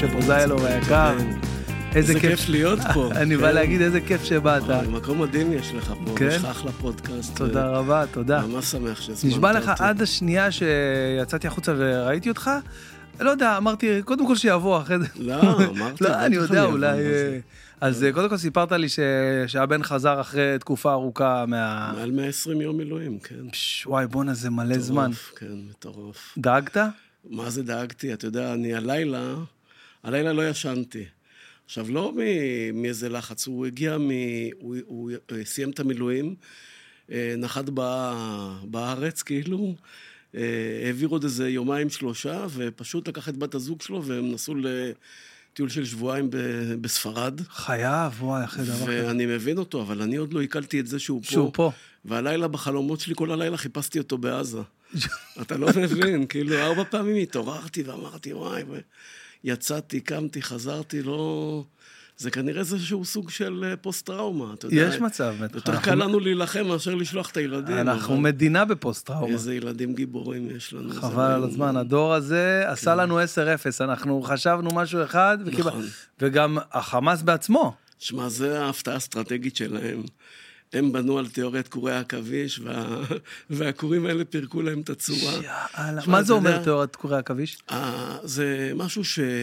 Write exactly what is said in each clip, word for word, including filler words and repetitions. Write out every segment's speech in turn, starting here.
משה פוזיילוב היקר. איזה כיף להיות פה. אני בא להגיד איזה כיף שבאת. מקום מדהים יש לך פה, יש לך אחלה פודקאסט. תודה רבה, תודה. ממש שמח שהזמנת אותי. נשבע לך עד השנייה שיצאתי החוצה וראיתי אותך, לא יודע, אמרתי, קודם כל שיבוא אחרי זה. לא, אמרתי. לא, אני יודע, אולי... אז קודם כל סיפרת לי שהבן חזר אחרי תקופה ארוכה מה... מעל מאה ועשרים יום מילואים, כן. וואי, בונה, זה מלא זמן. כן, מטורף. דאגת? מה זה דאגתי? אתה יודע, אני הלילה, הלילה לא ישנתי. עכשיו, לא מאיזה לחץ, הוא הגיע מ... הוא, הוא סיים את המילואים, נחת בארץ, כאילו, העביר עוד איזה יומיים שלושה, ופשוט לקח את בת הזוג שלו, והם נסעו לטיול של שבועיים בספרד. חייב, וואי, אחרי דבר. ואני מבין אותו, אבל אני עוד לא עיכלתי את זה שהוא פה. שהוא פה. והלילה בחלומות שלי, כל הלילה חיפשתי אותו בעזה. אתה לא מבין, כאילו, ארבע פעמים התעוררתי ואמרתי, וואי, יצאתי, קמתי, חזרתי, לא... זה כנראה איזשהו סוג של פוסט-טראומה, אתה יודע. יש מצב. יותר קל לנו להילחם מאשר לשלוח את הילדים. אנחנו מדינה בפוסט-טראומה. איזה ילדים גיבורים יש לנו. חבל על הזמן, הדור הזה עשה לנו עשר אפס, אנחנו חשבנו משהו אחד, וגם החמאס בעצמו. שמע, זה ההפתעה האסטרטגית שלהם. הם בנו על תיאוריית קורי העכביש, והקורים האלה פירקו להם את הצורה. מה זה אומר תיאוריית קורי העכביש? זה משהו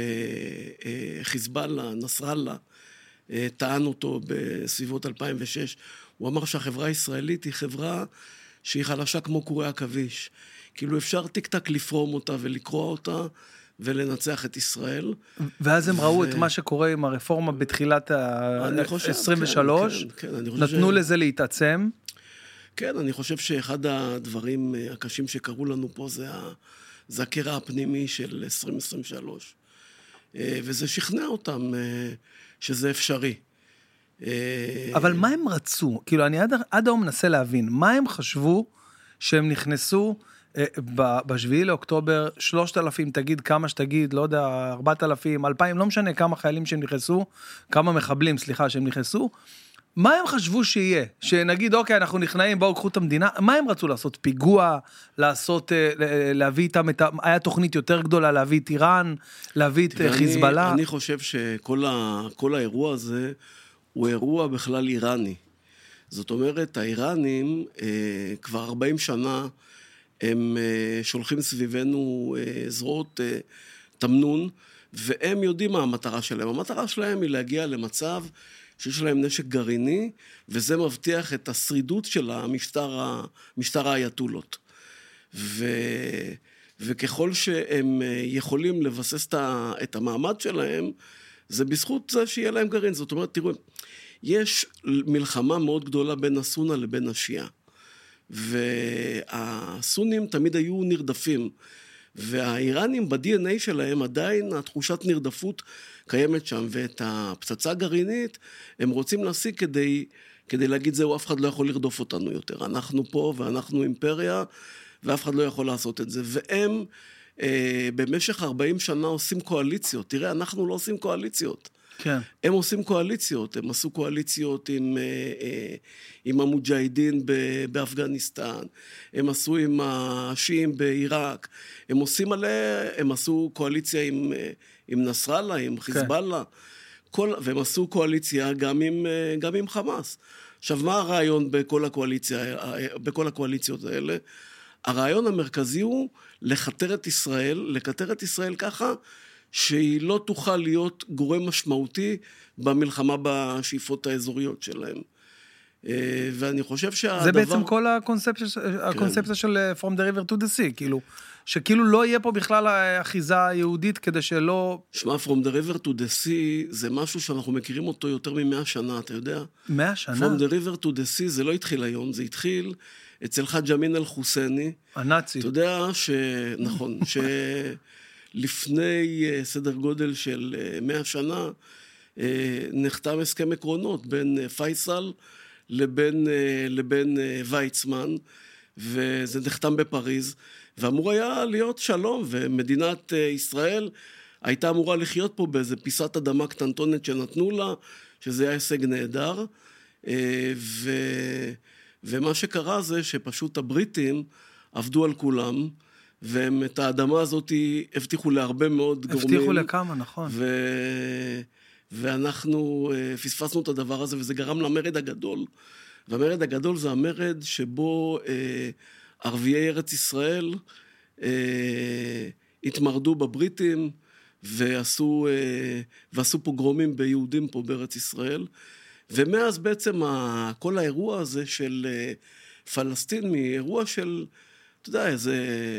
שחיזבאללה, נסראללה, טען אותו בסביבות אלפיים ושש. הוא אמר שהחברה הישראלית היא חברה שהיא חלשה כמו קורי העכביש. כאילו אפשר טיק-טק לפרום אותה ולקרוא אותה, ולנצח את ישראל. ואז הם ראו את מה שקורה עם הרפורמה בתחילת ה-עשרים ושלוש, נתנו לזה להתעצם. כן, אני חושב שאחד הדברים הקשים שקרו לנו פה זה הקרע הפנימי של עשרים עשרים ושלוש. וזה שכנע אותם שזה אפשרי. אבל מה הם רצו? כאילו, אני עד היום מנסה להבין, מה הם חשבו שהם נכנסו בשביעי לאוקטובר, שלושת אלפים, תגיד כמה שתגיד, לא יודע, ארבעת אלפים, אלפיים, לא משנה כמה חיילים שהם נכנסו, כמה מחבלים, סליחה, שהם נכנסו, מה הם חשבו שיהיה? שנגיד, אוקיי, אנחנו נכנעים, בואו קחו את המדינה, מה הם רצו לעשות? פיגוע, לעשות, להביא איתם, את, היה תוכנית יותר גדולה, להביא את איראן, להביא את חיזבאללה? אני חושב שכל ה, כל האירוע הזה, הוא אירוע בכלל איראני. זאת אומרת, האיראנים, כבר ארבעים שנה, הם שולחים סביבנו זרועות תמנון, והם יודעים מה המטרה שלהם. המטרה שלהם היא להגיע למצב שיש להם נשק גרעיני, וזה מבטיח את השרידות של המשטר, משטר האייתולות. ו, וככל שהם יכולים לבסס את המעמד שלהם, זה בזכות זה שיהיה להם גרעין. זאת אומרת, תראו, יש מלחמה מאוד גדולה בין הסונה לבין השיעה. והסונים תמיד היו נרדפים, והאיראנים ב-די אן איי שלהם עדיין התחושת נרדפות קיימת שם, ואת הפצצה הגרעינית הם רוצים להשיג כדי, כדי להגיד זהו, אף אחד לא יכול לרדוף אותנו יותר, אנחנו פה ואנחנו אימפריה, ואף אחד לא יכול לעשות את זה, והם אה, במשך ארבעים שנה עושים קואליציות, תראה, אנחנו לא עושים קואליציות, כן. הם עושים קואליציות, הם עשו קואליציות עם, עם המוג'הידין באפגניסטן, הם עשו עם השיעים בעיראק, הם עושים עליה, הם עשו קואליציה עם, עם נסראללה, עם חיזבאללה, כל, והם עשו קואליציה גם עם, גם עם חמאס. עכשיו, מה הרעיון בכל הקואליציה, בכל הקואליציות האלה? הרעיון המרכזי הוא לכתר את ישראל, לכתר את ישראל ככה, שהיא לא תוכל להיות גורם משמעותי במלחמה בשאיפות האזוריות שלהם. ואני חושב שהדבר... זה בעצם כל הקונספציה, הקונספציה של From the River to the Sea, כאילו, שכאילו לא יהיה פה בכלל אחיזה יהודית כדי שלא... שמע, From the River to the Sea זה משהו שאנחנו מכירים אותו יותר ממאה שנה, אתה יודע? מאה שנה? From the River to the Sea זה לא התחיל היום, זה התחיל אצל חאג' אמין אל-חוסייני. הנאצי. אתה יודע ש... נכון, ש... לפני סדר גודל של מאה שנה, נחתם הסכם עקרונות בין פייסל לבין, לבין ויצמן, וזה נחתם בפריז, ואמור היה להיות שלום, ומדינת ישראל הייתה אמורה לחיות פה באיזה פיסת אדמה קטנטונת שנתנו לה, שזה היה הישג נהדר, ו... ומה שקרה זה שפשוט הבריטים עבדו על כולם, והם את האדמה הזאת הבטיחו להרבה מאוד גורמים. הבטיחו לכמה, נכון. ו... ואנחנו פספסנו את הדבר הזה, וזה גרם למרד הגדול. והמרד הגדול זה המרד שבו אה, ערביי ארץ ישראל אה, התמרדו בבריטים, ועשו, אה, ועשו פוגרומים ביהודים פה בארץ ישראל. ומאז בעצם ה... כל האירוע הזה של אה, פלסטין, מאירוע של, אתה יודע, איזה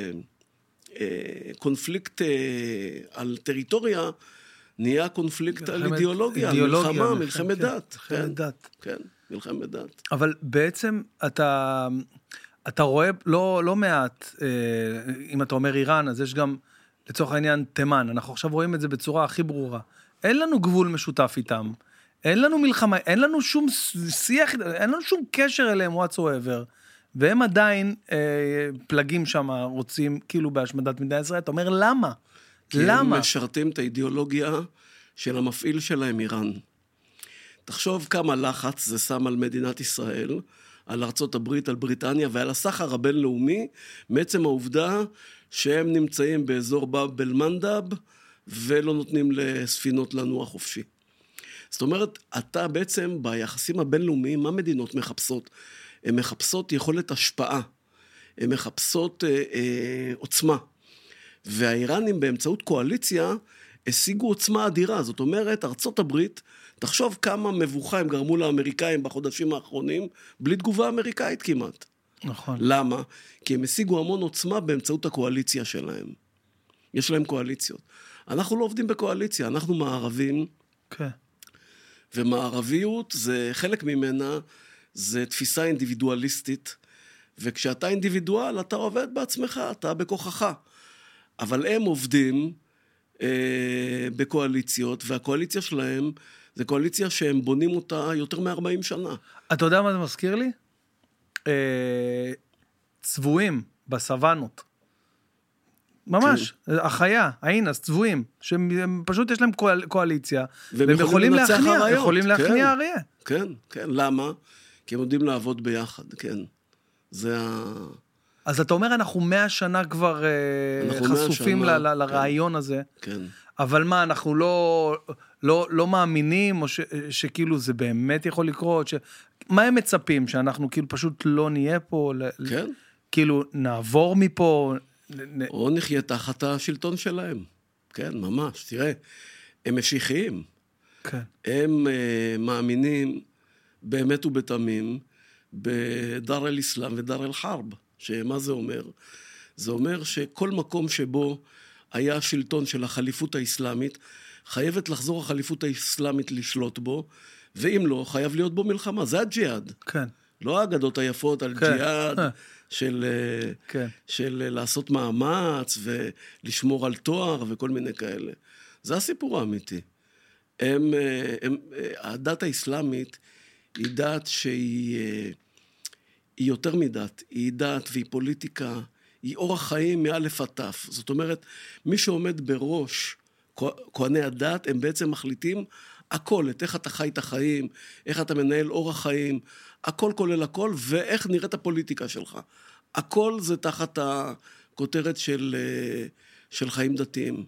אה, קונפליקט אה, על טריטוריה, נהיה קונפליקט על אידיאולוגיה, אידיאולוגיה מלחמה, מלחמת דת. מלחמת דת. כן, מלחמת דת. אבל בעצם אתה, אתה רואה לא, לא מעט, אם אתה אומר איראן, אז יש גם לצורך העניין תימן, אנחנו עכשיו רואים את זה בצורה הכי ברורה. אין לנו גבול משותף איתם, אין לנו מלחמה, אין לנו שום שיח, אין לנו שום קשר אליהם whatsoever, והם עדיין אה, פלגים שם רוצים כאילו בהשמדת מדינת ישראל. אתה אומר למה? כי למה? הם משרתים את האידיאולוגיה של המפעיל שלהם, איראן. תחשוב כמה לחץ זה שם על מדינת ישראל, על ארצות הברית, על בריטניה ועל הסחר הבינלאומי, מעצם העובדה שהם נמצאים באזור באב אל-מנדב ולא נותנים לספינות לנוע חופשי. זאת אומרת, אתה בעצם ביחסים הבינלאומיים, מה מדינות מחפשות? הן מחפשות יכולת השפעה, הן מחפשות אה, אה, עוצמה. והאיראנים באמצעות קואליציה השיגו עוצמה אדירה. זאת אומרת, ארצות הברית, תחשוב כמה מבוכה הם גרמו לאמריקאים בחודשים האחרונים, בלי תגובה אמריקאית כמעט. נכון. למה? כי הם השיגו המון עוצמה באמצעות הקואליציה שלהם. יש להם קואליציות. אנחנו לא עובדים בקואליציה, אנחנו מערבים. כן. ומערביות זה חלק ממנה, זה תפיסה אינדיבידואליסטית, וכשאתה אינדיבידואל, אתה עובד בעצמך, אתה בכוחך. אבל הם עובדים אה, בקואליציות, והקואליציה שלהם, זה קואליציה שהם בונים אותה יותר מ-ארבעים שנה. אתה יודע מה זה מזכיר לי? אה, צבועים בסוונות. ממש, כן. החיה, האינס, צבועים, שהם פשוט יש להם קואל, קואליציה, והם יכולים להכניע, הרעיות. יכולים להכניע אריה. כן, כן, למה? כי הם יודעים לעבוד ביחד, כן. זה ה... אז אתה אומר, אנחנו מאה שנה כבר חשופים שנה, ל- ל- לרעיון כן, הזה, כן. אבל מה, אנחנו לא, לא, לא מאמינים, או ש, שכאילו זה באמת יכול לקרות, ש... מה הם מצפים? שאנחנו כאילו פשוט לא נהיה פה, כן. כאילו נעבור מפה, או נחיה תחת השלטון שלהם. כן, ממש. תראה, הם משיחיים. כן. הם uh, מאמינים באמת ובתמים בדר אל אסלאם ודר אל חרב. שמה זה אומר? זה אומר שכל מקום שבו היה שלטון של החליפות האסלאמית, חייבת לחזור החליפות האסלאמית לשלוט בו, ואם לא, חייב להיות בו מלחמה. זה הג'יהאד. כן. לא האגדות היפות על כן. ג'יהאד, של, כן. של לעשות מאמץ ולשמור על תואר וכל מיני כאלה. זה הסיפור האמיתי. הם, הם, הדת האסלאמית היא דת שהיא היא יותר מדת, היא דת והיא פוליטיקה, היא אורח חיים מאלף עד תף. זאת אומרת, מי שעומד בראש כהני הדת, הם בעצם מחליטים הכל, את איך אתה חי את החיים, איך אתה מנהל אורח חיים, הכל כולל הכל, ואיך נראית הפוליטיקה שלך. הכל זה תחת הכותרת של, של חיים דתיים.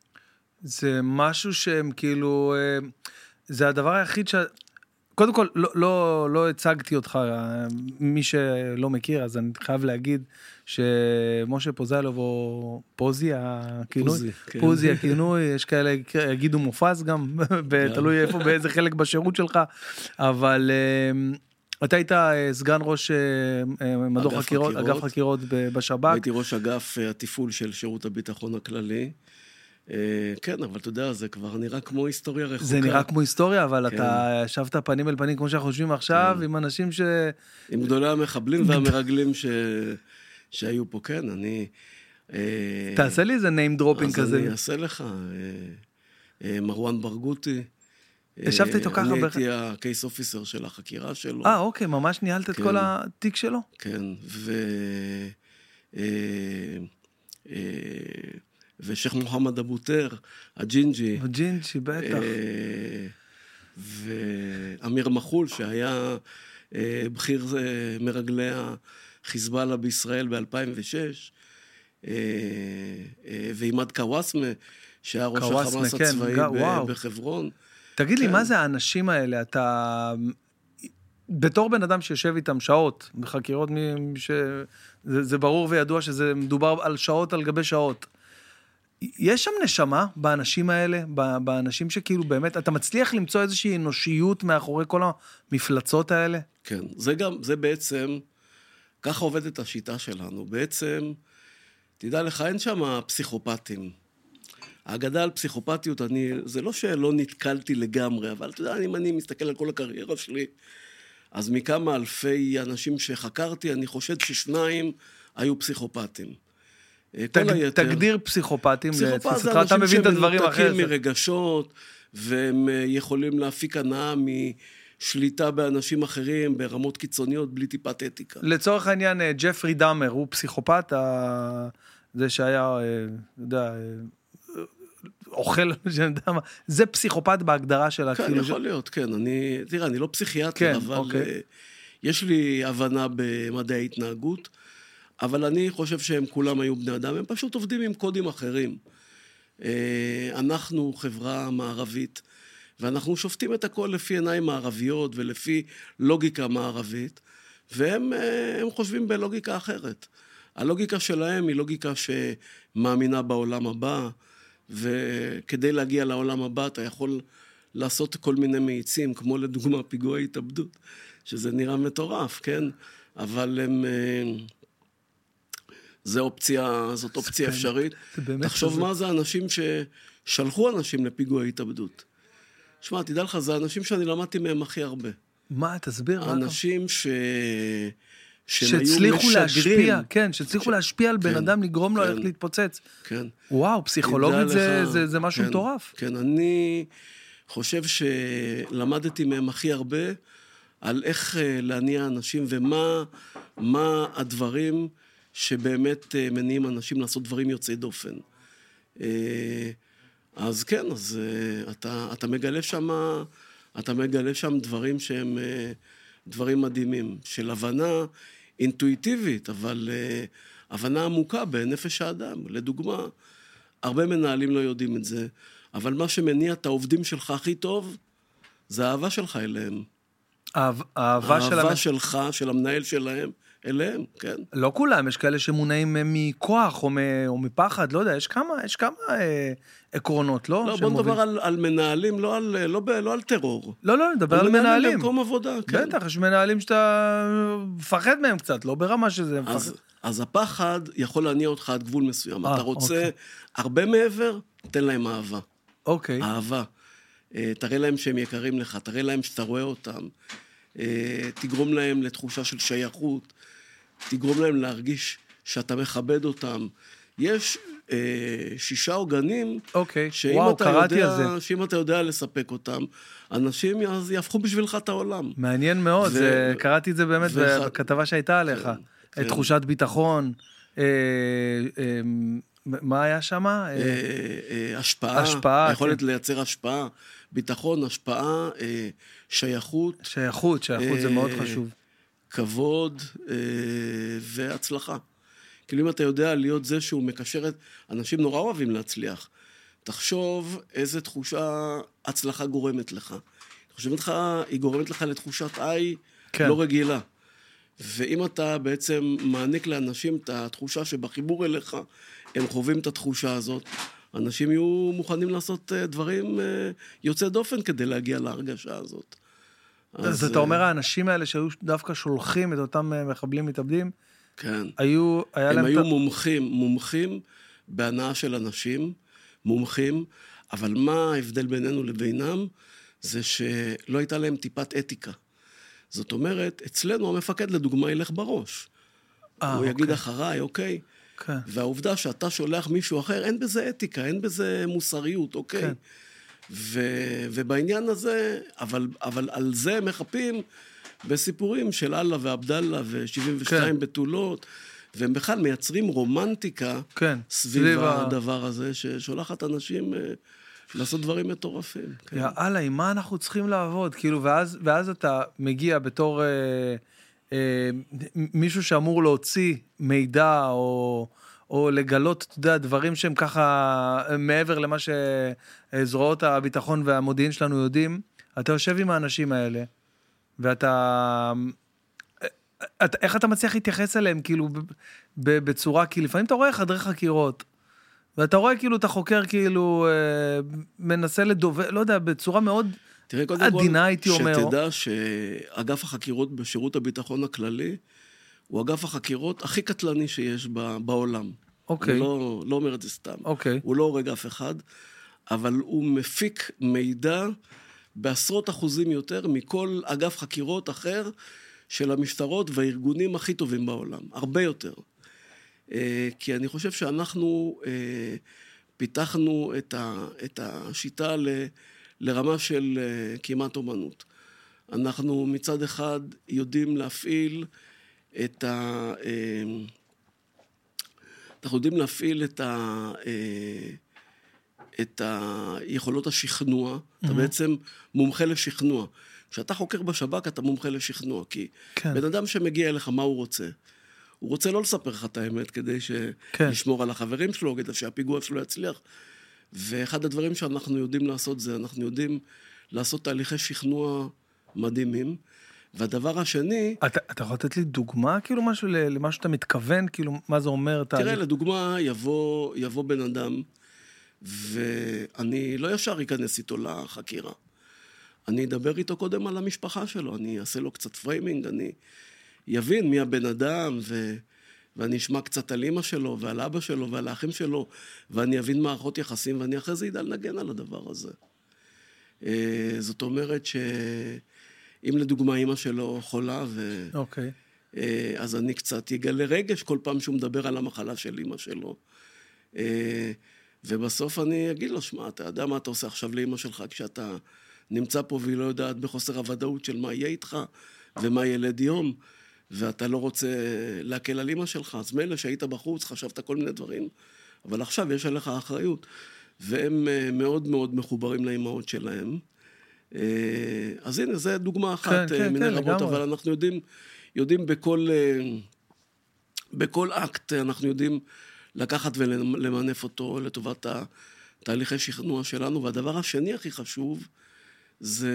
זה משהו שהם כאילו, זה הדבר היחיד ש... קודם כל, לא, לא, לא הצגתי אותך, מי שלא מכיר, אז אני חייב להגיד שמשה פוזיילוב או פוזי, הכינוי, פוזי, כן. פוזי הכינוי, יש כאלה יגידו מופז גם, תלוי איפה, באיזה חלק בשירות שלך, אבל אתה היית סגן ראש מדור חקירות, אגף חקירות בשב"כ. הייתי ראש אגף התפעול של שירות הביטחון הכללי. כן, אבל אתה יודע, זה כבר נראה כמו היסטוריה רחוקה. זה נראה כמו היסטוריה, אבל אתה ישבת פנים אל פנים, כמו שאנחנו חושבים עכשיו, עם אנשים ש... עם גדולי המחבלים והמרגלים שהיו פה, כן, אני... תעשה לי איזה name dropping כזה. אז אני אעשה לך, מרואן ברגותי. ישבת איתו ככה? אני הייתי הקייס אופיסר של החקירה שלו. אה, אוקיי, ממש ניהלת את כל התיק שלו? כן, ו... ושייך מוחמד אבו-טיר, הג'ינג'י. הג'ינג'י, בטח. ואמיר מחול, שהיה בכיר מרגלי החיזבאללה בישראל ב-אלפיים ושש, ועימד קוואסמה, שהיה ראש החמאס הצבאי בחברון. תגיד לי, מה זה האנשים האלה? אתה, בתור בן אדם שיושב איתם שעות, בחקירות, זה ברור וידוע שזה מדובר על שעות על גבי שעות. יש שם נשמה באנשים האלה, באנשים שכאילו באמת, אתה מצליח למצוא איזושהי אנושיות מאחורי כל המפלצות האלה? כן, זה גם, זה בעצם, ככה עובדת השיטה שלנו. בעצם, תדע לך, אין שם פסיכופטים. האגדה על פסיכופתיות, אני, זה לא שלא נתקלתי לגמרי, אבל אתה יודע, אם אני מסתכל על כל הקריירה שלי, אז מכמה אלפי אנשים שחקרתי, אני חושב ששניים היו פסיכופטים. תג, היתר, תגדיר פסיכופטים, פסיכופת זה אנשים שמנותקים מרגשות, והם יכולים להפיק הנאה משליטה באנשים אחרים, ברמות קיצוניות, בלי טיפת אתיקה. לצורך העניין, ג'פרי דאמר, הוא פסיכופת, זה שהיה, יודע, אוכל, זה פסיכופת בהגדרה שלה. כן, כאילו יכול ש... להיות, כן. אני, תראה, אני לא פסיכיאטר, כן, אבל אוקיי. יש לי הבנה במדעי ההתנהגות, אבל אני חושב שהם כולם היו בני אדם, הם פשוט עובדים עם קודים אחרים. אנחנו חברה מערבית, ואנחנו שופטים את הכל לפי עיניים מערביות, ולפי לוגיקה מערבית, והם הם חושבים בלוגיקה אחרת. הלוגיקה שלהם היא לוגיקה שמאמינה בעולם הבא, וכדי להגיע לעולם הבא אתה יכול לעשות כל מיני מאיצים, כמו לדוגמה פיגועי התאבדות, שזה נראה מטורף, כן? אבל הם... זה אופציה, זאת אופציה אפשרית. תחשוב מה זה אנשים ששלחו אנשים לפיגועי התאבדות. שמע, תדע לך, זה אנשים שאני למדתי מהם הכי הרבה. מה, תסביר? אנשים ש... שהצליחו להשפיע, כן, שהצליחו להשפיע על בן אדם, לגרום לו איך להתפוצץ. כן. וואו, פסיכולוגית זה משהו מטורף. כן, אני חושב שלמדתי מהם הכי הרבה על איך להניע אנשים ומה הדברים שבאמת מניעים אנשים לעשות דברים יוצאי דופן. אז כן, אז אתה, אתה מגלה שם, אתה מגלה שם דברים שהם דברים מדהימים, של הבנה אינטואיטיבית, אבל הבנה עמוקה בנפש האדם. לדוגמה, הרבה מנהלים לא יודעים את זה, אבל מה שמניע את העובדים שלך הכי טוב, זה האהבה שלך אליהם. האהבה, האהבה שלך, של המנהל שלהם, אליהם, כן. לא כולם, יש כאלה שמונעים מכוח או, או מפחד, לא יודע, יש כמה, יש כמה אה, עקרונות, לא? לא, בוא נדבר על, על מנהלים, לא על, לא, לא על טרור. לא, לא, נדבר על, על מנהלים. מנהלים במקום עבודה, כן. בטח, יש מנהלים שאתה מפחד מהם קצת, לא ברמה שזה מפחד. אז, אז הפחד יכול להניע אותך עד גבול מסוים. 아, אתה רוצה אוקיי. הרבה מעבר, תן להם אהבה. אוקיי. אהבה. תראה להם שהם יקרים לך, תראה להם שאתה רואה אותם. תגרום להם לתחושה של שייכות. תגרום להם להרגיש שאתה מכבד אותם. יש אה, שישה עוגנים, אוקיי. שאם, וואו, אתה יודע, שאם אתה יודע לספק אותם, אנשים יהפכו בשבילך את העולם. מעניין מאוד, ו... זה, קראתי את זה באמת ו... בכתבה שהייתה עליך. כן, כן. תחושת ביטחון, אה, אה, מה היה שם? אה, אה, השפעה, השפעה, יכולת כן. לייצר השפעה, ביטחון, השפעה, אה, שייכות. שייכות, שייכות אה, זה מאוד חשוב. כבוד אה, והצלחה. כאילו אם אתה יודע להיות זה שהוא מקשר את... אנשים נורא אוהבים להצליח. תחשוב איזה תחושה הצלחה גורמת לך. חושבת לך, היא גורמת לך לתחושת איי כן. לא רגילה. ואם אתה בעצם מעניק לאנשים את התחושה שבחיבור אליך, הם חווים את התחושה הזאת, אנשים יהיו מוכנים לעשות דברים יוצא דופן כדי להגיע להרגשה הזאת. אז אתה אומר, האנשים האלה שהיו דווקא שולחים את אותם מחבלים מתאבדים, כן. היו, הם היו מומחים, מומחים בהנאה של אנשים, מומחים, אבל מה ההבדל בינינו לבינם? זה שלא הייתה להם טיפת אתיקה. זאת אומרת, אצלנו המפקד לדוגמה ילך בראש. הוא אוקיי. יגיד אחריי, אוקיי? כן. והעובדה שאתה שולח מישהו אחר, אין בזה אתיקה, אין בזה מוסריות, אוקיי? כן. ו, ובעניין הזה, אבל, אבל על זה מחפים בסיפורים של אללה ועבדאללה ו-שבעים ושתיים כן. בתולות, והם בכלל מייצרים רומנטיקה כן. סביב, סביב הדבר הזה, ששולחת אנשים לעשות דברים מטורפים. כן. יאללה, עם מה אנחנו צריכים לעבוד? כאילו, ואז, ואז אתה מגיע בתור אה, אה, מישהו שאמור להוציא מידע או... או לגלות, אתה יודע, דברים שהם ככה מעבר למה שזרועות הביטחון והמודיעין שלנו יודעים, אתה יושב עם האנשים האלה, ואתה... אתה, איך אתה מצליח להתייחס אליהם, כאילו, בצורה, כי לפעמים אתה רואה חדרי חקירות, ואתה רואה כאילו את החוקר כאילו מנסה לדובר, לא יודע, בצורה מאוד עדינה, הייתי אומר. שתדע שאגף החקירות בשירות הביטחון הכללי, הוא אגף החקירות הכי קטלני שיש בעולם. אוקיי. אני לא, לא אומר את זה סתם. אוקיי. הוא לא הורג אף אחד, אבל הוא מפיק מידע בעשרות אחוזים יותר מכל אגף חקירות אחר של המשטרות והארגונים הכי טובים בעולם. הרבה יותר. כי אני חושב שאנחנו פיתחנו את, ה, את השיטה ל, לרמה של כמעט אומנות. אנחנו מצד אחד יודעים להפעיל את ה... אנחנו יודעים להפעיל את ה... את היכולות השכנוע, mm-hmm. אתה בעצם מומחה לשכנוע. כשאתה חוקר בשב"כ, אתה מומחה לשכנוע, כי כן. בן אדם שמגיע אליך, מה הוא רוצה? הוא רוצה לא לספר לך את האמת, כדי ש... כן. לשמור על החברים שלו, כדי שהפיגוע שלו יצליח. ואחד הדברים שאנחנו יודעים לעשות זה, אנחנו יודעים לעשות תהליכי שכנוע מדהימים, והדבר השני... אתה, אתה יכול לתת לי דוגמה, כאילו, משהו, למה שאתה מתכוון, כאילו, מה זה אומר? תראה, תהליך? לדוגמה, יבוא, יבוא בן אדם, ואני לא ישר אכנס איתו לחקירה. אני אדבר איתו קודם על המשפחה שלו, אני אעשה לו קצת פריימינג, אני יבין מי הבן אדם, ו... ואני אשמע קצת על אמא שלו, ועל אבא שלו, ועל האחים שלו, ואני אבין מערכות יחסים, ואני אחרי זה ידע לנגן על הדבר הזה. זאת אומרת שאם לדוגמה אמא שלו חולה, ו... אוקיי. אז אני קצת יגלה רגש כל פעם שהוא מדבר על המחלה של אמא שלו. ובסוף אני אגיד לו, שמה, אתה יודע מה אתה עושה עכשיו לאמא שלך, כשאתה נמצא פה והיא לא יודעת בחוסר הוודאות של מה יהיה איתך, ומה ילד יום, ואתה לא רוצה להקל על אמא שלך, אז מילא שהיית בחוץ, חשבת כל מיני דברים, אבל עכשיו יש עליך אחריות, והם מאוד מאוד מחוברים לאמהות שלהם. אז הנה, זו דוגמה אחת כן, מיני כן, רבות, לגמרי. אבל אנחנו יודעים, יודעים בכל, בכל אקט, אנחנו יודעים לקחת ולמנף אותו לטובת התהליכי שכנוע שלנו, והדבר השני הכי חשוב, זה,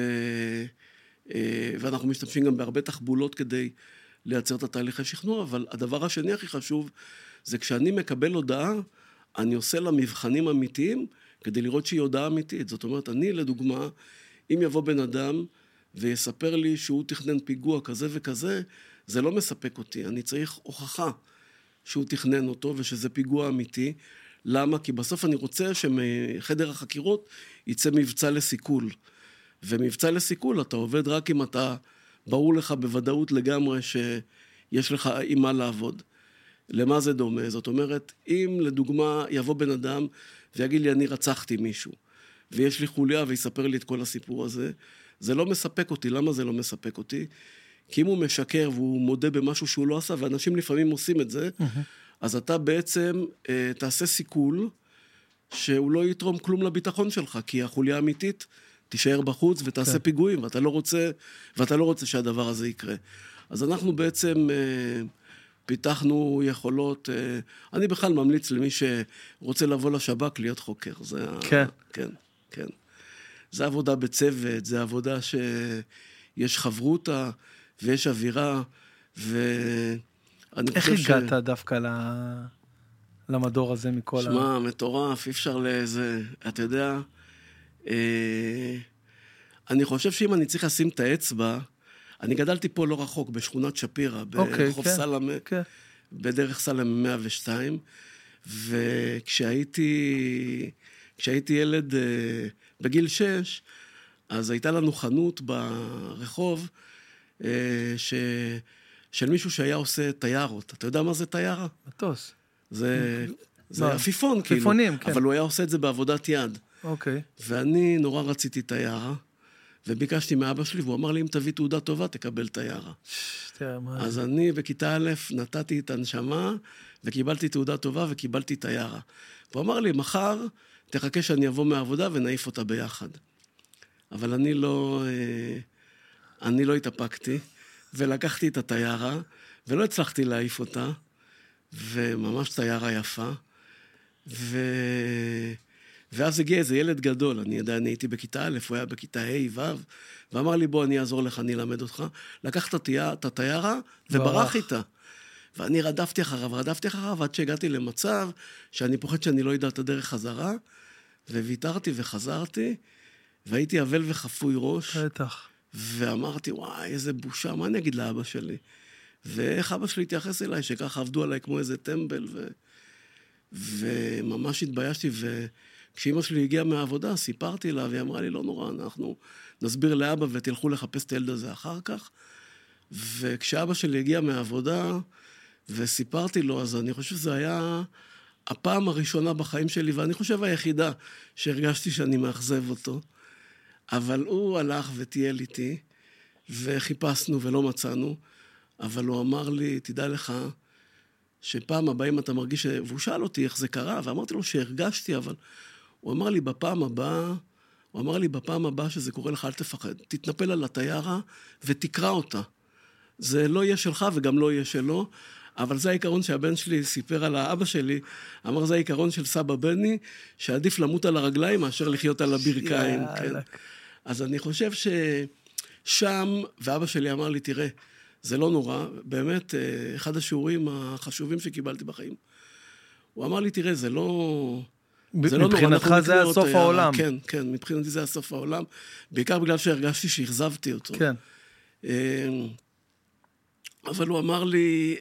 ואנחנו משתמשים גם בהרבה תחבולות כדי לייצר את התהליכי שכנוע, אבל הדבר השני הכי חשוב, זה כשאני מקבל הודעה, אני עושה לה מבחנים אמיתיים, כדי לראות שהיא הודעה אמיתית. זאת אומרת, אני לדוגמה, אם יבוא בן אדם ויספר לי שהוא תכנן פיגוע כזה וכזה, זה לא מספק אותי. אני צריך הוכחה שהוא תכנן אותו ושזה פיגוע אמיתי. למה? כי בסוף אני רוצה שמחדר החקירות יצא מבצע לסיכול. ומבצע לסיכול אתה עובד רק אם אתה ברור לך בוודאות לגמרי שיש לך עם מה לעבוד. למה זה דומה? זאת אומרת, אם לדוגמה יבוא בן אדם ויגיד לי אני רצחתי מישהו, ויש לי חוליה ויספר לי את כל הסיפור הזה, זה לא מספק אותי. למה זה לא מספק אותי? כי אם הוא משקר והוא מודה במשהו שהוא לא עשה, ואנשים לפעמים עושים את זה, mm-hmm. אז אתה בעצם אה, תעשה סיכול שהוא לא יתרום כלום לביטחון שלך, כי החוליה האמיתית תישאר בחוץ ותעשה כן. פיגועים, ואתה לא רוצה, ואתה לא רוצה שהדבר הזה יקרה. אז אנחנו בעצם אה, פיתחנו יכולות, אה, אני בכלל ממליץ למי שרוצה לבוא לשב"כ להיות חוקר. זה כן. ה... כן, כן. זה עבודה בצוות, זה עבודה שיש חברותה, ויש אווירה, ואני איך חושב ש... איך הגעת דווקא ל... למדור הזה מכל ה... שמע, מטורף, אי אפשר לאיזה... אתה יודע, אה, אני חושב שאם אני צריך לשים את האצבע, אני גדלתי פה לא רחוק, בשכונת שפירא, ברחוב כן, סלמה, כן. בדרך סלמה מאה ושתיים, וכשהייתי כשהייתי ילד אה, בגיל שש, אז הייתה לנו חנות ברחוב, ש... של מישהו שהיה עושה תיירות. אתה יודע מה זה תיירה? מטוס. זה, זה עפיפון, כאילו. עפיפונים, כן. אבל הוא היה עושה את זה בעבודת יד. אוקיי. ואני נורא רציתי תיירה, וביקשתי מאבא שלי, והוא אמר לי, אם תביא תעודה טובה, תקבל תיירה. אז אני בכיתה א' נתתי את הנשמה, וקיבלתי תעודה טובה, וקיבלתי תיירה. והוא אמר לי, מחר תחכה שאני אבוא מהעבודה, ונעיף אותה ביחד. אבל אני לא... אני לא התאפקתי, ולקחתי את התיירה, ולא הצלחתי להעיף אותה, וממש תיירה יפה, ו... ואז הגיע איזה ילד גדול, אני עדיין הייתי בכיתה א', הוא היה בכיתה ה' ו', ואמר לי, בוא, אני אעזור לך, אני אלמד אותך. לקח את התיירה וברח איתה. ואני רדפתי אחריו, רדפתי אחריו, עד שהגעתי למצב שאני פוחד שאני לא ידע את הדרך חזרה, וויתרתי וחזרתי, והייתי אבל וחפוי ראש. בטח. ואמרתי, וואי, איזה בושה, מה אני אגיד לאבא שלי? ואיך אבא שלי התייחס אליי, שככה עבדו עליי כמו איזה טמבל, ו... וממש התביישתי, וכשאמא שלי הגיעה מהעבודה, סיפרתי לה, והיא אמרה לי, לא נורא, אנחנו נסביר לאבא ותלכו לחפש את הילד הזה אחר כך. וכשאבא שלי הגיע מהעבודה, וסיפרתי לו, אז אני חושב שזה היה הפעם הראשונה בחיים שלי, ואני חושב היחידה שהרגשתי שאני מאכזב אותו. אבל הוא הלך וטייל איתי, וחיפשנו ולא מצאנו, אבל הוא אמר לי, תדע לך, שפעם הבאה אם אתה מרגיש, והוא שאל אותי איך זה קרה, ואמרתי לו שהרגשתי, אבל הוא אמר לי בפעם הבאה, הוא אמר לי בפעם הבאה שזה קורה לך, אל תפחד, תתנפל על התיירה ותקרא אותה. זה לא יהיה שלך וגם לא יהיה שלו, אבל זה העיקרון שהבן שלי סיפר על האבא שלי, אמר זה העיקרון של סבא בני, שעדיף למות על הרגליים מאשר לחיות על הברכיים. כן. אז אני חושב ששם, ואבא שלי אמר לי, תראה, זה לא נורא, באמת, אחד השיעורים החשובים שקיבלתי בחיים. הוא אמר לי, תראה, זה לא... זה לא מבחינתך זה היה סוף העולם. כן, כן, מבחינתי זה היה סוף העולם, בעיקר בגלל שהרגשתי שהחזבתי אותו. כן. אבל הוא אמר לי,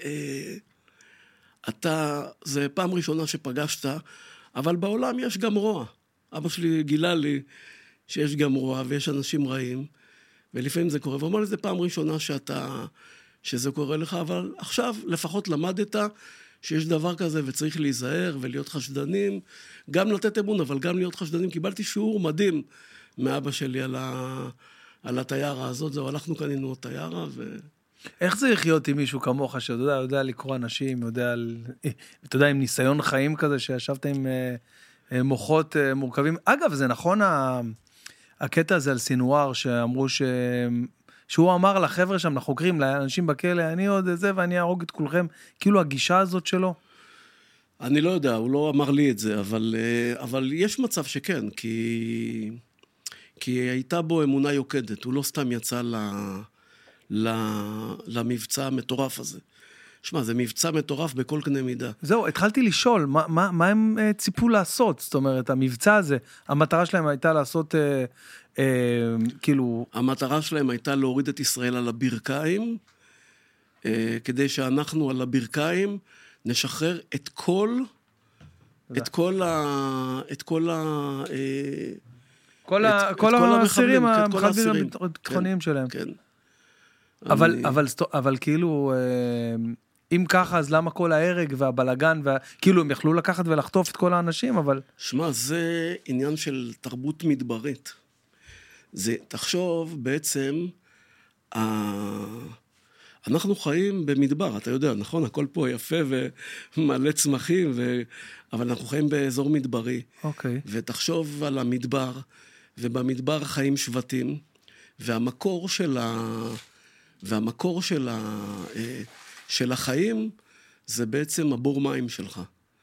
אתה, זה פעם ראשונה שפגשת, אבל בעולם יש גם רוע. אבא שלי גילה לי שיש גם רוע ויש אנשים רעים, ולפעמים זה קורה. והוא אמר לי, זה פעם ראשונה שאתה, שזה קורה לך, אבל עכשיו לפחות למדת שיש דבר כזה וצריך להיזהר ולהיות חשדנים, גם לתת אמון, אבל גם להיות חשדנים. קיבלתי שיעור מדהים מאבא שלי על, ה, על התיירה הזאת, זהו, הלכנו כאן אינו תיירה ו... איך זה לחיות עם מישהו כמוך, שאתה יודע, יודע לקרוא אנשים, יודע, אתה יודע, עם ניסיון חיים כזה, שישבת עם מוחות מורכבים. אגב, זה נכון הקטע הזה על סינואר, שאמרו ש... שהוא אמר לחבר'ה שם, לחוקרים, לאנשים בכלא, אני עוד זה ואני ארוג את כולכם, כאילו הגישה הזאת שלו? אני לא יודע, הוא לא אמר לי את זה, אבל, אבל יש מצב שכן, כי, כי הייתה בו אמונה יוקדת, הוא לא סתם יצא ל... למבצע המטורף הזה. שמע, זה מבצע מטורף בכל קנה מידה. זהו, התחלתי לשאול, מה, מה, מה הם uh, ציפו לעשות? זאת אומרת, המבצע הזה, המטרה שלהם הייתה לעשות, uh, uh, כאילו... המטרה שלהם הייתה להוריד את ישראל על הברכיים, uh, כדי שאנחנו על הברכיים נשחרר את כל, את כל ה... את כל ה... Uh, כל, את, ה, את כל, כל המחזירים, המחבלים הביטחוניים כן, שלהם. כן. אבל, אני... אבל, אבל כאילו, אם ככה, אז למה כל ההרג והבלגן, וה... כאילו הם יכלו לקחת ולחטוף את כל האנשים, אבל... שמע, זה עניין של תרבות מדברית. זה, תחשוב, בעצם, ה... אנחנו חיים במדבר, אתה יודע, נכון? הכל פה יפה ומלא צמחים, ו... אבל אנחנו חיים באזור מדברי. אוקיי. ותחשוב על המדבר, ובמדבר חיים שבטים, והמקור של ה... והמקור של, ה, של החיים זה בעצם הבור מים שלך.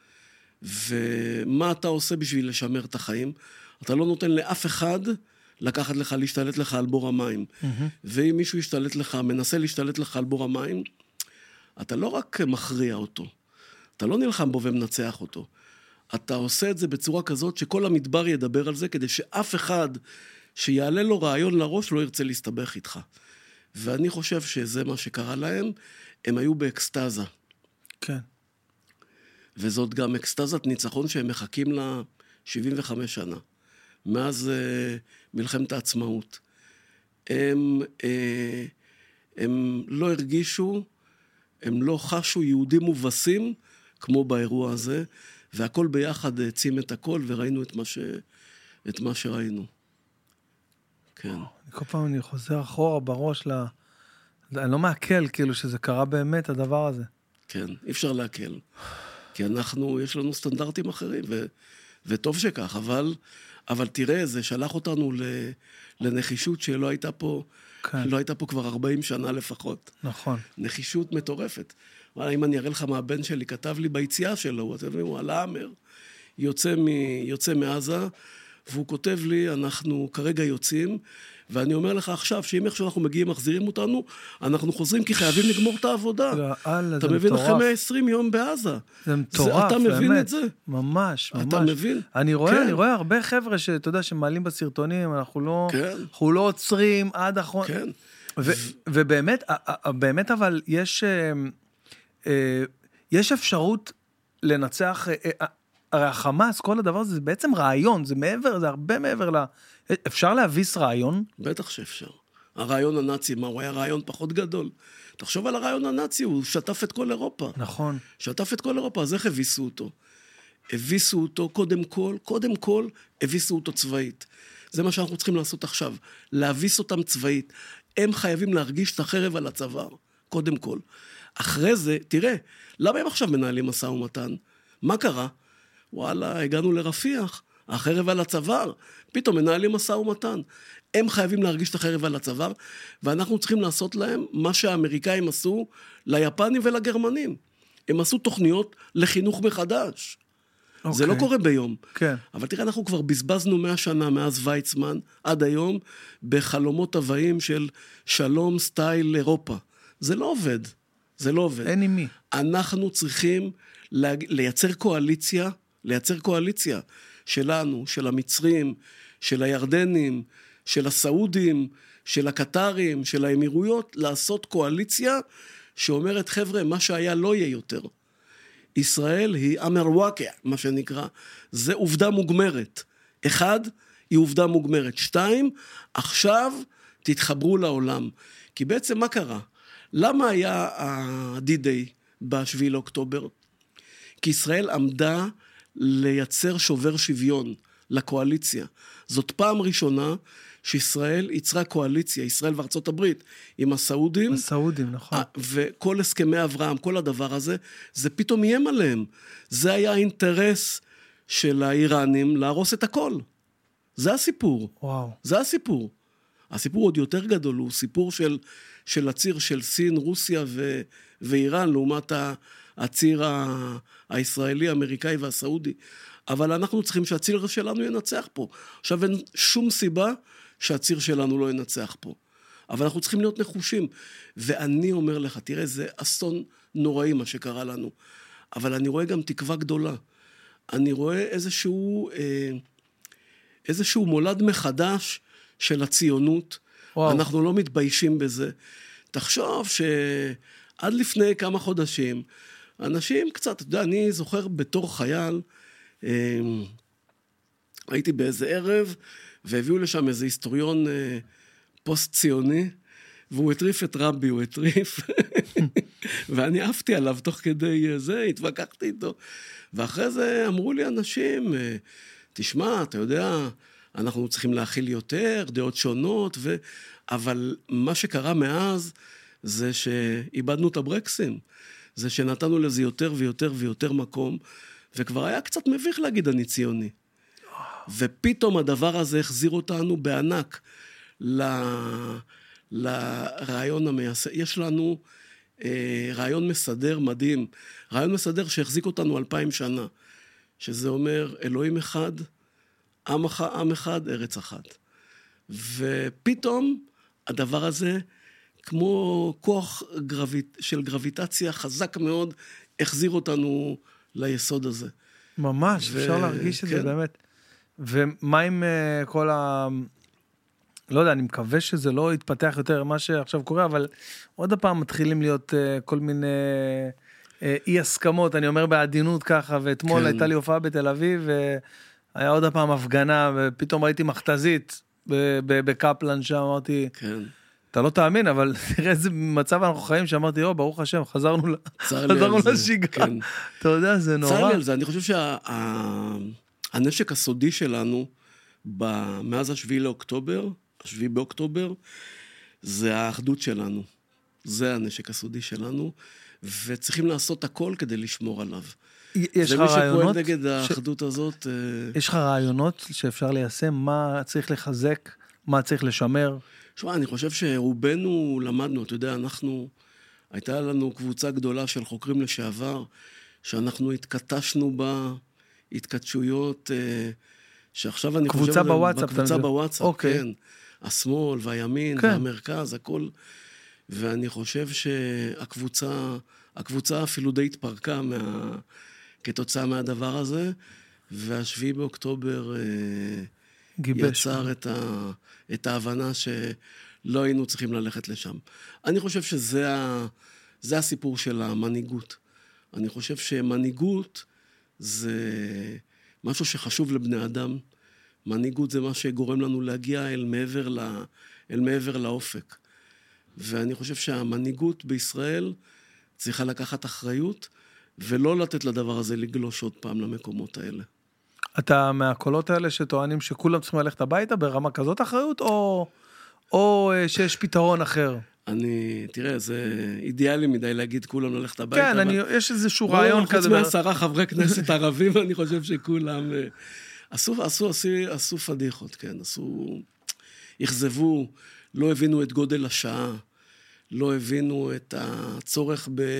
ומה אתה עושה בשביל לשמר את החיים? אתה לא נותן לאף אחד לקחת לך, להשתלט לך על בור המים. Mm-hmm. ואם מישהו ישתלט לך, מנסה להשתלט לך על בור המים, אתה לא רק מכריע אותו, אתה לא נלחם בו ומנצח אותו. אתה עושה את זה בצורה כזאת שכל המדבר ידבר על זה, כדי שאף אחד שיעלה לו רעיון לראש לא ירצה להסתבך איתך. ואני חושב שזה מה שקרה להם, הם היו באקסטאזה. כן. וזאת גם אקסטאזת ניצחון שהם מחכים לה שבעים וחמש שנה. מאז אה, מלחמת העצמאות. הם, אה, הם לא הרגישו, הם לא חשו יהודים מובסים, כמו באירוע הזה, והכל ביחד העצים את הכל, וראינו את מה, ש, את מה שראינו. כן. כל פעם אני חוזר אחורה בראש ל... אני לא מעכל, כאילו, שזה קרה באמת, הדבר הזה. כן, אי אפשר להקל. כי אנחנו, יש לנו סטנדרטים אחרים, וטוב שכך, אבל, אבל תראה, זה שלח אותנו לנחישות שלא הייתה פה, כן. לא הייתה פה כבר ארבעים שנה לפחות. נכון. נחישות מטורפת. אבל אם אני אראה לך מה הבן שלי כתב לי ביציאה שלו, הוא על האמר, יוצא, מ, יוצא מעזה, והוא כותב לי, אנחנו כרגע יוצאים, ואני אומר לך עכשיו, שאם איך שאנחנו מגיעים, מחזירים אותנו, אנחנו חוזרים כי חייבים לגמור את העבודה. אתה מבין אחרי מאה ועשרים יום בעזה. זה מטורף, אתה מבין את זה? ממש, ממש. אתה מבין? אני רואה, אני רואה הרבה חבר'ה שאתה יודע, שמעלים בסרטונים, אנחנו לא, כן. אנחנו לא עוצרים עד אחרון. כן. ובאמת, באמת אבל יש, יש אפשרות לנצח, הרי החמאס, כל הדבר הזה, זה בעצם רעיון, זה מעבר, זה הרבה מעבר ל... אפשר להביס רעיון? בטח שאפשר. הרעיון הנאצי, מה, הוא היה רעיון פחות גדול. תחשוב על הרעיון הנאצי, הוא שטף את כל אירופה. נכון. שטף את כל אירופה, אז איך הביסו אותו? הביסו אותו קודם כל, קודם כל, הביסו אותו צבאית. זה מה שאנחנו צריכים לעשות עכשיו, להביס אותם צבאית. הם חייבים להרגיש את החרב על הצוואר, קודם כל. אחרי זה, תראה, למה הם עכשיו מנהלים משא ומתן? מה קרה? וואלה, הגענו לרפיח, החרב על הצוואר, פתאום מנהלים משא ומתן. הם חייבים להרגיש את החרב על הצוואר, ואנחנו צריכים לעשות להם מה שהאמריקאים עשו ליפנים ולגרמנים. הם עשו תוכניות לחינוך מחדש. Okay. זה לא קורה ביום. כן. אבל תראה, אנחנו כבר בזבזנו מאה שנה מאז ויצמן, עד היום, בחלומות הבאים של שלום סטייל אירופה. זה לא עובד. זה לא עובד. אין עם מי. אנחנו צריכים לייצר קואליציה, לייצר קואליציה שלנו, של המצרים, של הירדנים, של הסעודים, של הקטרים, של האמירויות, לעשות קואליציה שאומרת, חבר'ה, מה שהיה לא יהיה יותר. ישראל היא אמר וואקע, מה שנקרא, זה עובדה מוגמרת. אחד, היא עובדה מוגמרת. שתיים, עכשיו תתחברו לעולם. כי בעצם מה קרה? למה היה ה-די-דיי בשביעי לאוקטובר? כי ישראל עמדה לייצר שובר שוויון לקואליציה. זאת פעם ראשונה שישראל יצרה קואליציה, ישראל וארצות הברית, עם הסעודים. הסעודים, נכון. וכל הסכמי אברהם, כל הדבר הזה, זה פתאום יהיה עליהם. זה היה האינטרס של האיראנים להרוס את הכל. זה הסיפור. וואו. זה הסיפור. הסיפור עוד יותר גדול, הוא סיפור של, של הציר של סין, רוסיה ו, ואיראן, לעומת הציר ה, הישראלי, האמריקאי והסעודי. אבל אנחנו צריכים שהציר שלנו ינצח פה. עכשיו אין שום סיבה שהציר שלנו לא ינצח פה. אבל אנחנו צריכים להיות נחושים. ואני אומר לך, תראה, זה אסון נוראי מה שקרה לנו. אבל אני רואה גם תקווה גדולה. אני רואה איזשהו, אה, איזשהו מולד מחדש של הציונות. וואו. אנחנו לא מתביישים בזה. תחשוב שעד לפני כמה חודשים, אנשים קצת, אתה יודע, אני זוכר בתור חייל, הייתי באיזה ערב, והביאו לשם איזה היסטוריון פוסט-ציוני, והוא הטריף את רבי, הוא הטריף, ואני עפתי עליו תוך כדי זה, התווכחתי איתו, ואחרי זה אמרו לי אנשים, תשמע, אתה יודע, אנחנו צריכים להכיל יותר, דעות שונות, ו... אבל מה שקרה מאז, זה שאיבדנו את הברקסים, זה שנתנו לזה יותר ויותר ויותר מקום, וכבר היה קצת מביך להגיד אני ציוני. ופתאום הדבר הזה החזיר אותנו בענק ל... לרעיון המייסד. יש לנו אה, רעיון מסדר מדהים, רעיון מסדר שהחזיק אותנו אלפיים שנה, שזה אומר אלוהים אחד, עם, אח... עם אחד, ארץ אחת. ופתאום הדבר הזה, כמו כוח גרביט... של גרביטציה חזק מאוד, החזיר אותנו ליסוד הזה. ממש, ו... אפשר להרגיש את כן. זה באמת. ומה עם uh, כל ה... לא יודע, אני מקווה שזה לא יתפתח יותר מה שעכשיו קורה, אבל עוד הפעם מתחילים להיות uh, כל מיני uh, אי הסכמות, אני אומר בעדינות ככה, ואתמול כן. הייתה לי הופעה בתל אביב, והיה עוד הפעם הפגנה, ופתאום ראיתי מכתזית בקפלן שם, אמרתי... כן. אתה לא תאמין, אבל תראה איזה מצב אנחנו חיים, שאמרתי, או, ברוך השם, חזרנו לשגרה. אתה יודע, זה נורא. צר לי על זה, אני חושב שהנשק הסודי שלנו, מאז השביעי לאוקטובר, השביעי באוקטובר, זה האחדות שלנו. זה הנשק הסודי שלנו, וצריכים לעשות הכל כדי לשמור עליו. יש לך רעיונות? ומי שפועל נגד האחדות הזאת... יש לך רעיונות שאפשר ליישם? מה צריך לחזק? מה צריך לשמר? שמה, אני חושב שרובנו למדנו, אתה יודע, אנחנו... הייתה לנו קבוצה גדולה של חוקרים לשעבר, שאנחנו התקטשנו בה, התקטשויות, שעכשיו אני חושב... קבוצה בוואטסאפ. קבוצה בוואטסאפ, אוקיי. כן. השמאל והימין כן. והמרכז, הכל. ואני חושב שהקבוצה, הקבוצה אפילו די התפרקה מה... כתוצאה מהדבר הזה, והשביעי באוקטובר גיבש. יצר את, ה... את ההבנה שלא היינו צריכים ללכת לשם. אני חושב שזה ה... זה הסיפור של המנהיגות. אני חושב שמנהיגות זה משהו שחשוב לבני אדם. מנהיגות זה מה שגורם לנו להגיע אל מעבר, ל... אל מעבר לאופק. ואני חושב שהמנהיגות בישראל צריכה לקחת אחריות, ולא לתת לדבר הזה לגלוש עוד פעם למקומות האלה. אתה מהקולות האלה שטוענים שכולם צריכים ללכת הביתה ברמה כזאת אחריות, או, או שיש פתרון אחר? אני, תראה, זה אידיאלי מדי להגיד כולם ללכת הביתה. כן, אני, יש איזשהו רעיון כזה. חוץ מעשרה חברי כנסת ערבים, אני חושב שכולם... עשו, עשו, עשו, עשו פדיחות, כן, עשו... הכזבו, לא הבינו את גודל השעה, לא הבינו את הצורך ב...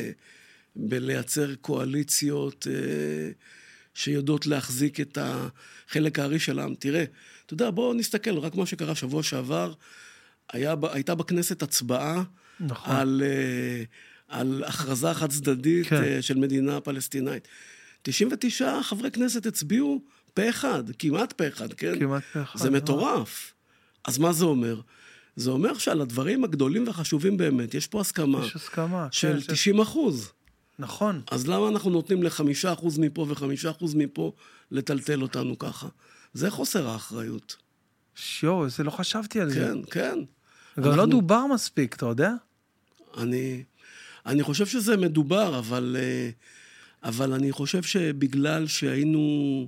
בלייצר קואליציות אה, שיודעות להחזיק את החלק הארי של העם. תראה, אתה יודע, בואו נסתכל, רק מה שקרה שבוע שעבר, היה, הייתה בכנסת הצבעה נכון. על, אה, על הכרזה חד צדדית כן. אה, של מדינה פלסטינאית. תשעים ותשעה חברי כנסת הצביעו פה אחד, כמעט פה אחד, כן? כמעט פה אחד. זה מטורף. אז מה זה אומר? זה אומר שעל הדברים הגדולים והחשובים באמת, יש פה הסכמה. יש הסכמה. של כן, תשעים אחוז. נכון. אז למה אנחנו נותנים לחמישה אחוז מפה וחמישה אחוז מפה לטלטל אותנו ככה? זה חוסר האחריות. שיו, זה לא חשבתי על זה. כן, כן. גם אנחנו... לא דובר מספיק, אתה יודע? אני, אני חושב שזה מדובר, אבל, אבל אני חושב שבגלל שהיינו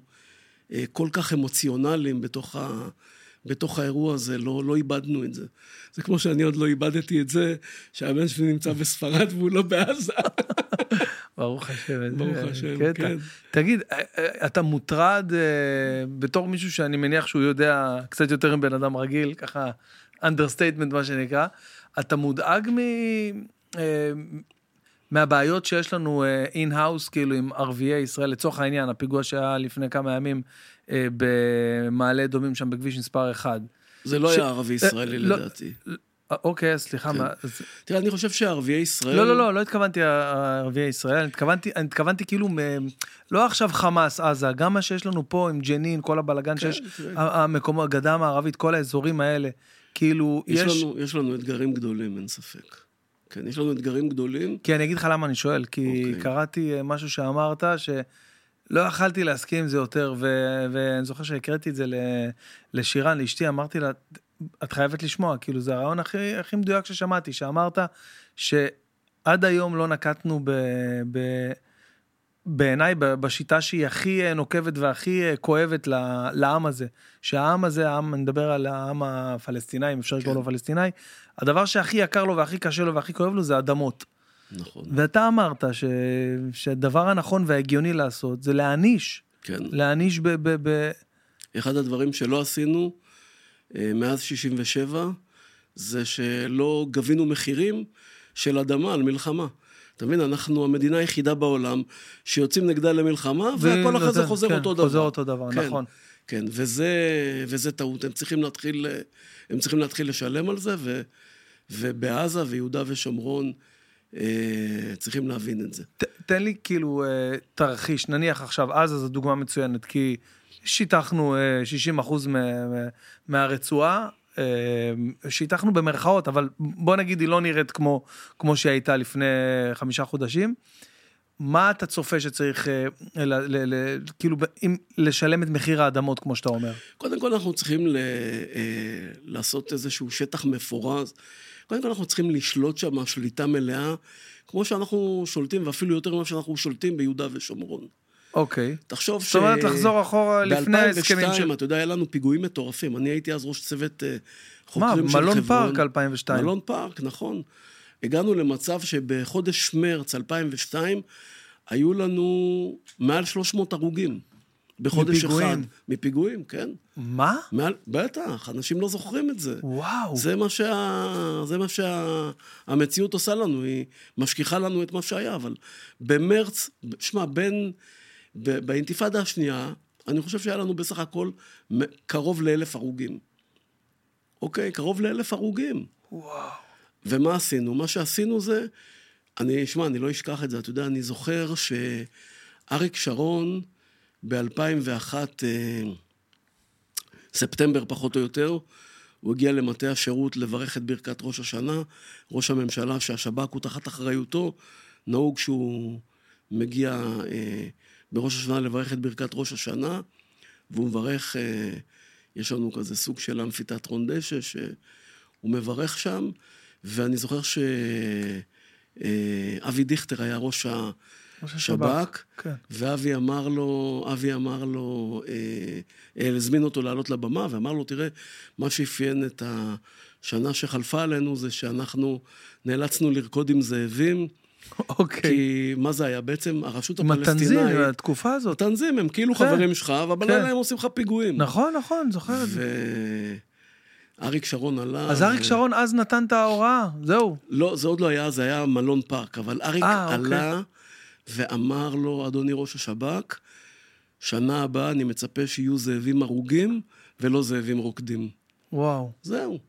כל כך אמוציונליים בתוך ה... בתוך האירוע הזה, לא, לא איבדנו את זה. זה כמו שאני עוד לא איבדתי את זה, שהבן שלי נמצא בספרד והוא לא בעזה. ברוך השם. ברוך השם, כן. תגיד, אתה מוטרד בתור מישהו שאני מניח שהוא יודע קצת יותר עם בן אדם רגיל, ככה, understatement מה שנקרא, אתה מודאג מ... מהבעיות שיש לנו in-house, כאילו עם ערביי ישראל, לצורך העניין, הפיגוע שהיה לפני כמה ימים, במעלה אדומים שם בכביש מספר אחד. זה לא היה ערבי ישראלי לדעתי. אוקיי, סליחה. תראה, אני חושב שערביי ישראל... לא, לא, לא, לא התכוונתי ערביי ישראל, אני התכוונתי כאילו, לא עכשיו חמאס, עזה, גם מה שיש לנו פה עם ג'נין, כל הבלגן שיש, המקום, הגדה המערבית, כל האזורים האלה, כאילו, יש... יש לנו אתגרים גדולים, אין ספק. כן, יש לנו אתגרים גדולים. כי אני אגיד לך למה אני שואל, כי קראתי משהו שאמרת, ש... לא יכלתי להסכים עם זה יותר, ו- ואני זוכר שהקראתי את זה לשירן, לאשתי, אמרתי לה, את חייבת לשמוע, כאילו זה הרעיון הכי, הכי מדויק ששמעתי, שאמרת שעד היום לא נקטנו ב, ב, בעיניי בשיטה שהיא הכי נוקבת והכי כואבת לעם הזה, שהעם הזה, העם, אני מדבר על העם הפלסטיני, אם אפשר לקרוא לו פלסטיני, הדבר שהכי יקר לו והכי קשה לו והכי כואב לו זה אדמות. נכון. ואתה אמרת ש... שהדבר הנכון וההגיוני לעשות זה להעניש. כן. להעניש ב... ב... ב... אחד הדברים שלא עשינו מאז שישים ושבע, זה שלא גבינו מחירים של אדמה על מלחמה. אתה מבין, אנחנו המדינה היחידה בעולם שיוצאים נגדה למלחמה, והכל אחרי זה חוזר כן, אותו דבר. חוזר אותו דבר, כן, נכון. כן, וזה, וזה טעות. הם צריכים להתחיל, הם צריכים להתחיל לשלם על זה, ו, ובעזה ויהודה ושומרון, צריכים להבין את זה. ת, תן לי כאילו תרחיש, נניח עכשיו, עזה זו דוגמה מצוינת, כי שיתחנו שישים אחוז מהרצועה, שיתחנו במרכאות, אבל בוא נגיד היא לא נראית כמו, כמו שהייתה לפני חמישה חודשים. מה אתה צופה שצריך ל, ל, ל, כאילו אם, לשלם את מחיר האדמות, כמו שאתה אומר? קודם כל אנחנו צריכים ל, לעשות איזשהו שטח מפורז, קודם כל אנחנו צריכים לשלוט שם שליטה מלאה, כמו שאנחנו שולטים, ואפילו יותר ממה שאנחנו שולטים ביהודה ושומרון. אוקיי. תחשוב ש... זאת אומרת, לחזור אחורה לפני ההסכמים של... ב-אלפיים ושתיים, אתה יודע, היה לנו פיגועים מטורפים. אני הייתי אז ראש צוות חוקרים של חברון. מה, מלון פארק אלפיים ושתיים. מלון פארק, נכון. הגענו למצב שבחודש מרץ אלפיים ושתיים, היו לנו מעל שלוש מאות הרוגים. בחודש מפיגועים. אחד. מפיגועים, כן. מה? מעל, בטח, אנשים לא זוכרים את זה. וואו. זה מה שה... זה מה שהמציאות עושה לנו, היא משכיחה לנו את מה שהיה, אבל במרץ, שמע, בין, באינתיפאדה השנייה, אני חושב שהיה לנו בסך הכל קרוב לאלף הרוגים. אוקיי, קרוב לאלף הרוגים. וואו. ומה עשינו? מה שעשינו זה, אני, שמע, אני לא אשכח את זה, אתה יודע, אני זוכר שאריק שרון, ב-אלפיים ואחת, ספטמבר פחות או יותר, הוא הגיע למטה השירות לברך את ברכת ראש השנה, ראש הממשלה שהשב"כ הוא תחת אחריותו, נהוג שהוא מגיע אה, בראש השנה לברך את ברכת ראש השנה, והוא מברך, אה, יש לנו כזה סוג של אמפיתיאטרון דשא, שהוא מברך שם, ואני זוכר שאבי דיכטר היה ראש ה... שב"כ, כן. ואבי אמר לו, אבי אמר לו, אה, הזמין אותו לעלות לבמה, ואמר לו, תראה, מה שאפיין את השנה שחלפה עלינו, זה שאנחנו נאלצנו לרקוד עם זאבים, אוקיי. כי מה זה היה? בעצם הרשות הפלסטינאית... מתנזים, התקופה הזאת. מתנזים, הם כאילו כן. חברים שלך, אבל כן. הם עושים לך פיגועים. נכון, נכון, זוכר את זה. אריק שרון עלה... אז אריק ו... שרון אז נתן את ההוראה, זהו. לא, זה עוד לא היה, זה היה מלון פארק, אבל אריק 아, עלה... אוקיי. ואמר לו, אדוני ראש השב"כ, שנה הבאה אני מצפה שיהיו זאבים הרוגים, ולא זאבים רוקדים. וואו. זהו.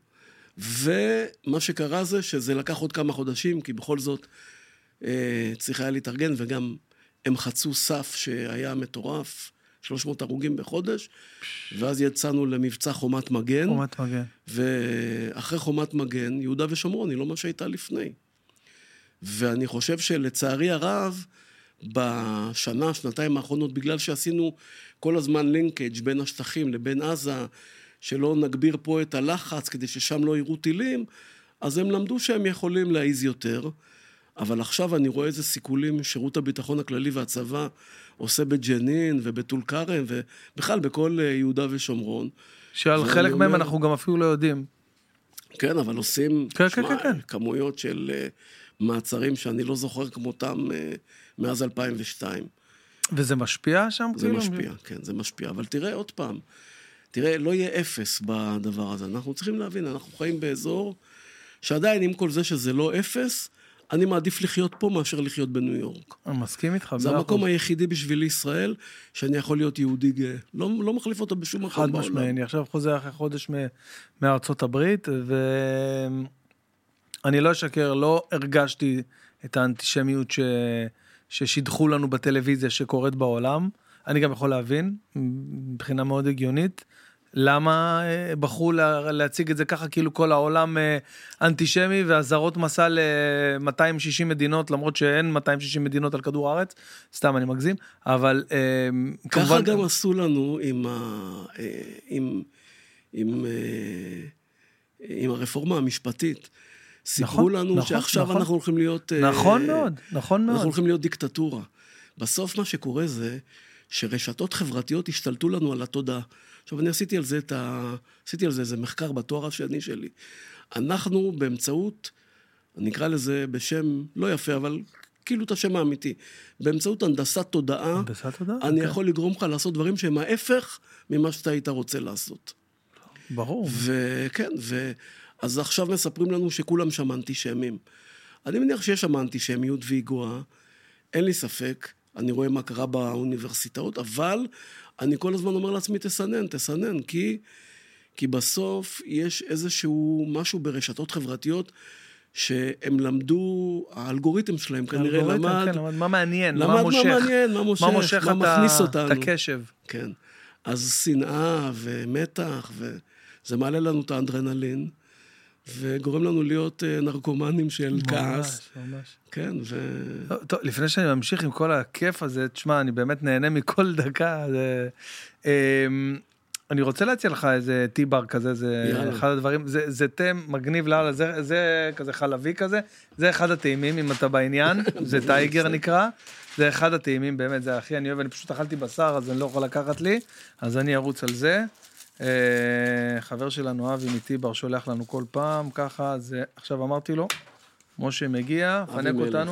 ומה שקרה זה, שזה לקח עוד כמה חודשים, כי בכל זאת אה, צריך היה להתארגן, וגם הם חצו סף שהיה מטורף, שלוש מאות הרוגים בחודש, ואז יצאנו למבצע חומת מגן. חומת מגן. ואחרי חומת מגן, יהודה ושומרון, היא לא מה שהייתה לפני. ואני חושב שלצערי הרב, בשנה, שנתיים האחרונות, בגלל שעשינו כל הזמן לינקג' בין השטחים לבין עזה, שלא נגביר פה את הלחץ כדי ששם לא יראו טילים, אז הם למדו שהם יכולים להעיז יותר, אבל עכשיו אני רואה איזה סיכולים שירות הביטחון הכללי והצבא עושה בג'נין ובטול כרם, ובכלל בכל יהודה ושומרון. שעל חלק מהם אנחנו גם אפילו לא יודעים. כן, אבל עושים כן, שמה, כן, כן. כמויות של... מעצרים שאני לא זוכר כמותם מאז אלפיים ושתיים. וזה משפיע שם? זה משפיע, כן, זה משפיע. אבל תראה עוד פעם, תראה, לא יהיה אפס בדבר הזה. אנחנו צריכים להבין, אנחנו חיים באזור שעדיין עם כל זה שזה לא אפס, אני מעדיף לחיות פה מאשר לחיות בניו יורק. אני מסכים איתך. זה המקום היחידי בשביל ישראל שאני יכול להיות יהודי גאה. לא, לא מחליף אותו בשום מקום בעולם. חד משמעי, אני עכשיו חוזר אחרי חודש מארצות הברית, ו... אני לא אשקר, לא הרגשתי את האנטישמיות ש... ששידחו לנו בטלוויזיה שקורית בעולם. אני גם יכול להבין, מבחינה מאוד הגיונית, למה בחרו לה... להציג את זה ככה, כאילו כל העולם אנטישמי, והזרות מסע ל-מאתיים ושישים מדינות, למרות שאין מאתיים ושישים מדינות על כדור הארץ, סתם אני מגזים, אבל... ככה כמובן... גם עשו לנו עם, ה... עם... עם... עם הרפורמה המשפטית. סיפרו לנו נכון, שעכשיו נכון. אנחנו הולכים להיות... נכון מאוד, נכון מאוד. אנחנו הולכים להיות דיקטטורה. בסוף מה שקורה זה שרשתות חברתיות השתלטו לנו על התודעה. עכשיו אני עשיתי על זה את ה... עשיתי על זה איזה מחקר בתואר השני שלי. אנחנו באמצעות, אני אקרא לזה בשם לא יפה, אבל כאילו את השם האמיתי. באמצעות הנדסת תודעה, הנדסת תודעה? אני okay. יכול לגרום לך לעשות דברים שהם ההפך ממה שאתה היית רוצה לעשות. ברור. וכן, ו... אז עכשיו מספרים לנו שכולם שם אנטישמים. אני מניח שיש שם אנטישמיות והיא גואה, אין לי ספק, אני רואה מה קרה באוניברסיטאות, אבל אני כל הזמן אומר לעצמי, תסנן, תסנן, כי, כי בסוף יש איזשהו משהו ברשתות חברתיות, שהם למדו, האלגוריתם שלהם כנראה למד... כן, למד מה מעניין, למד מה מושך. מה מעניין, מה מושך, מה, מושך מה אתה, מכניס אותנו. את הקשב. כן. אז שנאה ומתח, וזה מעלה לנו את האנדרנלין, וגורם לנו להיות נרקומנים של ממש, כעס. ממש, ממש. כן, ו... טוב, טוב, לפני שאני ממשיך עם כל הכיף הזה, תשמע, אני באמת נהנה מכל דקה. זה... אני רוצה להציע לך איזה טיבר כזה, זה יאללה. אחד הדברים, זה, זה תה מגניב לאללה, זה, זה כזה חלבי כזה, זה אחד הטעימים, אם אתה בעניין, זה טייגר נקרא, זה אחד הטעימים, באמת, זה הכי אני אוהב, אני פשוט אכלתי בשר, אז אני לא יכול לקחת לי, אז אני ארוץ על זה. חבר שלנו אבי מטיבר שולח לנו כל פעם, ככה, זה, עכשיו אמרתי לו, משה מגיע, פנק אותנו.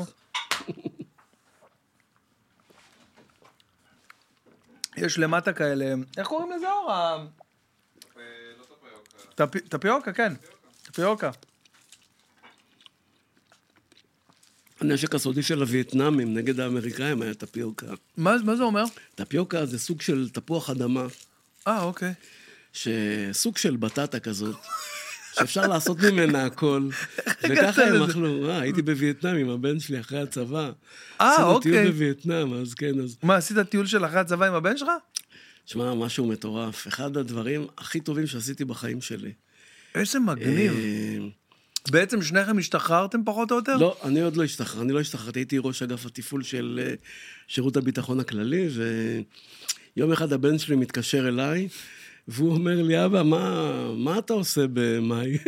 יש למטה כאלה, איך קוראים לזה אור? לא טפיוקה. טפיוקה, כן. טפיוקה. הנשק הסודי של הווייטנאמים נגד האמריקאים היה טפיוקה. מה, מה זה אומר? טפיוקה זה סוג של תפוח אדמה. אה, אוקיי. שסוג של בטטה כזאת, שאפשר לעשות ממנה הכל. וככה הם אכלו, אה, הייתי בווייטנאם עם הבן שלי אחרי הצבא. אה, אוקיי. עשינו טיול בווייטנאם, אז כן, אז... מה, עשית טיול של אחרי הצבא עם הבן שלך? תשמע, משהו מטורף. אחד הדברים הכי טובים שעשיתי בחיים שלי. איזה מגניב. בעצם שניכם השתחררתם פחות או יותר? לא, אני עוד לא השתחרר, אני לא השתחררתי, הייתי ראש אגף התפעול של שירות הביטחון הכללי, ויום אחד הבן שלי מתקשר אליי, והוא אומר לי, אבא, מה, מה אתה עושה במאי?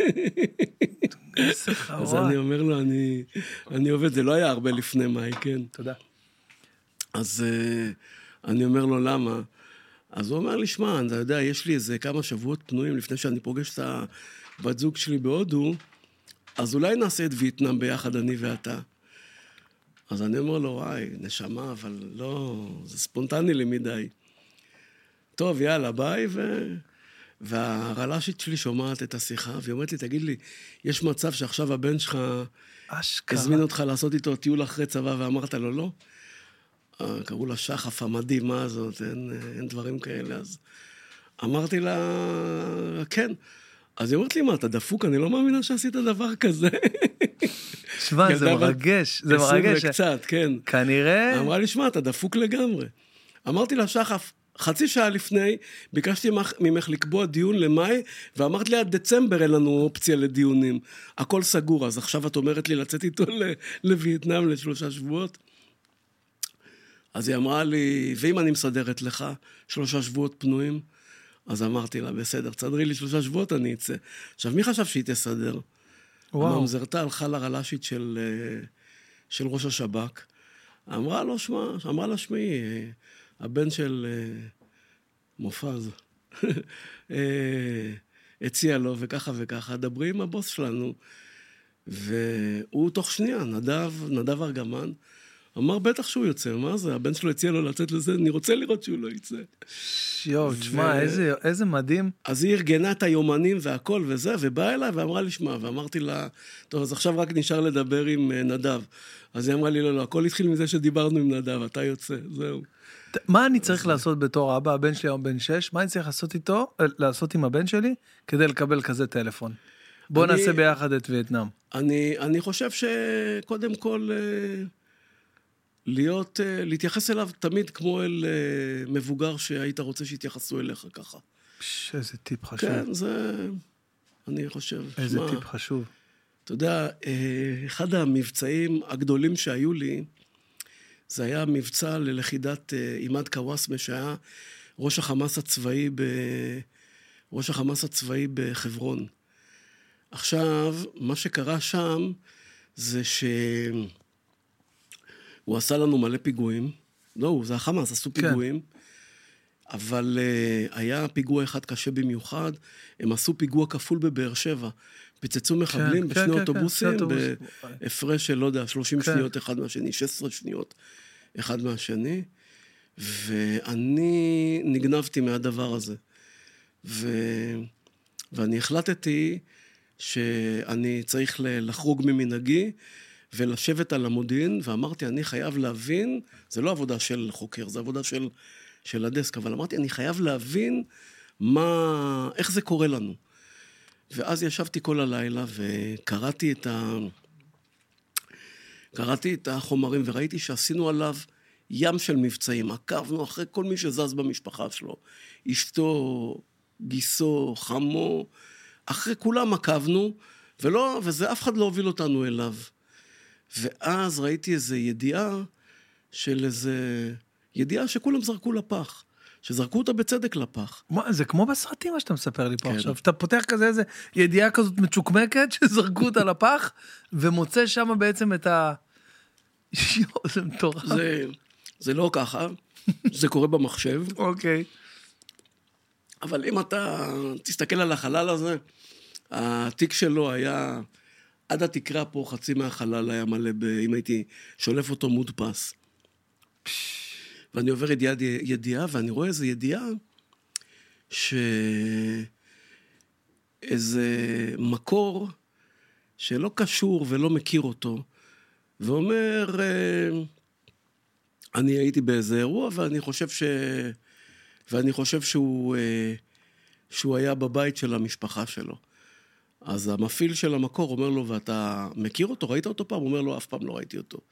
אז אני אומר לו, אני, אני עובד, זה לא היה הרבה לפני מאי, כן. תודה. אז אני אומר לו, למה? אז הוא אומר לי, שמע, אתה יודע, יש לי איזה כמה שבועות פנויים לפני שאני פוגש את הבת זוג שלי בהודו, אז אולי נעשה את וייטנאם ביחד, אני ואתה. אז אני אומר לו, וואי, נשמה, אבל לא, זה ספונטני לי מדי. טוב, יאללה, ביי, ו... והרל"שית שלי שומעת את השיחה, והיא אומרת לי, תגיד לי, יש מצב שעכשיו הבן שלך הזמין אותך לעשות איתו טיול אחרי צבא, ואמרת לו, לא? קראו לה שחף המדהימה הזאת, אין, אין דברים כאלה, אז אמרתי לה, כן. אז היא אומרת לי, מה, אתה דפוק? אני לא מאמינה שעשית דבר כזה. שמע, זה מרגש, זה מרגש. עשרים וקצת, כן. כנראה... אמרה לי, שמע, אתה דפוק לגמרי. אמרתי לה, שחף, חצי שעה לפני, ביקשתי ממך לקבוע דיון למאי, ואמרת לי, עד דצמבר אין לנו אופציה לדיונים. הכל סגור, אז עכשיו את אומרת לי לצאת איתו לווייטנאם לשלושה שבועות? אז היא אמרה לי, ואם אני מסדרת לך שלושה שבועות פנויים? אז אמרתי לה, בסדר, תסדרי לי שלושה שבועות, אני אצא. עכשיו, מי חשב שהיא תסדר? וואו. הממזרתה הלכה לרל"שית של, של ראש השב"כ, אמרה לו, שמה, אמרה לה, שמי, הבן של מופז, הציע לו וככה וככה, דברי עם הבוס שלנו, והוא תוך שנייה, נדב, נדב ארגמן, אמר, בטח שהוא יוצא, מה זה? הבן שלו הציע לו לצאת לזה, אני רוצה לראות שהוא לא יצא. יואו, תשמע, ו... איזה, איזה מדהים. אז היא ארגנה את היומנים והכל וזה, ובאה אליי ואמרה לי, שמע, ואמרתי לה, טוב, אז עכשיו רק נשאר לדבר עם נדב. אז היא אמרה לי, לא, לא, הכל התחיל מזה שדיברנו עם נדב, אתה יוצא, זהו. מה אני צריך לעשות בתור אבא? הבן שלי היום בן שש, מה אני צריך לעשות איתו, לעשות עם הבן שלי, כדי לקבל כזה טלפון? בוא אני... נעשה ביחד את וייטנאם. אני, אני חושב שקודם כל... להיות, להתייחס אליו תמיד כמו אל מבוגר שהיית רוצה שיתייחסו אליך ככה. פש, איזה טיפ חשוב. כן, זה, אני חושב. איזה שמה, טיפ חשוב. אתה יודע, אחד המבצעים הגדולים שהיו לי, זה היה מבצע ללכידת עימאד קוואסמה, שהיה ראש החמאס הצבאי, ב, ראש החמאס הצבאי בחברון. עכשיו, מה שקרה שם, זה ש... הוא עשה לנו מלא פיגועים, לא, זה החמאס, עשו פיגועים, כן. אבל uh, היה פיגוע אחד קשה במיוחד, הם עשו פיגוע כפול בבאר שבע, פיצצו מחבלים כן, בשני כן, אוטובוסים, כן, בהפרש של, לא יודע, שלושים כן. שניות אחד מהשני, שש עשרה שניות אחד מהשני, ואני נגנבתי מהדבר הזה, ו... ואני החלטתי שאני צריך לחרוג ממנהגי, ולשבת על המודיעין, ואמרתי, אני חייב להבין, זה לא עבודה של חוקר, זה עבודה של, של הדסק, אבל אמרתי, אני חייב להבין מה, איך זה קורה לנו. ואז ישבתי כל הלילה, וקראתי את ה... קראתי את החומרים, וראיתי שעשינו עליו ים של מבצעים, עקבנו אחרי כל מי שזז במשפחה שלו, אשתו, גיסו, חמו, אחרי כולם עקבנו, ולא, וזה אף אחד לא הוביל אותנו אליו. ואז ראיתי איזו ידיעה של איזו... ידיעה שכולם זרקו לפח. שזרקו אותה בצדק לפח. מה, זה כמו בסרטים מה שאתה מספר לי פה כן. עכשיו. אתה פותח כזה איזו ידיעה כזאת מצ'וקמקת, שזרקו אותה לפח, ומוצא שם בעצם את ה... יו, זה מטורף. זה, זה לא ככה. זה קורה במחשב. אוקיי. אבל אם אתה תסתכל על החלל הזה, התיק שלו היה... עד התקרה פה חצי מהחלל היה מלא, ב... אם הייתי שולף אותו מודפס. ואני עובר ידיעה, ידיעה, ואני רואה איזו ידיעה, שאיזה מקור שלא קשור ולא מכיר אותו, ואומר, אני הייתי באיזה אירוע, ואני חושב ש... ואני חושב שהוא, שהוא היה בבית של המשפחה שלו. אז המפעיל של המקור אומר לו, ואתה מכיר אותו? ראית אותו פעם? הוא אומר לו, אף פעם לא ראיתי אותו.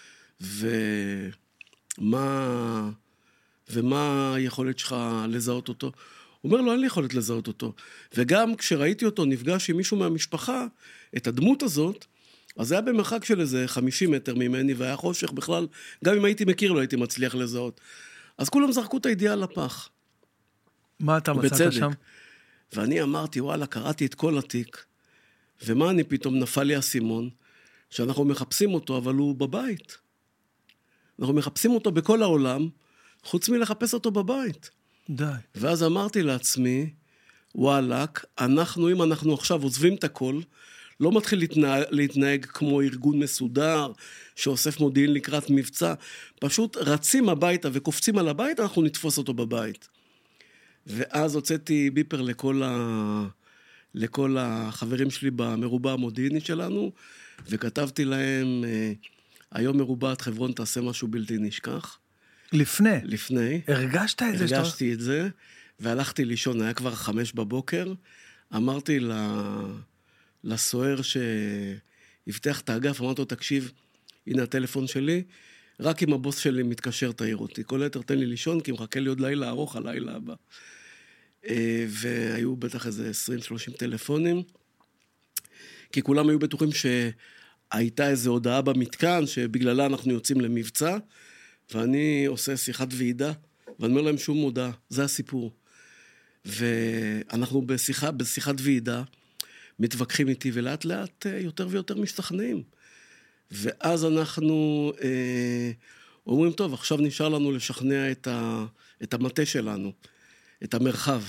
ומה, ומה היכולת שלך לזהות אותו? הוא אומר לו, אין לי יכולת לזהות אותו. וגם כשראיתי אותו, נפגש עם מישהו מהמשפחה, את הדמות הזאת, אז זה היה במרחק של איזה חמישים מטר ממני, והיה חושך בכלל, גם אם הייתי מכיר, לא הייתי מצליח לזהות. אז כולם זרקו את הידיעה לפח. מה אתה מצאת שם? ואני אמרתי, וואלה, קראתי את כל התיק, ומה אני פתאום נפל לי הסימון, שאנחנו מחפשים אותו, אבל הוא בבית. אנחנו מחפשים אותו בכל העולם, חוץ מלחפש אותו בבית. די. ואז אמרתי לעצמי, וואלק, אנחנו, אם אנחנו עכשיו עוזבים את הכל, לא מתחיל להתנהג, להתנהג כמו ארגון מסודר, שאוסף מודיעין לקראת מבצע, פשוט רצים הביתה וקופצים על הבית, אנחנו נתפוס אותו בבית. ואז הוצאתי ביפר לכל, ה... לכל החברים שלי במרובע המודיעיני שלנו, וכתבתי להם, היום מרובעת חברון תעשה משהו בלתי נשכח. לפני? לפני. הרגשת את זה? הרגשתי שאתה... את זה, והלכתי לישון, היה כבר חמש בבוקר, אמרתי לסוער שיפתח את האגף, אמרתי לו, תקשיב, הנה הטלפון שלי, רק אם הבוס שלי מתקשר תעיר אותי, כל היתר תן לי לישון, כי מחכה לי עוד לילה ארוך, הלילה הבא. והיו בטח איזה עשרים שלושים טלפונים, כי כולם היו בטוחים שהייתה איזו הודעה במתקן, שבגללה אנחנו יוצאים למבצע, ואני עושה שיחת ועידה, ואני אומר להם שום הודעה, זה הסיפור. ואנחנו בשיחה, בשיחת ועידה, מתווכחים איתי, ולאט לאט יותר ויותר משתכנעים. ואז אנחנו אה, אומרים, טוב, עכשיו נשאר לנו לשכנע את, ה, את המטה שלנו, את המרחב.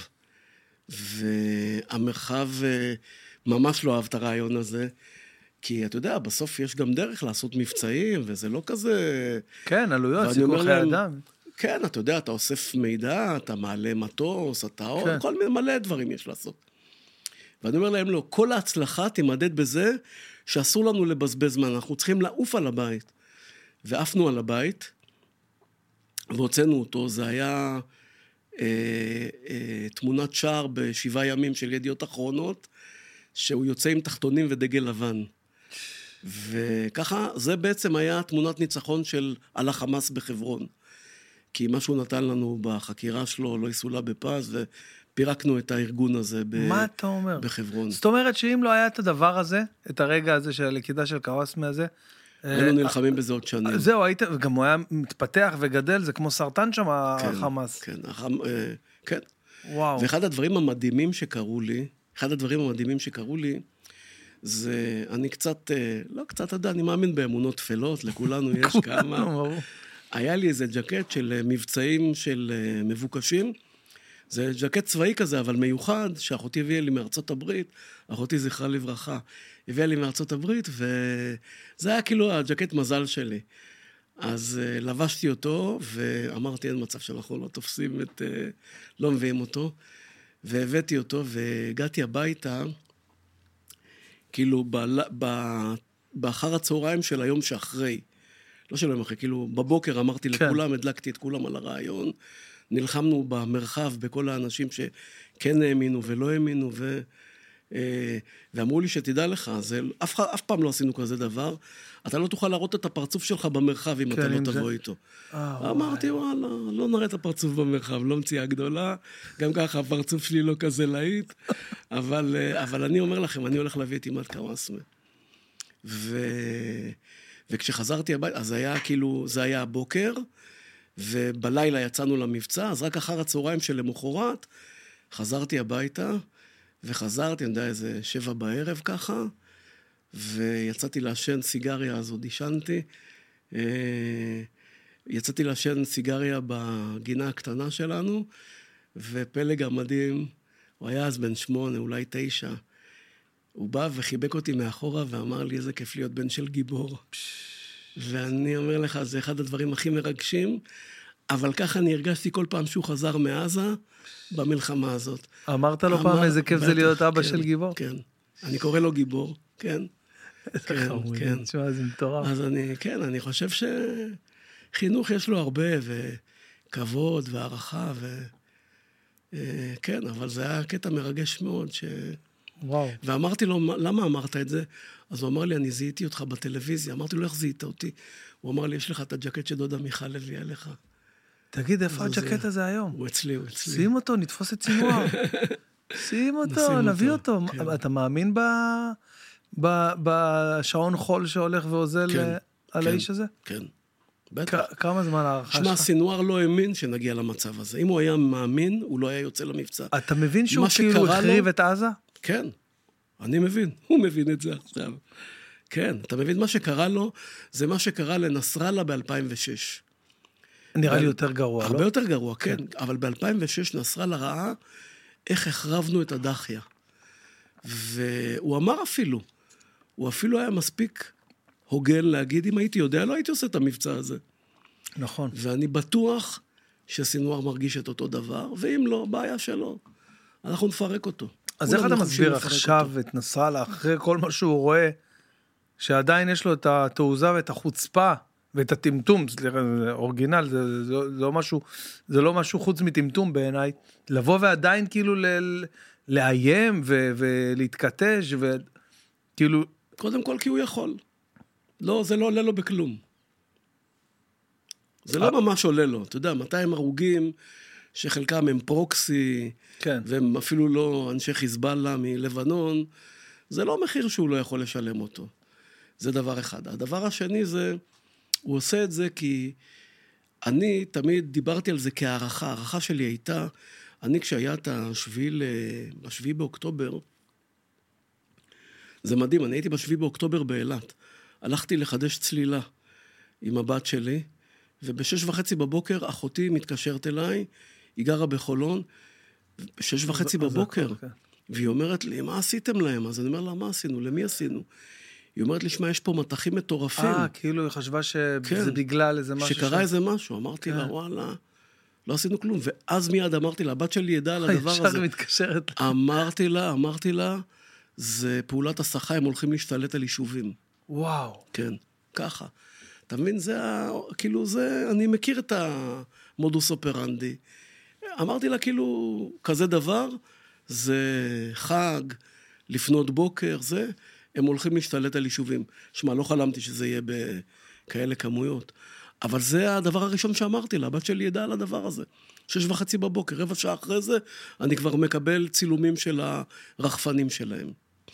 והמרחב אה, ממש לא אהב את הרעיון הזה, כי אתה יודע, בסוף יש גם דרך לעשות מבצעים, וזה לא כזה... כן, עלויות, סיכוי חיי אדם. כן, אתה יודע, אתה אוסף מידע, אתה מעלה מטוס, אתה כן. כל מיני מלא דברים יש לעשות. ואני אומר להם, לא, כל ההצלחה תימדד בזה, שאסור לנו לבזבז זמן, אנחנו צריכים לעוף על הבית. ועפנו על הבית, והוצאנו אותו, זה היה אה, אה, תמונת שער בשבעה ימים של ידיעות אחרונות, שהוא יוצא עם תחתונים ודגל לבן. וככה, זה בעצם היה תמונת ניצחון של על החמאס בחברון. כי מה שהוא נתן לנו בחקירה שלו, לא יסולה בפז, ופירקנו את הארגון הזה ב... מה אתה אומר? בחברון. זאת אומרת שאם לא היה את הדבר הזה, את הרגע הזה של הלכידה של קוואסמי הזה, היינו נלחמים בזה עוד שנים. זהו, היית, וגם הוא היה מתפתח וגדל, זה כמו סרטן שם, החמאס. כן, החמ... כן. וואו. ואחד הדברים המדהימים שקרו לי, אחד הדברים המדהימים שקרו לי, זה, אני קצת, לא קצת, אתה יודע, אני מאמין באמונות תפלות, לכולנו יש כמה. היה לי איזה ג'קט של מבצעים של מבוקשים, זה ג'קט צבאי כזה, אבל מיוחד, שאחותי הביאה לי מארצות הברית, אחותי זכרה לברכה, הביאה לי מארצות הברית, וזה היה כאילו הג'קט מזל שלי. אז לבשתי אותו, ואמרתי, אין מצב שאנחנו לא תופסים את, לא מביאים אותו, והבאתי אותו, והגעתי הביתה, כאילו, באחר הצהריים של היום שאחרי, לא של היום אחרי, כאילו, בבוקר אמרתי לכולם, הדלקתי את כולם על הרעיון, נלחמנו במרחב, בכל האנשים שכן האמינו ולא האמינו, ו... ואמרו לי שתדע לך, זה, אף, אף פעם לא עשינו כזה דבר, אתה לא תוכל להראות את הפרצוף שלך במרחב אם כן, אתה לא תבוא זה... איתו. אה, אמרתי, וואי. וואלה, לא נראה את הפרצוף במרחב, לא מציאה גדולה, גם ככה הפרצוף שלי לא כזה להיט, אבל, אבל אני אומר לכם, אני הולך להביא את אימת קוואסמי. ו... וכשחזרתי הבית, אז היה כאילו, זה היה הבוקר, ובלילה יצאנו למבצע, אז רק אחר הצהריים של למחרת, חזרתי הביתה, וחזרתי, אני יודע, איזה שבע בערב ככה, ויצאתי לעשן סיגריה, אז עוד עישנתי, יצאתי לעשן סיגריה בגינה הקטנה שלנו, ופלג המדהים, הוא היה אז בן שמונה, אולי תשע, הוא בא וחיבק אותי מאחורה ואמר לי, איזה כיף להיות בן של גיבור. ואני אומר לך, זה אחד הדברים הכי מרגשים, אבל ככה אני הרגשתי כל פעם שהוא חזר מעזה, במלחמה הזאת. אמרת לו פעם איזה כיף זה להיות אבא של גיבור? כן, אני קורא לו גיבור, כן. כן, כן. תשמע, זה מטורף. אז אני, כן, אני חושב שחינוך יש לו הרבה, וכבוד והערכה, ו... כן, אבל זה היה קטע מרגש מאוד, ש... וואו. ואמרתי לו, למה אמרת את זה? אז הוא אמר לי, אני זיהיתי אותך בטלוויזיה. אמרתי לו, איך זיהית אותי? הוא אמר לי, יש לך את הג'קט שדודה מיכל הביאה לך. תגיד, איפה הג'קט הזה היום? הוא אצלי, הוא אצלי. שים אותו, נתפוס את סינואר. שים אותו, נביא אותו. אתה מאמין בשעון חול שהולך ועוזל על האיש הזה? כן, בטח. כמה זמן הערכה שלך? שמע, סינואר לא האמין שנגיע למצב הזה. אם הוא היה מאמין, הוא לא היה יוצא למבצע. אתה מבין שהוא כאילו החריב את עזה? כן, אני מבין. הוא מבין את זה עכשיו. כן, אתה מבין? מה שקרה לו, זה מה שקרה לנסראללה ב-אלפיים ושש. נראה לי יותר גרוע, לא? הרבה יותר גרוע, כן. אבל ב-אלפיים ושש נסראללה ראה איך החרבנו את הדחיה. והוא אמר אפילו, הוא אפילו היה מספיק הוגן להגיד, אם הייתי יודע, לא הייתי עושה את המבצע הזה. נכון. ואני בטוח שסינואר מרגיש את אותו דבר, ואם לא, בעיה שלו. אנחנו נפרק אותו. אז איך אתה מסביר עכשיו את נסראללה, אחרי כל מה שהוא רואה, שעדיין יש לו את התעוזה ואת החוצפה, ואת הטמטום, זה אורגינל, זה, זה, זה, לא משהו, זה לא משהו חוץ מטמטום בעיניי, לבוא ועדיין כאילו ל, לאיים ו, ולהתכתש, וכאילו... קודם כל כי הוא יכול. לא, זה לא עולה לו בכלום. זה לא ממש עולה לו. אתה יודע, מאתיים הרוגים, שחלקם הם פרוקסי, כן. והם אפילו לא אנשי חיזבאללה מלבנון, זה לא מחיר שהוא לא יכול לשלם אותו. זה דבר אחד. הדבר השני זה, הוא עושה את זה כי אני תמיד דיברתי על זה כהערכה. הערכה שלי הייתה, אני כשהיה את השביעי, בשביעי באוקטובר, זה מדהים, אני הייתי בשביעי באוקטובר באילת. הלכתי לחדש צלילה עם הבת שלי, ובשש וחצי בבוקר אחותי מתקשרת אליי, היא גרה בחולון, בשש וחצי בבוקר, והיא אומרת לי, מה עשיתם להם? אז אני אומר לה, מה עשינו? למי עשינו? היא אומרת לי, שמע, יש פה מתחים מטורפים. אה, כאילו היא חשבה שזה בגלל איזה משהו. שקרה איזה משהו. אמרתי לה, וואלה, לא עשינו כלום. ואז מיד אמרתי לה, הבת שלי ידעה על הדבר הזה. ישר מתקשרת. אמרתי לה, אמרתי לה, זה פעולת הסחה, הם הולכים להשתלט על יישובים. וואו. כן, ככה. אתה מבין, זה, כאילו, זה, אני מכיר את המודוס אופרנדי. אמרתי לה, כאילו, כזה דבר, זה חג, לפנות בוקר, זה, הם הולכים להשתלט על יישובים. שמע, לא חלמתי שזה יהיה בכאלה כמויות. אבל זה הדבר הראשון שאמרתי לה, הבת שלי ידעה על הדבר הזה. שש וחצי בבוקר, רבע שעה אחרי זה, אני כבר מקבל צילומים של הרחפנים שלהם.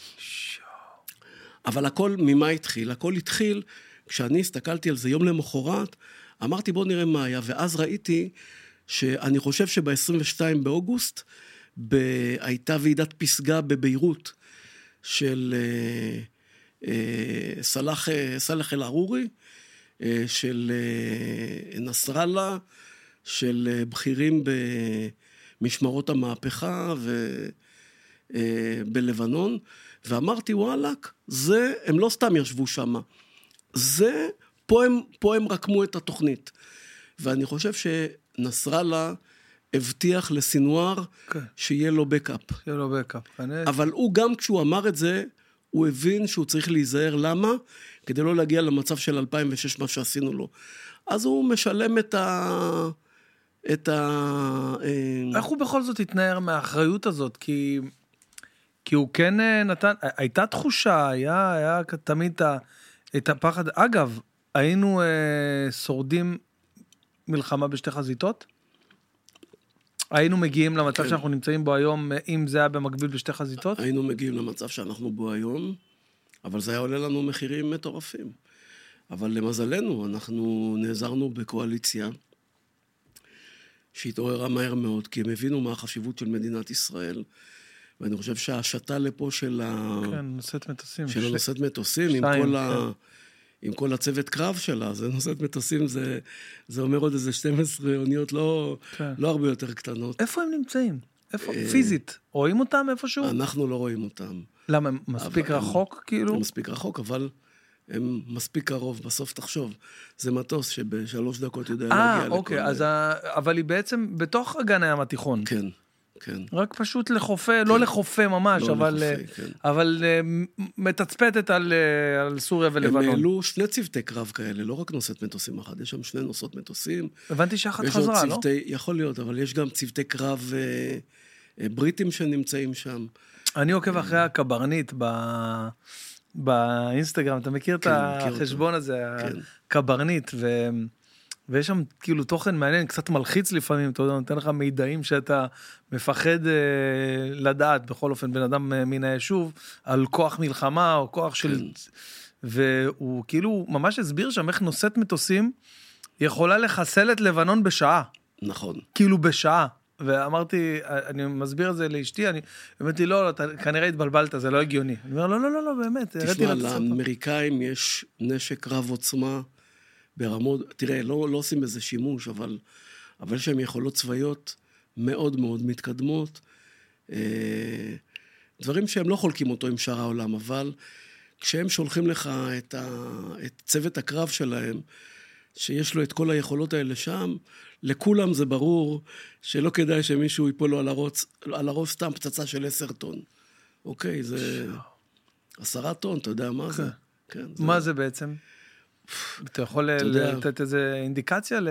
אבל הכל, ממה התחיל? הכל התחיל, כשאני הסתכלתי על זה יום למחרת, אמרתי, בוא נראה מה היה, ואז ראיתי שאני חושב שב-עשרים ושניים באוגוסט, הייתה ועידת פסגה בביירות, של אה, אה, סלח, אה, סלח אל-ערורי, אה, של אה, נסראללה, של אה, בכירים במשמרות המהפכה ובלבנון, אה, ואמרתי, וואלק, זה, הם לא סתם ישבו שם, זה, פה הם, פה הם רקמו את התוכנית. ואני חושב שנסראללה הבטיח לסינואר okay. שיהיה לו בקאפ. שיהיה לו בקאפ. אבל הוא גם כשהוא אמר את זה, הוא הבין שהוא צריך להיזהר. למה? כדי לא להגיע למצב של אלפיים ושש, מה שעשינו לו. אז הוא משלם את ה... את ה... איך הוא בכל זאת התנער מהאחריות הזאת? כי... כי הוא כן נתן... הייתה תחושה, היה, היה תמיד את הפחד... אגב, היינו אה, שורדים מלחמה בשתי חזיתות? היינו מגיעים למצב כן. שאנחנו נמצאים בו היום, אם זה היה במקביל בשתי חזיתות? היינו מגיעים למצב שאנחנו בו היום, אבל זה היה עולה לנו מחירים מטורפים. אבל למזלנו, אנחנו נעזרנו בקואליציה, שהתעוררה מהר מאוד, כי הם הבינו מה החשיבות של מדינת ישראל, ואני חושב שההשתה לפה של ה... כן, נושאת מטוסים. של הנושאת מטוסים, עם כל ה... עם כל הצוות קרב שלה, זה נושאת מטוסים, זה, זה אומר עוד איזה שתים עשרה אוניות לא, כן. לא הרבה יותר קטנות. איפה הם נמצאים? איפה? פיזית. רואים אותם איפשהו? אנחנו לא רואים אותם. למה? הם מספיק רחוק, כאילו? הם מספיק רחוק, אבל הם מספיק קרוב. בסוף תחשוב, זה מטוס שבשלוש דקות יודע להגיע לכל... אה, אוקיי, אז ה... אבל היא בעצם בתוך אגן הים התיכון. כן, כן. רק פשוט לחופה, לא לחופה ממש, לא אבל... לחופה, כן. אבל מתצפתת על, על סוריה ולבנון. הם העלו שני צוותי קרב כאלה, לא רק נושאת מטוסים אחד, יש שם שני נושאות מטוסים. הבנתי שאחת חזרה, לא? צוותי, יכול להיות, אבל יש גם צוותי קרב אה, אה, בריטים שנמצאים שם. אני עוקב אחרי הקברניט ב... באינסטגרם, אתה מכיר כן, את החשבון הזה, כן. הקברניט, ו... ויש שם כאילו תוכן מעניין, קצת מלחיץ לפעמים, אתה יודע, נותן לך מידעים שאתה מפחד אה, לדעת, בכל אופן, בן אדם אה, מן היישוב, על כוח מלחמה, או כוח של... כן. והוא כאילו ממש הסביר שם איך נושאת מטוסים, יכולה לחסל את לבנון בשעה. נכון. כאילו בשעה. ואמרתי, אני מסביר את זה לאשתי, אני אמרתי, לא, לא, אתה כנראה התבלבלת, זה לא הגיוני. אני אומר, לא, לא, לא, לא, באמת. תשמע, לאמריקאים יש נשק רב עוצמה, ברמות, תראה, לא, לא עושים בזה שימוש, אבל, אבל שהם יכולות צבאיות מאוד מאוד מתקדמות, דברים שהם לא חולקים אותו עם שאר העולם, אבל כשהם שולחים לך את, ה, את צוות הקרב שלהם, שיש לו את כל היכולות האלה שם, לכולם זה ברור שלא כדאי שמישהו ייפול לו על הראש, על הראש סתם פצצה של עשר טון. אוקיי, זה עשרה טון, אתה יודע מה זה? כן, זה... מה זה בעצם? אתה יכול לתת איזו אינדיקציה ל...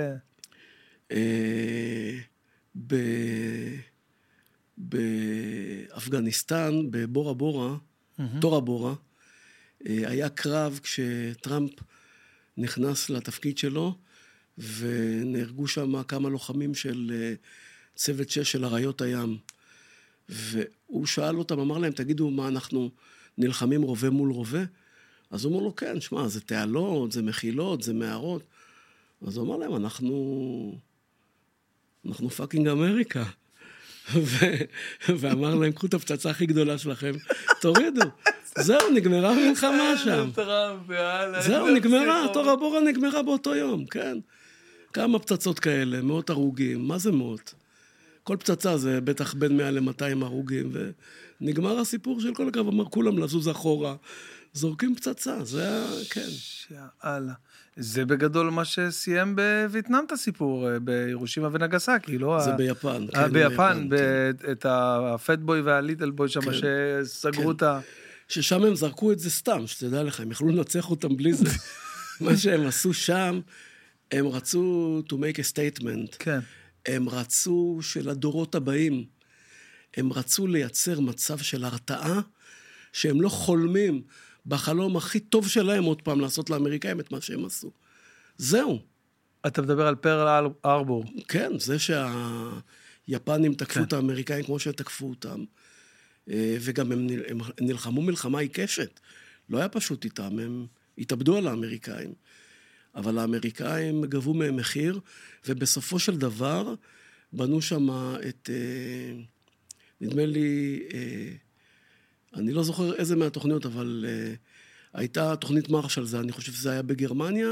באפגניסטן, בבורה בורה, תורה בורה, היה קרב כשטראמפ נכנס לתפקיד שלו, ונהרגו שם כמה לוחמים של צוות שש של אריות הים. והוא שאל אותם, אמר להם, תגידו מה אנחנו נלחמים רובה מול רובה? אז הוא אומר לו, כן, שמע, זה תעלות, זה מחילות, זה מערות. אז הוא אמר להם, אנחנו... אנחנו פאקינג אמריקה. ו... ואמר להם, קחו את הפצצה הכי גדולה שלכם, תורידו. זהו, נגמרה המלחמה שם. זהו, נגמרה, תורה בורה נגמרה באותו יום, כן. כמה פצצות כאלה, מאות הרוגים, מה זה מאות? כל פצצה זה בטח בין מאה למאתיים הרוגים, ונגמר הסיפור של כל הקרב, אמר כולם לזוז אחורה. זורקים פצצה, זה היה, כן. שאלה. זה בגדול מה שסיים בווייטנאם את הסיפור, בירושימה ונגסקי, לא? זה ביפן, כן. ביפן, את הפטבוי והליטל בוי שם, שסגרו את ה... ששם הם זרקו את זה סתם, שתדע לך, הם יכלו לנצח אותם בלי זה. מה שהם עשו שם, הם רצו to make a statement. כן. הם רצו של הדורות הבאים, הם רצו לייצר מצב של הרתעה, שהם לא חולמים בחלום הכי טוב שלהם עוד פעם לעשות לאמריקאים את מה שהם עשו. זהו. אתה מדבר על פרל ארבור. כן, זה שהיפנים תקפו כן. את האמריקאים כמו שתקפו אותם, וגם הם, הם נלחמו מלחמה עיקשת. לא היה פשוט איתם, הם התאבדו על האמריקאים. אבל האמריקאים גבו מהם מחיר, ובסופו של דבר בנו שם את, נדמה לי, אני לא זוכר איזה מהתוכניות, אבל הייתה תוכנית מרשל זה, אני חושב שזה היה בגרמניה,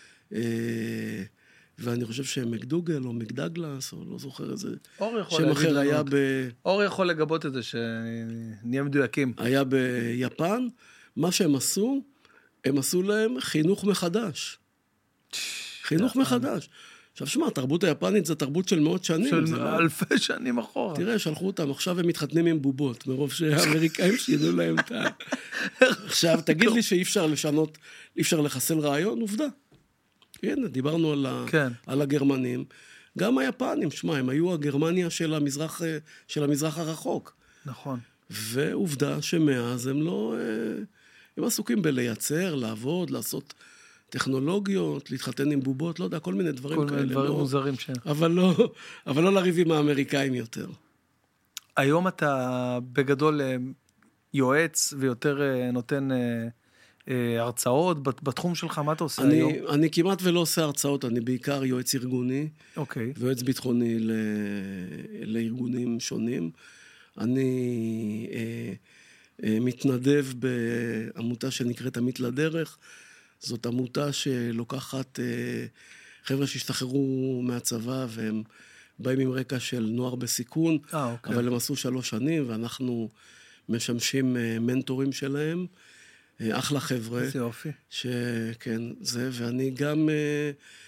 ואני חושב שמקדוגל או מקדגלס, או לא זוכר איזה שם אחר היה ב... אור יכול לגבות את זה, שנהיה מדויקים. היה ביפן, מה שהם עשו, הם עשו להם חינוך מחדש. חינוך מחדש. עכשיו, שמע, התרבות היפנית זה תרבות של מאות שנים. של אלפי שנים אחורה. תראה, שלחו אותם, עכשיו הם מתחתנים עם בובות, מרוב שהאמריקאים שינו להם את ה... עכשיו, תגיד לי שאי אפשר לשנות, אי אפשר לחסל רעיון, עובדה. כן, דיברנו על, כן. ה... על הגרמנים. גם היפנים, שמע, הם היו הגרמניה של המזרח, של המזרח הרחוק. נכון. ועובדה שמאז הם לא... הם עסוקים בלייצר, לעבוד, לעשות... טכנולוגיות, להתחתן עם בובות, לא יודע, כל מיני דברים כל כאלה. כל מיני דברים לא, מוזרים ש... אבל לא, אבל לא לריב עם האמריקאים יותר. היום אתה בגדול יועץ ויותר נותן הרצאות בתחום שלך, מה אתה עושה אני, היום? אני כמעט ולא עושה הרצאות, אני בעיקר יועץ ארגוני, אוקיי. ויועץ ביטחוני ל, לארגונים שונים. אני אה, אה, מתנדב בעמותה שנקראת עמית לדרך, זאת עמותה שלוקחת חבר'ה שהשתחררו מהצבא, והם באים עם רקע של נוער בסיכון, אה, אוקיי. אבל הם עשו שלוש שנים, ואנחנו משמשים מנטורים שלהם. אחלה חבר'ה. איזה יופי. שכן, זה, ואני גם אה,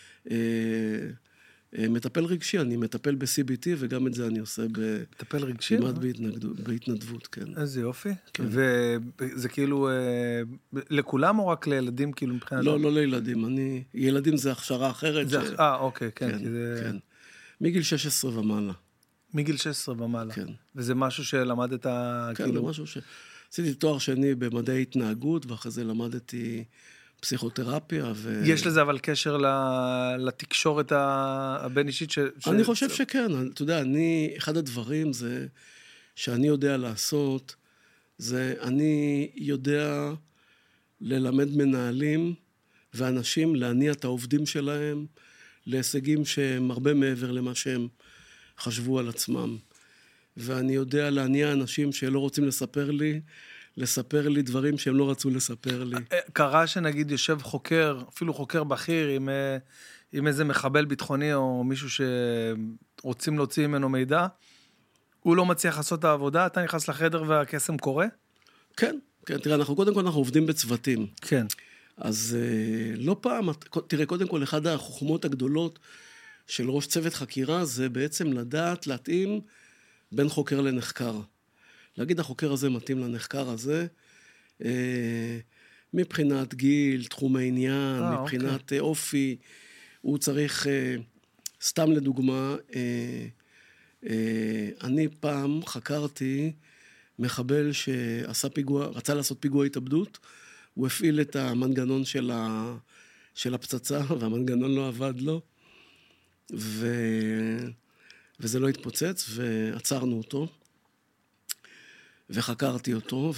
אה, מטפל רגשי, אני מטפל ב-סי בי טי, וגם את זה אני עושה ב... מטפל רגשי? כמעט בהתנגדות, בהתנדבות, כן. איזה יופי. כן. וזה כאילו, אה, לכולם או רק לילדים, כאילו מבחינת... לא, לא לילדים, אני... ילדים זה הכשרה אחרת. זה... ש... אה, אוקיי, כן. כן, כי זה... כן. מגיל שש עשרה ומעלה. מגיל שש עשרה ומעלה. כן. וזה משהו שלמדת, כן, כאילו... זה משהו ש... עשיתי תואר שני במדעי התנהגות, ואחרי זה למדתי פסיכותרפיה, ו... יש לזה אבל קשר לתקשורת הבין-אישית ש... אני חושב שכן. אתה יודע, אני... אחד הדברים זה שאני יודע לעשות, זה אני יודע ללמד מנהלים ואנשים להניע את העובדים שלהם להישגים שהם הרבה מעבר למה שהם חשבו על עצמם. ואני יודע להניע אנשים שלא רוצים לספר לי, לספר לי דברים שהם לא רצו לספר לי. קרה שנגיד יושב חוקר, אפילו חוקר בכיר, עם, עם איזה מחבל ביטחוני או מישהו שרוצים להוציא ממנו מידע, הוא לא מצליח לעשות את העבודה, אתה נכנס לחדר והקסם קורה? כן, כן, תראה, אנחנו קודם כל אנחנו עובדים בצוותים. כן. אז לא פעם, תראה, קודם כל, אחד החוכמות הגדולות של ראש צוות חקירה, זה בעצם לדעת, להתאים בין חוקר לנחקר. להגיד, החוקר הזה מתאים לנחקר הזה, אה, מבחינת גיל, תחום העניין, אה, מבחינת אוקיי. אופי, הוא צריך, אה, סתם לדוגמה, אה, אה, אני פעם חקרתי מחבל שעשה פיגוע, רצה לעשות פיגוע התאבדות, הוא הפעיל את המנגנון של, ה, של הפצצה, והמנגנון לא עבד לו, ו... וזה לא התפוצץ, ועצרנו אותו, וחקרתי אותו,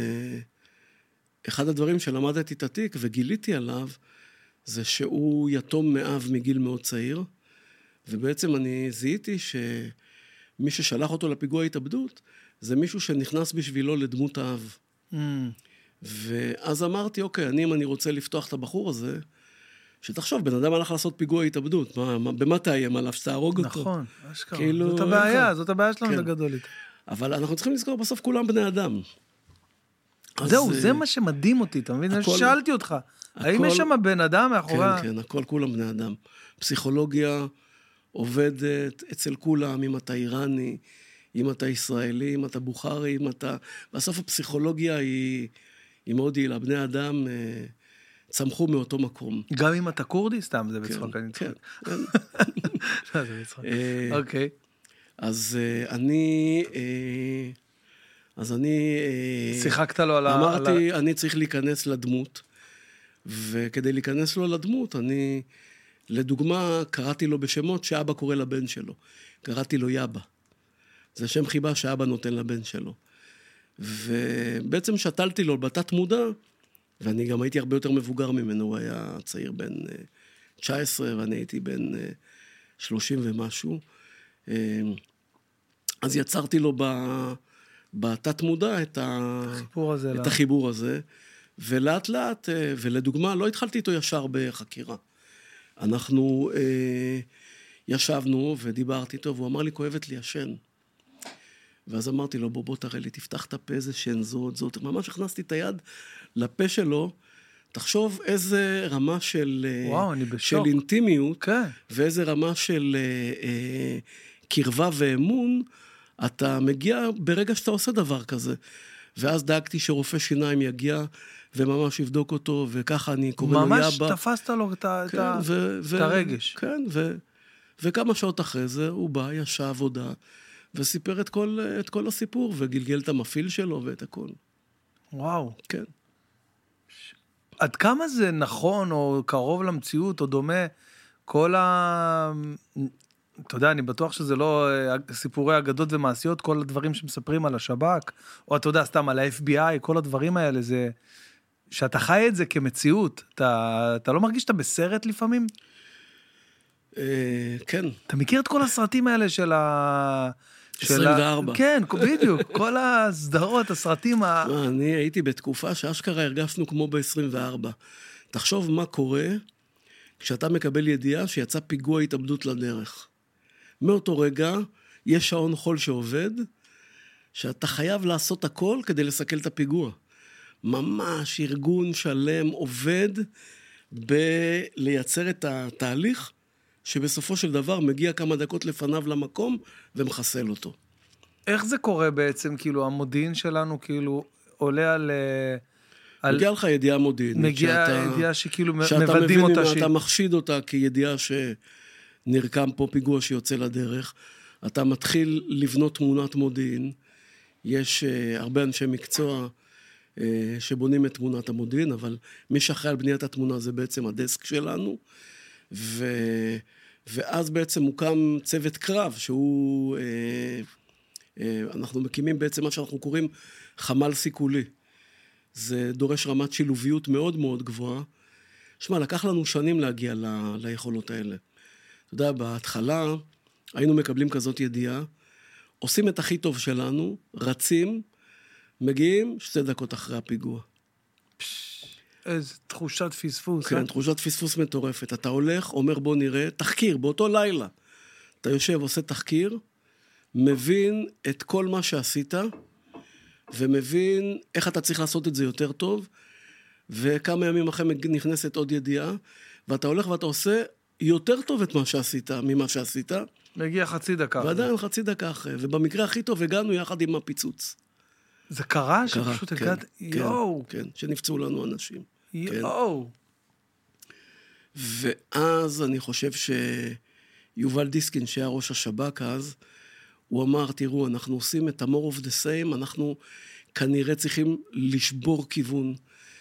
ואחד הדברים שלמדתי את התיק וגיליתי עליו, זה שהוא יתום מאב מגיל מאוד צעיר, ובעצם אני זיהיתי שמי ששלח אותו לפיגוע התאבדות, זה מישהו שנכנס בשבילו לדמות האב. Mm. ואז אמרתי, אוקיי, אני, אם אני רוצה לפתוח את הבחור הזה, שתחשוב, בן אדם הלך לעשות פיגוע התאבדות, מה, מה, במה תאיים עליו, שתהרוג אותו? נכון, אשכרה. כאילו, זאת הבעיה, איך... זאת הבעיה שלנו, כן. זה גדול איתה. אבל אנחנו צריכים לזכור, בסוף כולם בני אדם. זהו, אז, זה מה שמדהים אותי, אתה מבין? הכל, שאלתי אותך, הכל, האם יש שם בן אדם מאחורי... כן, כן, הכל כולם בני אדם. פסיכולוגיה עובדת אצל כולם, אם אתה איראני, אם אתה ישראלי, אם אתה בוכרי, אם אתה... בסוף הפסיכולוגיה היא, היא מאוד יעילה. בני אדם אה, צמחו מאותו מקום. גם אם אתה קורדי, סתם, זה כן, בצחוק, אני כן. צחוק. זה בצחוק. אוקיי. אז אה, אני... אה, אז אני... אה, שיחקת לו על ה... אמרתי, אני צריך להיכנס לדמות, וכדי להיכנס לו לדמות, אני... לדוגמה, קראתי לו בשמות שאבא קורא לבן שלו. קראתי לו יאבא. זה שם חיבה שאבא נותן לבן שלו. ובעצם שתלתי לו בתת מודע, ואני גם הייתי הרבה יותר מבוגר ממנו, הוא היה צעיר בן תשע עשרה, ואני הייתי בן שלושים ומשהו. אז יצרתי לו בתת מודע את, החיבור הזה, את לא. החיבור הזה, ולאט לאט, ולדוגמה, לא התחלתי איתו ישר בחקירה. אנחנו אה, ישבנו ודיברתי איתו, והוא אמר לי, כואבת לי השן. ואז אמרתי לו, בוא, בוא תראה לי, תפתח את הפה, איזה שן זאת, זאת. ממש הכנסתי את היד לפה שלו, תחשוב איזה רמה של, וואו, אני בשוק. של אינטימיות, כן. ואיזה רמה של אה, אה, קרבה ואמון, אתה מגיע ברגע שאתה עושה דבר כזה. ואז דאגתי שרופא שיניים יגיע, וממש יבדוק אותו, וככה אני קורא לו יאבא. ממש תפסת לו את, כן, את, ו- את ו- הרגש. כן, ו- וכמה שעות אחרי זה הוא בא, ישב עבודה, וסיפר את כל, את כל הסיפור, וגלגל את המפעיל שלו ואת הכל. וואו. כן. עד כמה זה נכון, או קרוב למציאות, או דומה, כל ה... אתה יודע, אני בטוח שזה לא סיפורי אגדות ומעשיות, כל הדברים שמספרים על השב"כ, או אתה יודע, סתם על ה-אף בי איי, כל הדברים האלה, זה... שאתה חי את זה כמציאות, אתה, אתה לא מרגיש שאתה בסרט לפעמים? אה, כן. אתה מכיר את כל הסרטים האלה של ה... עשרים וארבע. כן, בדיוק, כל הסדרות, הסרטים ה... אני הייתי בתקופה שאשכרה הרגשנו כמו ב-עשרים וארבע. תחשוב מה קורה כשאתה מקבל ידיעה שיצא פיגוע התאבדות לדרך. מאותו רגע יש שעון חול שעובד, שאתה חייב לעשות הכל כדי לסכל את הפיגוע. ממש ארגון שלם עובד בלייצר את התהליך, שבסופו של דבר מגיע כמה דקות לפניו למקום ומחסל אותו. איך זה קורה בעצם, כאילו, המודיעין שלנו, כאילו, עולה על... על... מגיע לך ידיעה מודיעינית. מגיע שאתה, ידיעה שכאילו מבדים שאתה אותה. מבין שהיא... אתה מחשיד אותה כידיעה שנרקם פה פיגוע שיוצא לדרך. אתה מתחיל לבנות תמונת מודיעין. יש uh, הרבה אנשי מקצוע uh, שבונים את תמונת המודיעין, אבל מי שאחראי על בניית התמונה זה בעצם הדסק שלנו. ו... ואז בעצם מוקם צוות קרב, שהוא... Uh, uh, אנחנו מקימים בעצם מה שאנחנו קוראים חמ"ל סיכולי. זה דורש רמת שילוביות מאוד מאוד גבוהה. שמע, לקח לנו שנים להגיע ל... ליכולות האלה. אתה יודע, בהתחלה היינו מקבלים כזאת ידיעה, עושים את הכי טוב שלנו, רצים, מגיעים שתי דקות אחרי הפיגוע. איזו תחושת פספוס. כן, אה? תחושת פספוס מטורפת. אתה הולך, אומר בוא נראה, תחקיר, באותו לילה. אתה יושב, עושה תחקיר, מבין את כל מה שעשית, ומבין איך אתה צריך לעשות את זה יותר טוב, וכמה ימים אחרי נכנסת עוד ידיעה, ואתה הולך ואתה עושה יותר טוב את מה שעשית, ממה שעשית. מגיע חצי דקה. ועדיין חצי דקה אחרי, ובמקרה הכי טוב הגענו יחד עם הפיצוץ. זה קרה? קרה, שפשוט כן, הגעת? כן, יואו. כן, שנפצעו לנו אנשים. יואו. ואז אני חושב שיובל דיסקין, שהיה ראש השב"כ אז, הוא אמר, תראו, אנחנו עושים את ה-more of the same, אנחנו כנראה צריכים לשבור כיוון,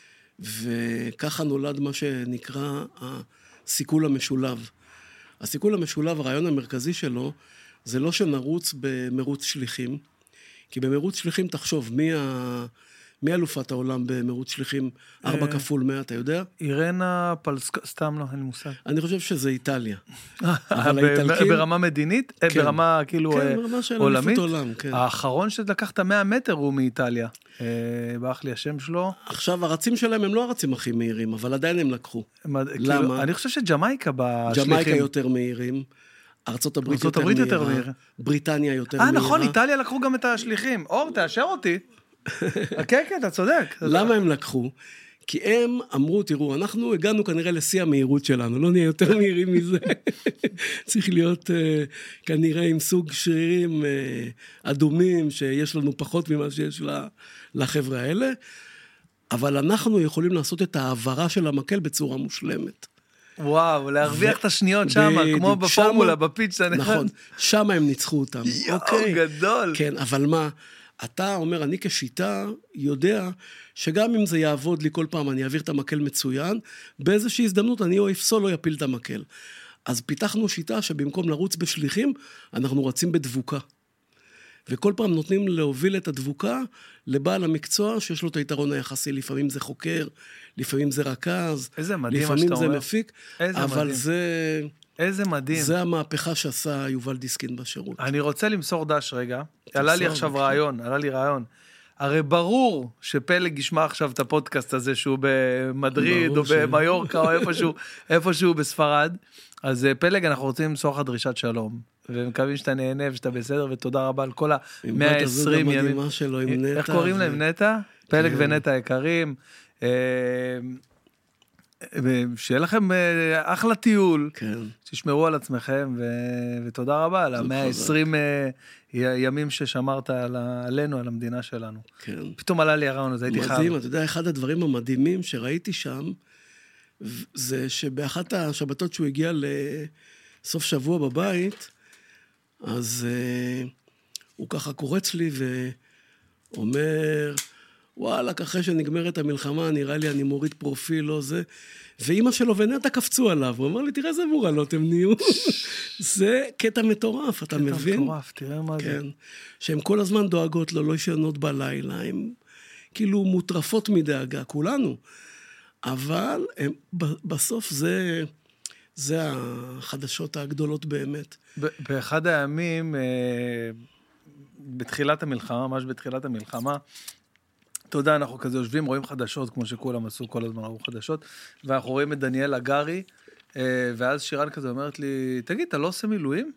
וככה נולד מה שנקרא הסיכול המשולב. הסיכול המשולב, הרעיון המרכזי שלו, זה לא שנרוץ במרוץ שליחים, כי במרוץ שליחים תחשוב, מי, ה... מי אלופת העולם במרוץ שליחים ארבע כפול מאה, אתה יודע? אירנה פלסק... סתם לא, אין לי מושג. אני חושב שזה איטליה. אבל האיטלקים... ברמה מדינית? כן. ברמה כאילו כן, ברמה של עולמית? אליפות עולם, כן. האחרון שלקח את המאה מטר הוא מאיטליה. באח לי השם שלו. עכשיו, הרצים שלהם הם לא הרצים הכי מהירים, אבל עדיין הם לקחו. למה? אני חושב שג'מייקה בשליחים. ג'מייקה יותר מהירים. ארצות הברית יותר מהירה. יותר מהירה. בריטניה יותר מהירה. אה, נכון, איטליה לקחו גם את השליחים. אור, תאשר אותי. כן, כן, אתה צודק. למה הם לקחו? כי הם אמרו, תראו, אנחנו הגענו כנראה לשיא המהירות שלנו, לא נהיה יותר מהירים מזה. צריך להיות uh, כנראה עם סוג שרירים uh, אדומים, שיש לנו פחות ממה שיש לחבר'ה האלה, אבל אנחנו יכולים לעשות את העברה של המקל בצורה מושלמת. וואו, להרוויח את השניות שם, כמו בפורמולה, בפיץ'. נכון, שם הם ניצחו אותם. יואו, גדול. כן, אבל מה... אתה אומר, אני כשיטה יודע שגם אם זה יעבוד לי כל פעם, אני אעביר את המקל מצוין, באיזושהי הזדמנות אני או אפסול או יפיל את המקל. אז פיתחנו שיטה שבמקום לרוץ בשליחים, אנחנו רצים בדבוקה. וכל פעם נותנים להוביל את הדבוקה לבעל המקצוע שיש לו את היתרון היחסי. לפעמים זה חוקר, לפעמים זה רכז, איזה מדהים לפעמים מה זה אומר. מפיק, איזה אבל מדהים. זה... איזה מדהים. זה המהפכה שעשה יובל דיסקין בשירות. אני רוצה למסור דש רגע. עלה לי עכשיו רעיון, עלה לי רעיון. הרי ברור שפלג ישמע עכשיו את הפודקאסט הזה שהוא במדריד או במיורקה או איפשהו, איפשהו בספרד. אז פלג, אנחנו רוצים למסור לך דרישת שלום. ומקווים שאתה נהנה ושאתה בסדר, ותודה רבה על כל ה-מאה ועשרים ימים. איך קוראים להם? נטע? פלג ונטע יקרים. שיהיה לכם אחלה טיול, כן. תשמרו על עצמכם, ו... ותודה רבה על ה-מאה ועשרים ימים ששמרת על ה... עלינו, על המדינה שלנו. כן. פתאום עלה לי הרעיון הזה, הייתי חייב. מדהים, אתה יודע, אחד הדברים המדהימים שראיתי שם, זה שבאחת השבתות שהוא הגיע לסוף שבוע בבית, אז uh, הוא ככה קורץ לי ואומר... וואלה, אחרי שנגמרת המלחמה, נראה לי אני מוריד פרופיל, לא זה. ואמא שלו ונטע קפצו עליו. הוא אמר לי, תראה איזה מורלות הם נהיו. זה קטע מטורף, אתה מבין? קטע מטורף, תראה מה זה. כן. שהן כל הזמן דואגות לו, לא ישנות בלילה, הן כאילו מוטרפות מדאגה, כולנו. אבל הם, בסוף זה, זה החדשות הגדולות באמת. באחד הימים, בתחילת המלחמה, ממש בתחילת המלחמה, אתה יודע, אנחנו כזה יושבים, רואים חדשות, כמו שכולם עשו כל הזמן, ראו חדשות, ואנחנו רואים את דניאל אגרי, ואז שירן כזה אומרת לי, תגיד, אתה לא עושה מילואים?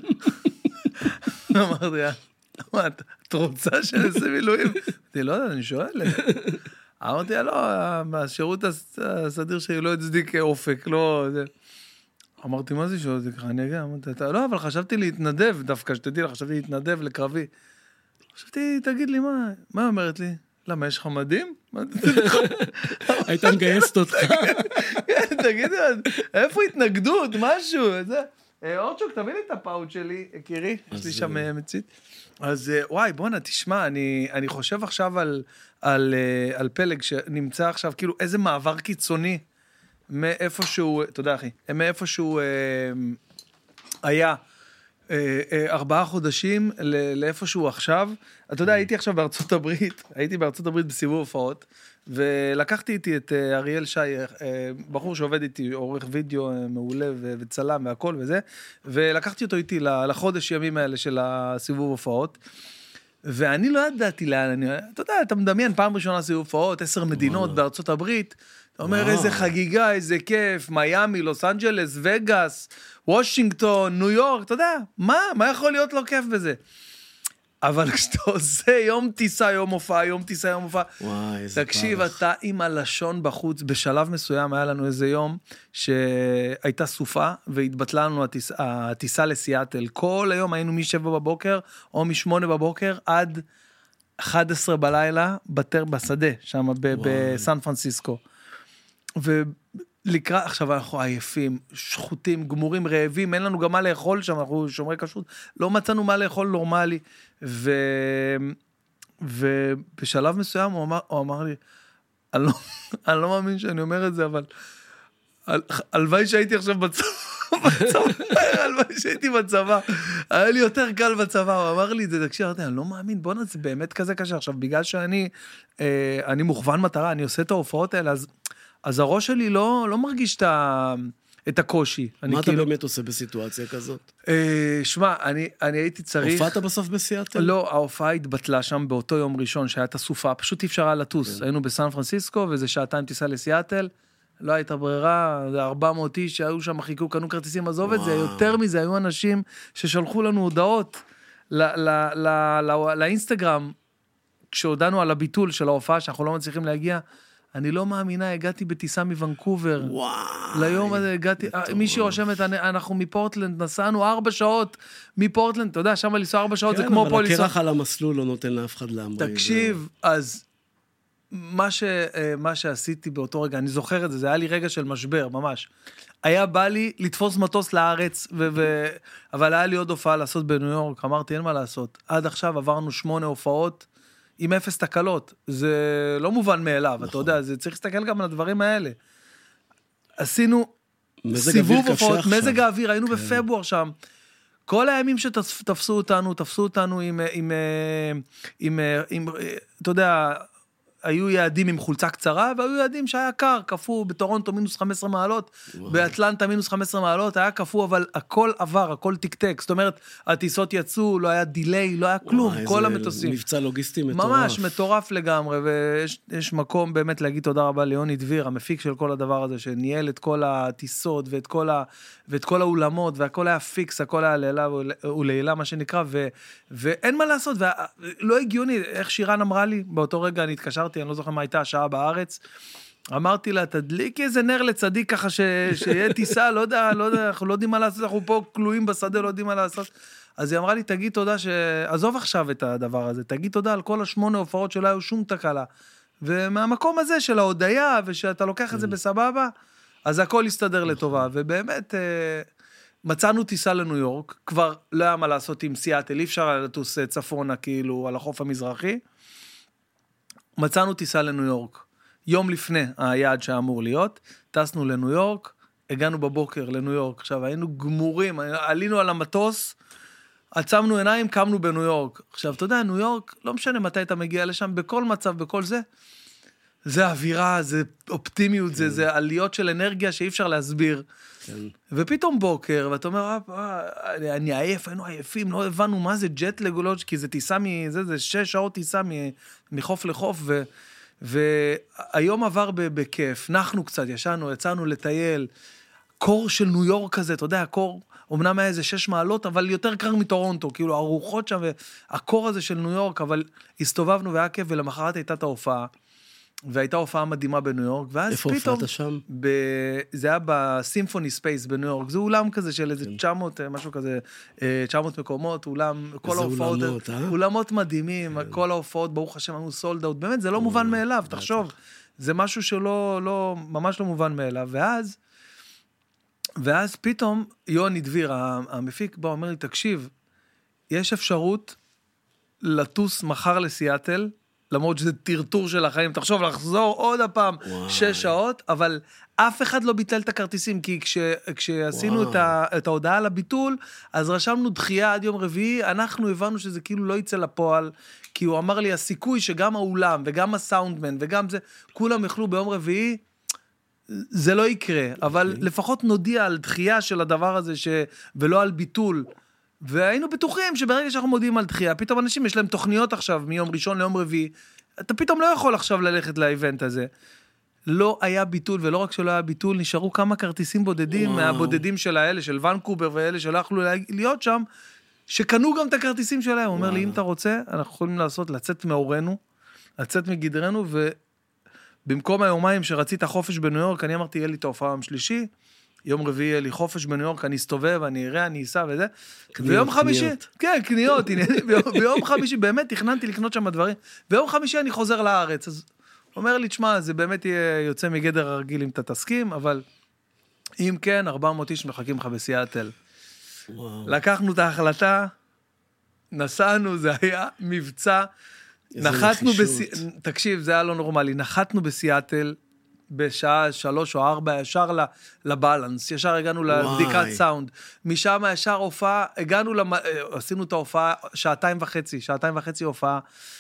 אמרתי, מה, את רוצה שאני עושה מילואים? אמרתי, לא יודע, אני שואל. אמרתי, לא, השירות הסדיר שלי לא הצדיק אופק, לא... אמרתי, מה זה שואל? אני אגע, אמרתי, לא, אבל חשבתי להתנדב, דווקא שתדעי לך, חשבתי להתנדב לקרבי. חשבתי, תגיד לי, מה? מה אומרת לי? למה, יש לך מדים? היית מגייסת אותך. תגיד, איפה התנגדות? משהו, זה... אורצ'וק, תביא לי את הפאוט שלי, הכירי, יש לי שם מצית. אז וואי, בוא'נה, תשמע, אני חושב עכשיו על פלג שנמצא עכשיו, כאילו, איזה מעבר קיצוני מאיפשהו, תודה אחי, מאיפשהו היה ארבעה חודשים לאיפשהו עכשיו. אתה יודע, הייתי עכשיו בארצות הברית, הייתי בארצות הברית בסיבוב הופעות, ולקחתי איתי את אריאל שי, בחור שעובד איתי, עורך וידאו מעולה וצלם והכל וזה, ולקחתי אותו איתי לחודש ימים האלה של הסיבוב הופעות, ואני לא ידעתי לאן, אני, אתה יודע, אתה מדמיין פעם ראשונה סיבוב הופעות, עשר מדינות בארצות הברית, אתה אומר איזה חגיגה, איזה כיף, מיימי, לוס אנג'לס, וגאס, וושינגטון, ניו יורק, אתה יודע, מה? מה יכול להיות לא כיף בזה? אבל כשאתה עושה יום טיסה, יום הופעה, יום טיסה, יום הופעה, תקשיב, אתה עם הלשון בחוץ, בשלב מסוים היה לנו איזה יום, שהייתה סופה, והתבטלה לנו הטיסה, הטיסה לסיאטל. כל היום היינו משבע בבוקר, או משמונה בבוקר, עד אחת עשרה בלילה, בטר בשדה, שם בסן פרנסיסקו. ולקראת, עכשיו אנחנו עייפים, שחוטים, גמורים, רעבים, אין לנו גם מה לאכול שם, אנחנו שומרי כשרות, לא מצאנו מה לאכול נורמלי, ו... ובשלב מסוים הוא אמר, הוא אמר לי, אני לא, אני לא מאמין שאני אומר את זה, אבל הלוואי שהייתי עכשיו בצבא, הלוואי שהייתי בצבא, היה לי יותר קל בצבא, הוא אמר לי את זה, תקשיב, אני לא מאמין, בוא נצא, באמת כזה קשה, עכשיו בגלל שאני, אני מוכוון מטרה, אני עושה את ההופעות האלה, אז אז הראש שלי לא, לא מרגיש את, ה, את הקושי. מה אתה כאילו... באמת עושה בסיטואציה כזאת? אה, שמה, אני, אני הייתי צריך... הופעת בסוף בסיאטל? לא, ההופעה התבטלה שם באותו יום ראשון שהיה את הסופה, פשוט אי אפשר היה לטוס. כן. היינו בסן פרנסיסקו, וזה שעתיים טיסה לסיאטל, לא הייתה ברירה, זה ארבע מאות איש שהיו שם, חיכו, קנו כרטיסים, עזוב את זה, יותר מזה, היו אנשים ששלחו לנו הודעות ל, ל, ל, ל, לאינסטגרם, כשהודענו על הביטול של ההופעה, שאנחנו לא מצליחים להגיע, אני לא מאמינה, הגעתי בטיסה מוונקובר. וואו. ליום הזה הגעתי, מישהי רושמת, אנחנו מפורטלנד, נסענו ארבע שעות מפורטלנד, אתה יודע, שם לנסוע ארבע שעות זה כמו פה לנסוע. כן, אבל הקרח על המסלול לא נותן לאף אחד להמריא. תקשיב, אז מה ש, מה שעשיתי באותו רגע, אני זוכר את זה, זה היה לי רגע של משבר, ממש. היה בא לי לתפוס מטוס לארץ, ו- ו- אבל היה לי עוד הופעה לעשות בניו יורק, אמרתי, אין מה לעשות. עד עכשיו עברנו שמונה הופעות, עם אפס תקלות, זה לא מובן מאליו, נכון. אתה יודע, זה צריך להסתכל גם על הדברים האלה. עשינו סיבוב הופעות, מזג האוויר, היינו כן. בפברואר שם, כל הימים שתפסו אותנו, תפסו אותנו עם, עם, עם, עם, עם, אתה יודע, היו יעדים עם חולצה קצרה, והיו יעדים שהיה קר, קפוא, בטורונטו מינוס חמש עשרה מעלות, וואו. באטלנטה מינוס חמש עשרה מעלות, היה קפוא, אבל הכל עבר, הכל טיקטק, זאת אומרת, הטיסות יצאו, לא היה דיליי, לא היה כלום, וואו, כל המטוסים. מבצע לוגיסטי מטורף. ממש, מטורף לגמרי, ויש יש מקום באמת להגיד תודה רבה ליוני דביר, המפיק של כל הדבר הזה, שניהל את כל הטיסות, ואת כל, ה, ואת כל האולמות, והכל היה פיקס, הכל היה לילה ולעילה, מה שנקרא, ו, ואין מה לעשות, ולא הגיוני, איך שירן אמרה לי, באותו רגע אני התקשרתי, אני לא זוכר מה הייתה השעה בארץ, אמרתי לה, תדליקי איזה נר לצדיק ככה ש... שיהיה טיסה, לא יודע, לא יודע, אנחנו לא יודעים מה לעשות, אנחנו פה כלואים בשדה, לא יודעים מה לעשות. אז היא אמרה לי, תגיד תודה ש... עזוב עכשיו את הדבר הזה, תגיד תודה על כל השמונה הופעות שלא היו שום תקלה. ומהמקום הזה של ההודעה, ושאתה לוקח את זה בסבבה, אז הכל יסתדר לטובה. ובאמת, מצאנו טיסה לניו יורק, כבר לא היה מה לעשות עם סיאטל, אי אפשר לטוס צפונה, כאילו, על החוף המזרחי. מצאנו טיסה לניו יורק. יום לפני היעד שאמור להיות, טסנו לניו יורק, הגענו בבוקר לניו יורק, עכשיו היינו גמורים, עלינו על המטוס, עצמנו עיניים, קמנו בניו יורק. עכשיו, אתה יודע, ניו יורק, לא משנה מתי אתה מגיע לשם, בכל מצב, בכל זה, זה אווירה, זה אופטימיות, כן. זה, זה עליות של אנרגיה שאי אפשר להסביר. כן. ופתאום בוקר, ואתה אומר, אני עייף, היינו עייפים, לא הבנו מה זה ג'טלג, כי זה טיסה מזה, זה שש שעות טיסה מחוף לחוף, ו... והיום עבר בכיף, נחנו קצת, ישנו, יצאנו לטייל, קור של ניו יורק כזה, אתה יודע, הקור, אמנם היה איזה שש מעלות, אבל יותר קר מטורונטו, כאילו הרוחות שם, והקור הזה של ניו יורק, אבל הסתובבנו והיה כיף, ולמחרת הייתה את ההופעה, והייתה הופעה מדהימה בניו יורק, ואז איפה פתאום... הופעת שם? ב... זה היה בסימפוני ספייס בניו יורק, זה אולם כזה של איזה תשע מאות, משהו כזה, תשע מאות מקומות, אולם, כל ההופעות, אולמות, אה? אולמות מדהימים, כל ההופעות, ברוך השם, היו סולד אאוט, באמת, זה לא מובן מאליו, תחשוב, זה משהו שלא, לא, ממש לא מובן מאליו, ואז, ואז פתאום, יוני דביר, המפיק, בא, אומר לי, תקשיב, יש אפשרות לטוס מחר לסיאטל, למרות שזה טרטור של החיים, תחשוב, לחזור עוד הפעם שש שעות, אבל אף אחד לא ביטל את הכרטיסים, כי כש, כשעשינו את, ה, את ההודעה על הביטול, אז רשמנו דחייה עד יום רביעי, אנחנו הבנו שזה כאילו לא יצא לפועל, כי הוא אמר לי, הסיכוי שגם האולם, וגם הסאונדמן, וגם זה, כולם יוכלו ביום רביעי, זה לא יקרה, אבל לפחות נודיע על דחייה של הדבר הזה, ש... ולא על ביטול, והיינו בטוחים שברגע שאנחנו מודיעים על דחייה, פתאום אנשים יש להם תוכניות עכשיו, מיום ראשון ליום רביעי, אתה פתאום לא יכול עכשיו ללכת לאיבנט הזה. לא היה ביטול, ולא רק שלא היה ביטול, נשארו כמה כרטיסים בודדים, וואו. מהבודדים של האלה, של ונקובר ואלה שלא יכלו להיות שם, שקנו גם את הכרטיסים שלהם. הוא אומר לי, אם אתה רוצה, אנחנו יכולים לעשות, לצאת מאורנו, לצאת מגדרנו, ובמקום היומיים שרצית חופש בניו יורק, אני אמרתי, יהיה לי את ההופעה השלישי, יום רביעי יהיה לי חופש בניו יורק, אני אסתובב, אני אראה, אני אסע וזה. ויום חמישי, כן, קניות, ביום חמישי, באמת תכננתי לקנות שם דברים, ויום חמישי אני חוזר לארץ, אז אומר לי, תשמע, זה באמת יהיה יוצא מגדר הרגיל אם אתה תסכים, אבל אם כן, ארבע מאות איש מחכים לך בסיאטל. לקחנו את ההחלטה, נסענו, זה היה מבצע, נחתנו בסיאטל, תקשיב, זה היה לא נורמלי, נחתנו בסיאטל, בשעה שלוש או ארבע, ישר לבלנס, ישר הגענו לבדיקת סאונד, משם ישר הופעה, הגענו, עשינו את ההופעה, שעתיים וחצי, שעתיים וחצי הופעה,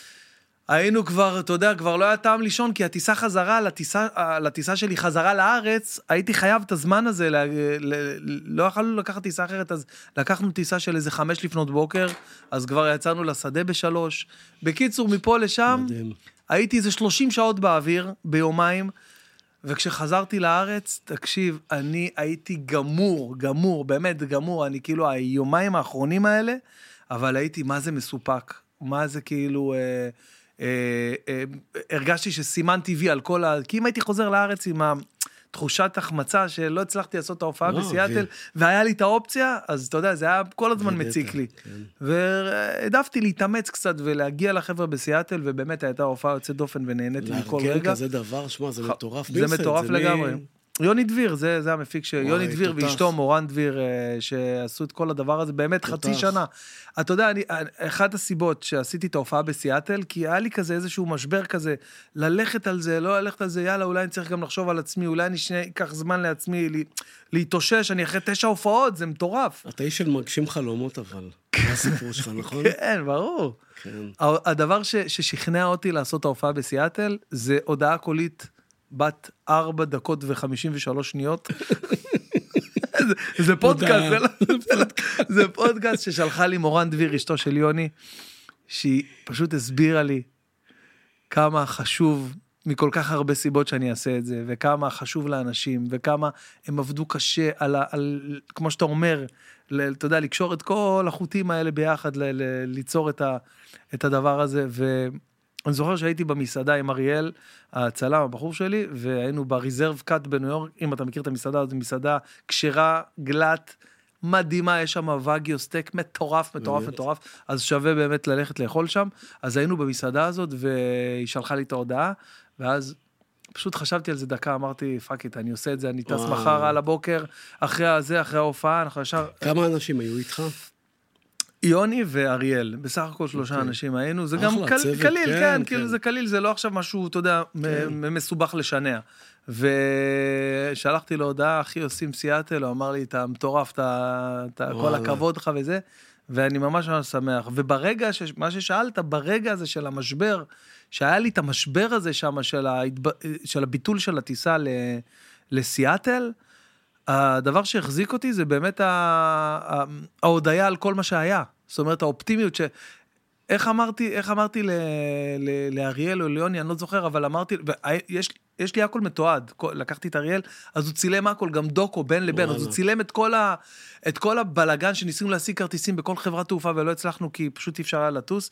היינו כבר, אתה יודע, כבר לא היה טעם לישון, כי הטיסה חזרה, לטיסה, לטיסה שלי חזרה לארץ, הייתי חייב את הזמן הזה, ל, ל, לא יכולנו לקחת טיסה אחרת, אז לקחנו טיסה של איזה חמש לפנות בוקר, אז כבר יצאנו לשדה בשלוש, בקיצור, מפה לשם, מדהים. הייתי איזה שלושים שעות באוויר, ביומיים, וכשחזרתי לארץ, תקשיב, אני הייתי גמור, גמור, באמת גמור, אני כאילו היומיים האחרונים האלה, אבל הייתי מה זה מסופק, מה זה כאילו, אה, אה, אה, הרגשתי שסימנתי וי על כל ה... כי אם הייתי חוזר לארץ עם תחושת החמצה, שלא הצלחתי לעשות את ההופעה בסיאטל, והיה לי את האופציה, אז אתה יודע, זה היה כל הזמן מציק לי. והעדפתי להתאמץ קצת, ולהגיע לחבר'ה בסיאטל, ובאמת הייתה הופעה יוצאת דופן, ונהניתי מכל רגע. לארגן כזה דבר, שמה, זה מטורף. זה מטורף לגמרי. יוני דביר, זה, זה המפיק ש... יוני דביר ואשתו מורן דביר, שעשו את כל הדבר הזה, באמת חצי שנה. אתה יודע, אני, אחת הסיבות שעשיתי את ההופעה בסיאטל, כי היה לי כזה איזשהו משבר כזה, ללכת על זה, לא ללכת על זה, יאללה, אולי אני צריך גם לחשוב על עצמי, אולי אני שני, אקח זמן לעצמי, לי, להתאושש, אני אחרי תשע הופעות, זה מטורף. אתה איש של מגשים חלומות, אבל. מה הסיפור שלך, נכון? כן, ברור. כן. הדבר ש, ששכנע אותי לעשות את ההופעה בסיאטל, זה הודעה קולית, בת ארבע דקות וחמישים ושלוש שניות. זה פודקאסט, זה פודקאסט ששלחה לי מורן דביר, אשתו של יוני, שהיא פשוט הסבירה לי כמה חשוב, מכל כך הרבה סיבות שאני אעשה את זה, וכמה חשוב לאנשים, וכמה הם עבדו קשה על, על כמו שאתה אומר, אתה יודע, לקשור את כל החוטים האלה ביחד, ליצור את, ה, את הדבר הזה, ו... אני זוכר שהייתי במסעדה עם אריאל, הצלם, הבחור שלי, והיינו בריזרב קאט בניו יורק, אם אתה מכיר את המסעדה, זו מסעדה קשרה, גלת, מדהימה, יש שם וגיו סטייק, מטורף, מטורף, מטורף, אז שווה באמת ללכת לאכול שם, אז היינו במסעדה הזאת, והיא שלחה לי את ההודעה, ואז פשוט חשבתי על זה דקה, אמרתי, פאק איט, אני עושה את זה, אני טס מחר על הבוקר, אחרי הזה, אחרי ההופעה, אנחנו ישר... כמה אנשים היו איתך? יוני ואריאל, בסך הכל שלושה אנשים היינו, זה גם קליל, כן, כאילו זה קליל, זה לא עכשיו משהו, אתה יודע, מסובך לשנע. ושלחתי לו הודעה, אחי עושים סיאטל, הוא אמר לי, אתה מטורף, כל הכבוד לך וזה, ואני ממש ממש שמח. וברגע, מה ששאלת, ברגע הזה של המשבר, שהיה לי את המשבר הזה שם, של הביטול של הטיסה לסיאטל, הדבר שהחזיק אותי זה באמת ההודעה על כל מה שהיה. זאת אומרת, האופטימיות איך אמרתי, איך אמרתי לאריאל או ליוני, אני לא זוכר, אבל אמרתי, יש, יש לי הכל מתועד, לקחתי את אריאל, אז הוא צילם הכל, גם דוקו, בין לבין, אז הוא צילם את כל ה, את כל הבלגן שניסינו להשיג כרטיסים בכל חברת תעופה, ולא הצלחנו, כי פשוט אי אפשר היה לטוס,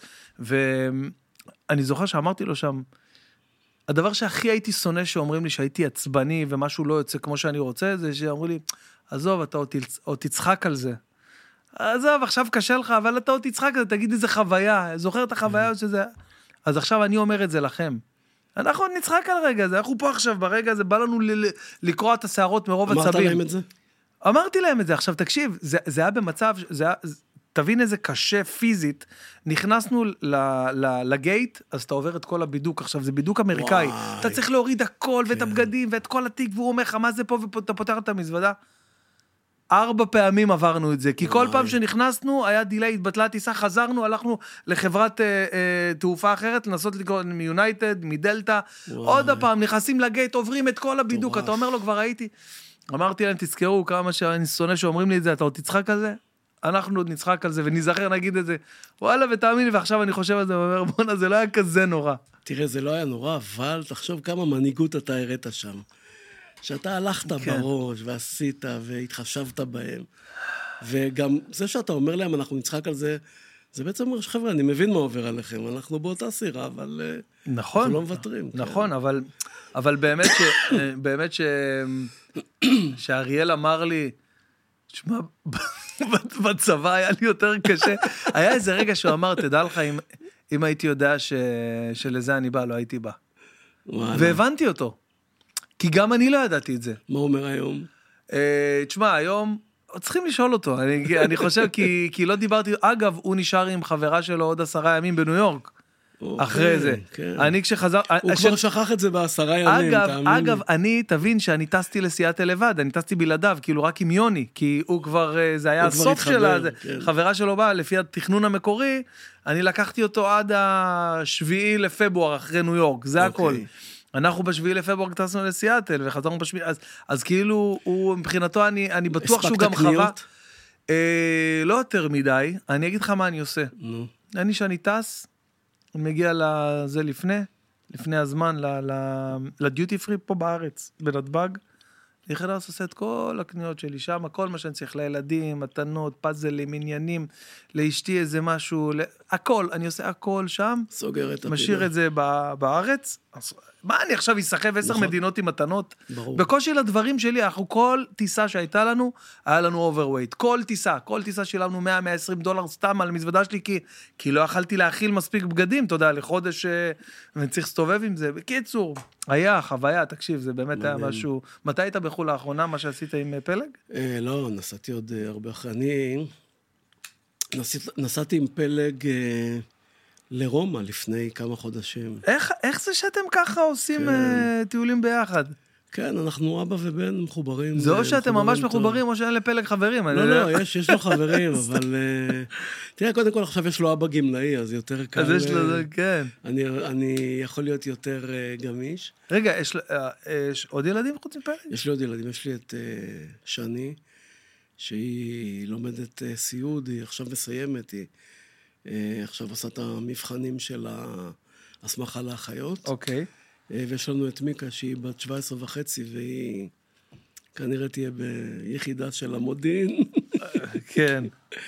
ואני זוכר שאמרתי לו שם, הדבר שהכי הייתי שונא שאומרים לי שהייתי עצבני, ומשהו לא יוצא כמו שאני רוצה, זה שאומרים לי, עזוב, אתה עוד תצחק על זה. עזוב, עכשיו קשה לך, אבל אתה עוד תצחק, תגיד איזה חוויה, זוכר את החוויה שזה... אז עכשיו אני אומר את זה לכם. אנחנו עוד נצחק על רגע הזה, אנחנו פה עכשיו ברגע הזה, בא לנו לקרוא את השערות מרוב עצבים. אמרת להם את זה? אמרתי להם את זה, עכשיו תקשיב, זה, זה היה במצב, זה היה, תבין איזה קשה פיזית, נכנסנו ל, ל, לגייט, אז אתה עובר את כל הבידוק, עכשיו זה בידוק אמריקאי, וואי. אתה צריך להוריד הכל, כן. ואת הבגדים, ואת כל התיק, והוא אומר לך, מה זה פה, ואתה פותח את המזוודה. ארבע פעמים עברנו את זה, כי כל פעם שנכנסנו, היה דילי, התבטלה טיסה, חזרנו, הלכנו לחברת אה, אה, תעופה אחרת, לנסות לקרוא מיונייטד, מדלטה, עוד הפעם, נכנסים לגייט, עוברים את כל הבידוק, אתה אומר לו, כבר ראיתי, אמרתי להם, תזכרו כמה שאני שונא שאומרים לי את זה, אתה עוד תצחק על זה? אנחנו עוד נצחק על זה, ונזכר נגיד את זה, וואלה, ותאמין לי, ועכשיו אני חושב על זה, ואומר, בונה, זה לא היה כזה נורא. תראה, זה לא היה נורא, אבל תחשוב כמה מנהיגות אתה הראת שם. שאתה הלכת כן. בראש, ועשית, והתחשבת בהם. וגם זה שאתה אומר להם, אנחנו נצחק על זה, זה בעצם אומר שחבר'ה, אני מבין מה עובר עליכם, אנחנו באותה סירה, אבל נכון, אנחנו לא מוותרים. נכון, כן. אבל, אבל באמת ש... באמת ש... שאריאל אמר לי, תשמע, בצבא היה לי יותר קשה. היה איזה רגע שהוא אמר, תדע לך, אם, אם הייתי יודע ש... שלזה אני בא, לא הייתי בא. וואלה. והבנתי אותו. כי גם אני לא ידעתי את זה. מה אומר היום? תשמע, היום צריכים לשאול אותו. אני, אני חושב, כי, כי לא דיברתי... אגב, הוא נשאר עם חברה שלו עוד עשרה ימים בניו יורק. אחרי זה. אני כשחזר... הוא כבר שכח את זה בעשרה ימים, אגב, אגב, אני, תבין שאני טסתי לסיאטל לבד, אני טסתי בלעדיו, כאילו רק עם יוני, כי הוא כבר, זה היה הסוף שלה, חברה שלו באה, לפי התכנון המקורי, אני לקחתי אותו עד השביעי לפברואר, אחרי ניו יורק, זה הכל. אנחנו בשביעי לפברואר טסנו לסיאטל, וחזרנו בשביעי, אז כאילו, הוא, מבחינתו, אני בטוח שהוא גם חווה... לא יותר מדי, אני אגיד לך מה אני עושה. אני שאני טס, אני מגיע לזה לפני, לפני הזמן, לדיוטי פרי פה בארץ, בנתב"ג. אני חדש עושה את כל הקניות שלי שם, כל מה שאני צריך לילדים, מתנות, פאזלים, עניינים, לאשתי איזה משהו, הכל, אני עושה הכל שם. סוגר את הפינה. משאיר את זה בארץ. מה, אני עכשיו אסחב עשר מדינות עם מתנות? ברור. בקושי לדברים שלי, אנחנו כל טיסה שהייתה לנו, היה לנו אוברווייט. כל טיסה, כל טיסה שילמנו מאה עד מאה ועשרים דולר סתם על מזוודה שלי, כי, כי לא יכלתי להכיל מספיק בגדים, אתה יודע, לחודש, ואני צריך לסתובב עם זה. בקיצור, היה חוויה, תקשיב, זה באמת היה משהו. מתי היית בחול לאחרונה, מה שעשית עם פלג? לא, נסעתי עוד הרבה אחרי. אני נסעתי עם פלג... לרומא לפני כמה חודשים. איך, איך זה שאתם ככה עושים כן. טיולים ביחד? כן, אנחנו אבא ובן מחוברים. זה או שאתם ממש טוב. מחוברים, או שאין לפלג חברים. לא, לא, יש, יש לו חברים, אבל... תראה, קודם כל עכשיו יש לו אבא גמלאי, אז יותר קל... אז יש לו זה, כן. אני, אני יכול להיות יותר גמיש. רגע, יש, יש עוד ילדים חוץ מפלג? יש לי עוד ילדים, יש לי את שני, שהיא לומדת סיוד, היא עכשיו מסיימת, היא... עכשיו עושה את המבחנים של ההסמכה לאחיות. אוקיי. ויש לנו את מיקה, שהיא בת שבע עשרה וחצי, והיא כנראה תהיה ביחידה של המודיעין. כן.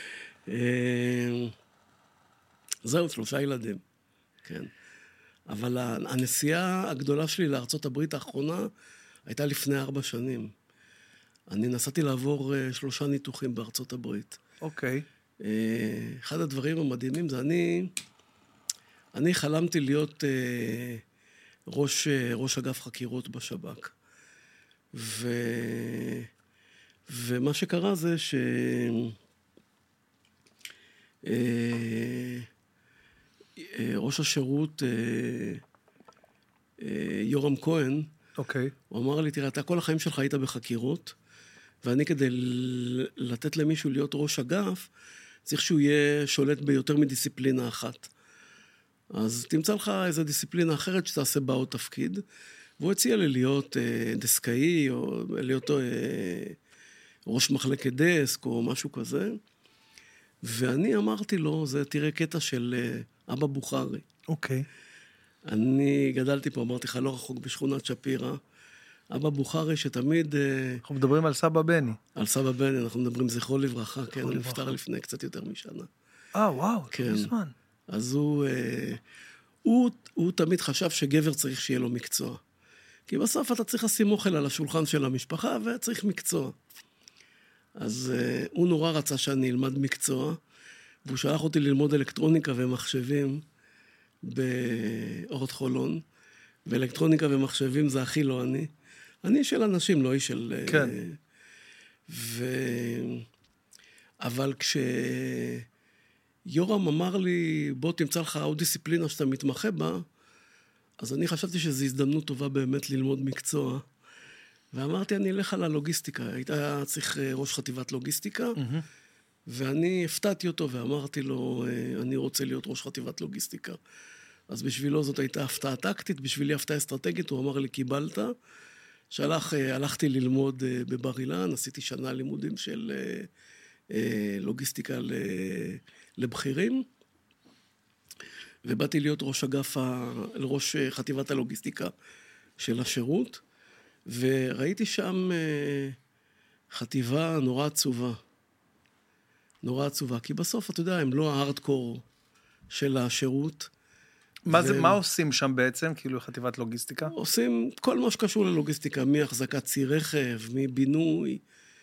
זהו, שלושה ילדים. כן. אבל הנסיעה הגדולה שלי לארצות הברית האחרונה, הייתה לפני ארבע שנים. אני נסעתי לעבור שלושה ניתוחים בארצות הברית. אוקיי. אחד הדברים המדהימים זה אני, אני חלמתי להיות ראש, ראש אגף חקירות בשב"כ. ו, ומה שקרה זה שראש השירות, יורם כהן, אוקיי. הוא אמר לי, תראה, אתה כל החיים שלך היית בחקירות, ואני כדי לתת למישהו להיות ראש אגף, צריך שהוא יהיה שולט ביותר מדיסציפלינה אחת. אז תמצא לך איזו דיסציפלינה אחרת שתעשה בה עוד תפקיד, והוא הציע לי להיות אה, דסקאי, או להיות אה, ראש מחלקת דסק, או משהו כזה. ואני אמרתי לו, זה תראה קטע של אה, אבא בוכרי. אוקיי. אני גדלתי פה, אמרתי לך, לא רחוק בשכונת שפירא. אבא בוכרי שתמיד... אנחנו מדברים על סבא בני. על סבא בני, אנחנו מדברים זכרו לברכה, כן, הוא נפטר לפני קצת יותר משנה. אה, וואו, כן. מזמן. אז הוא, הוא, הוא תמיד חשב שגבר צריך שיהיה לו מקצוע. כי בסוף אתה צריך לשים אוכל על השולחן של המשפחה, וצריך מקצוע. אז הוא נורא רצה שאני אלמד מקצוע, והוא שלח אותי ללמוד אלקטרוניקה ומחשבים באורות חולון, ואלקטרוניקה ומחשבים זה הכי לא אני. אני של אנשים, לא איש של... כן. ו... אבל כשיורם אמר לי, בוא תמצא לך עוד דיסציפלינה שאתה מתמחה בה, אז אני חשבתי שזו הזדמנות טובה באמת ללמוד מקצוע. ואמרתי, אני אלך על הלוגיסטיקה. הייתה צריך ראש חטיבת לוגיסטיקה, mm-hmm. ואני הפתעתי אותו ואמרתי לו, אני רוצה להיות ראש חטיבת לוגיסטיקה. אז בשבילו זאת הייתה הפתעה טקטית, בשבילי הפתעה אסטרטגית, הוא אמר לי, קיבלת. שהלך, הלכתי ללמוד בבר אילן, עשיתי שנה לימודים של לוגיסטיקה לבכירים, ובאתי להיות ראש אגף, ראש חטיבת הלוגיסטיקה של השירות, וראיתי שם חטיבה נורא עצובה. נורא עצובה, כי בסוף, אתה יודע, הם לא הארדקור של השירות. מה, ו... זה, מה עושים שם בעצם, כאילו חטיבת לוגיסטיקה? עושים כל מה שקשור ללוגיסטיקה, מהחזקת צי רכב, מבינוי,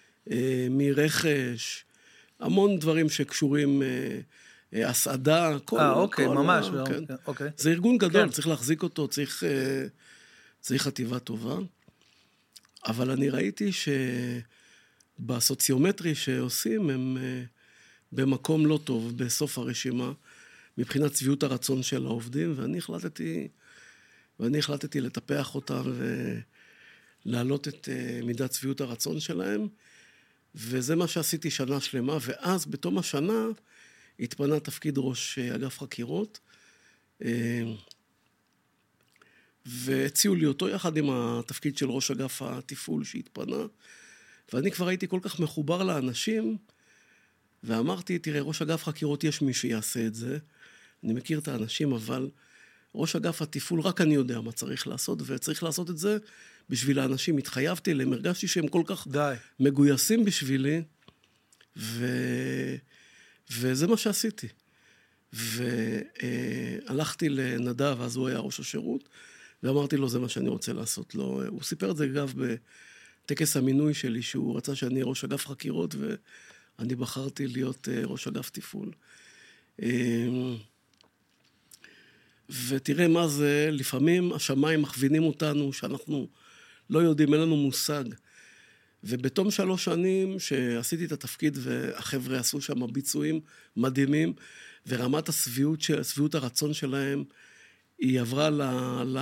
מרכש, המון דברים שקשורים, הסעדה, כל... אה, אוקיי, כל ממש. ה... כן. אוקיי. זה ארגון גדול, כן. צריך להחזיק אותו, צריך, צריך חטיבה טובה. אבל אני ראיתי שבסוציומטרי שעושים, הם במקום לא טוב, בסוף הרשימה, מבחינת צביעות הרצון של העובדים, ואני החלטתי, ואני החלטתי לטפח אותם ולהעלות את מידת צביעות הרצון שלהם, וזה מה שעשיתי שנה שלמה, ואז בתום השנה התפנה תפקיד ראש אגף חקירות, והציעו לי אותו יחד עם התפקיד של ראש אגף התפעול שהתפנה, ואני כבר הייתי כל כך מחובר לאנשים, ואמרתי, תראה, ראש אגף חקירות יש מי שיעשה את זה, אני מכיר את האנשים, אבל ראש אגף התפעול, רק אני יודע מה צריך לעשות, וצריך לעשות את זה בשביל האנשים. התחייבתי להם, הרגשתי שהם כל כך די. מגויסים בשבילי, ו... וזה מה שעשיתי. והלכתי לנדב, אז הוא היה ראש השירות, ואמרתי לו, זה מה שאני רוצה לעשות לו. הוא סיפר את זה אגב בטקס המינוי שלי, שהוא רצה שאני אהיה ראש אגף חקירות, ואני בחרתי להיות ראש אגף תפעול. ותראה מה זה, לפעמים השמיים מכווינים אותנו, שאנחנו לא יודעים, אין לנו מושג. ובתום שלוש שנים שעשיתי את התפקיד, והחבר'ה עשו שם ביצועים מדהימים, ורמת הסביעות, הסביעות הרצון שלהם, היא עברה ל, ל,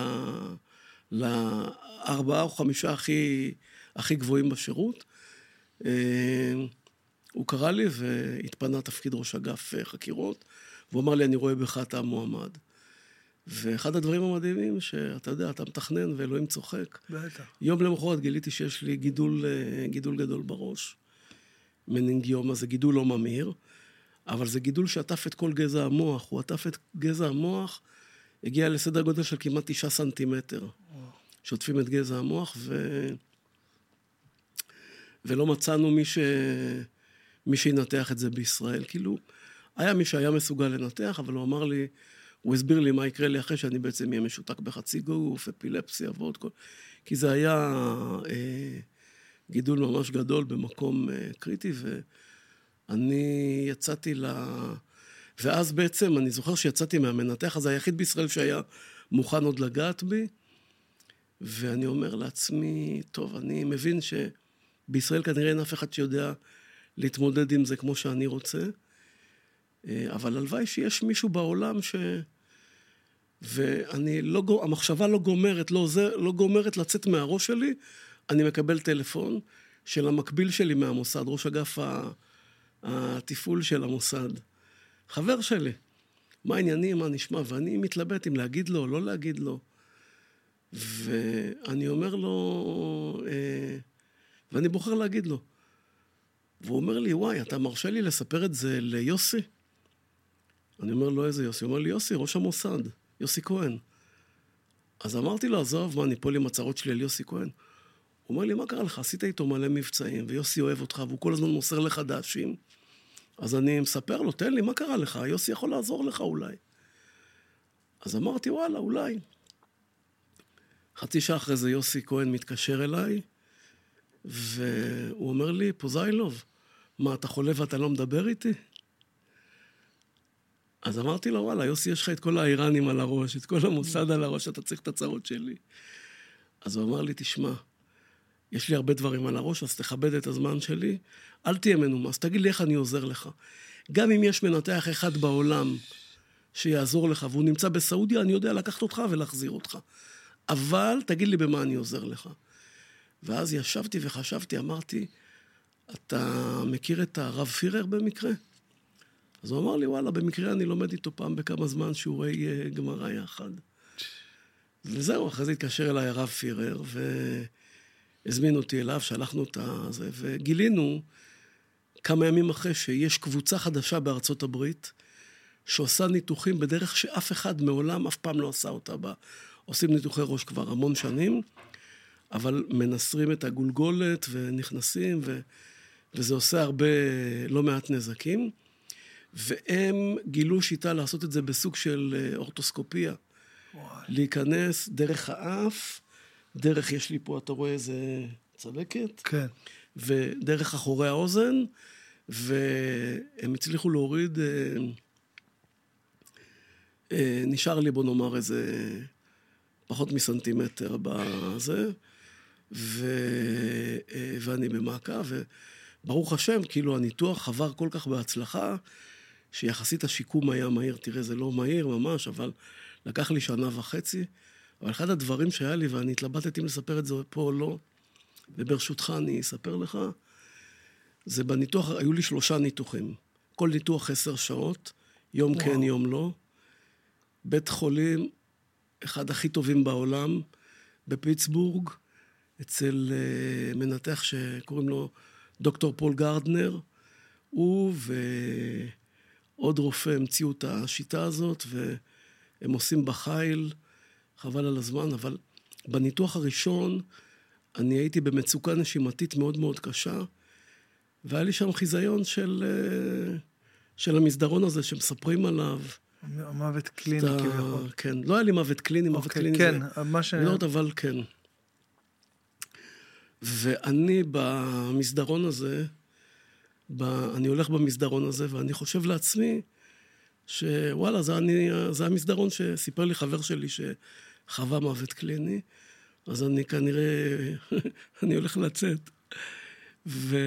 לארבעה או חמישה הכי, הכי גבוהים בשירות. הוא קרא לי והתפנה תפקיד ראש אגף חקירות, והוא אמר לי, אני רואה בך אתה המועמד. ואחד הדברים המדהימים, שאתה יודע, אתה מתכנן ואלוהים צוחק. בטח. יום למחרת גיליתי שיש לי גידול, גידול גדול בראש. מנינגיומה, זה גידול לא ממהיר, אבל זה גידול שעטף את כל גזע המוח. הוא עטף את גזע המוח, הגיע לסדר גודל של כמעט תשעה סנטימטר. שוטפים את גזע המוח, ו... ולא מצאנו מי, ש... מי שינתח את זה בישראל. כאילו, היה מי שהיה מסוגל לנתח, אבל הוא אמר לי, הוא הסביר לי מה יקרה לי אחרי שאני בעצם אהיה משותק בחצי גוף, אפילפסיה ועוד כל... כי זה היה אה, גידול ממש גדול במקום אה, קריטי, ואני יצאתי ל... ואז בעצם, אני זוכר שיצאתי מהמנתח, אז היחיד בישראל שהיה מוכן עוד לגעת בי, ואני אומר לעצמי, טוב, אני מבין שבישראל כנראה אין אף אחד שיודע להתמודד עם זה כמו שאני רוצה, אבל הלוואי שיש מישהו בעולם ש... ואני לא... המחשבה לא גומרת, לא, זה, לא גומרת לצאת מהראש שלי, אני מקבל טלפון של המקביל שלי מהמוסד, ראש אגף התפעול של המוסד. חבר שלי, מה העניינים, מה נשמע, ואני מתלבט אם להגיד לו או לא להגיד לו. ואני אומר לו, ואני בוחר להגיד לו. והוא אומר לי, וואי, אתה מרשה לי לספר את זה ליוסי? אני אומר לו, איזה יוסי? הוא אומר לי, יוסי, ראש המוסד, יוסי כהן. אז אמרתי לו, עזוב, מה, אני פה לי מצרות שלי על יוסי כהן. הוא אומר לי, מה קרה לך? עשית איתו מלא מבצעים, ויוסי אוהב אותך, והוא כל הזמן מוסר לך דשים. אז אני מספר לו, תן לי, מה קרה לך? יוסי יכול לעזור לך אולי. אז אמרתי, וואלה, אולי. חצי שעה אחרי זה יוסי כהן מתקשר אליי, והוא אומר לי, פוזיילוב, מה, אתה חולה ואתה לא מדבר איתי? אז אמרתי לו, וואלה, יוסי, יש לך את כל האיראנים על הראש, את כל המוסד על הראש, אתה צריך את הצרות שלי. אז הוא אמר לי, תשמע, יש לי הרבה דברים על הראש, אז תכבד את הזמן שלי, אל תהיה מנומס, תגיד לי איך אני עוזר לך. גם אם יש מנתח אחד בעולם שיעזור לך, והוא נמצא בסעודיה, אני יודע לקחת אותך ולהחזיר אותך. אבל תגיד לי במה אני עוזר לך. ואז ישבתי וחשבתי, אמרתי, אתה מכיר את הרב פירר במקרה? אז הוא אמר לי, וואלה, במקרה אני לומד איתו פעם בכמה זמן שיעורי גמרא יחד. וזהו, אחרי זה התקשר אליי הרב פירר, והזמין אותי אליו, שלחנו את זה, וגילינו כמה ימים אחרי שיש קבוצה חדשה בארצות הברית, שעושה ניתוחים בדרך שאף אחד מעולם אף פעם לא עשה אותה בה. עושים ניתוחי ראש כבר המון שנים, אבל מנסרים את הגולגולת ונכנסים, ו... וזה עושה הרבה, לא מעט נזקים. והם גילו שיטה לעשות את זה בסוג של אורטוסקופיה. וואי. להיכנס דרך האף, דרך, יש לי פה, אתה רואה איזה צלקת? כן. ודרך אחורי האוזן, והם הצליחו להוריד, אה, אה, נשאר לי בוא נאמר איזה פחות מסנטימטר בזה, ו, אה, ואני במעקה, וברוך השם, כאילו הניתוח עבר כל כך בהצלחה, שיחסית השיקום היה מהיר, תראה, זה לא מהיר ממש, אבל לקח לי שנה וחצי, אבל אחד הדברים שהיה לי, ואני התלבטתי אם לספר את זה פה או לא, וברשותך אני אספר לך, זה בניתוח, היו לי שלושה ניתוחים. כל ניתוח עשר שעות, יום וואו. כן, יום לא. בית חולים, אחד הכי טובים בעולם, בפיטסבורג, אצל uh, מנתח שקוראים לו דוקטור פול גרדנר, הוא ועוד רופא המציאו את השיטה הזאת, והם עושים בחיל, חבל על הזמן, אבל בניתוח הראשון, אני הייתי במצוקה נשימתית מאוד מאוד קשה, והיה לי שם חיזיון של, של המסדרון הזה שמספרים עליו. מוות קליני כביכול. כן, לא היה לי מוות קליני, מוות קליני כן, זה... מה ש... לא, אבל כן. ואני במסדרון הזה, ב... אני הולך במסדרון הזה, ואני חושב לעצמי, שוואלה, זה, אני, זה המסדרון שסיפר לי חבר שלי שחווה מוות קליני, אז אני כנראה, אני הולך לצאת. ו...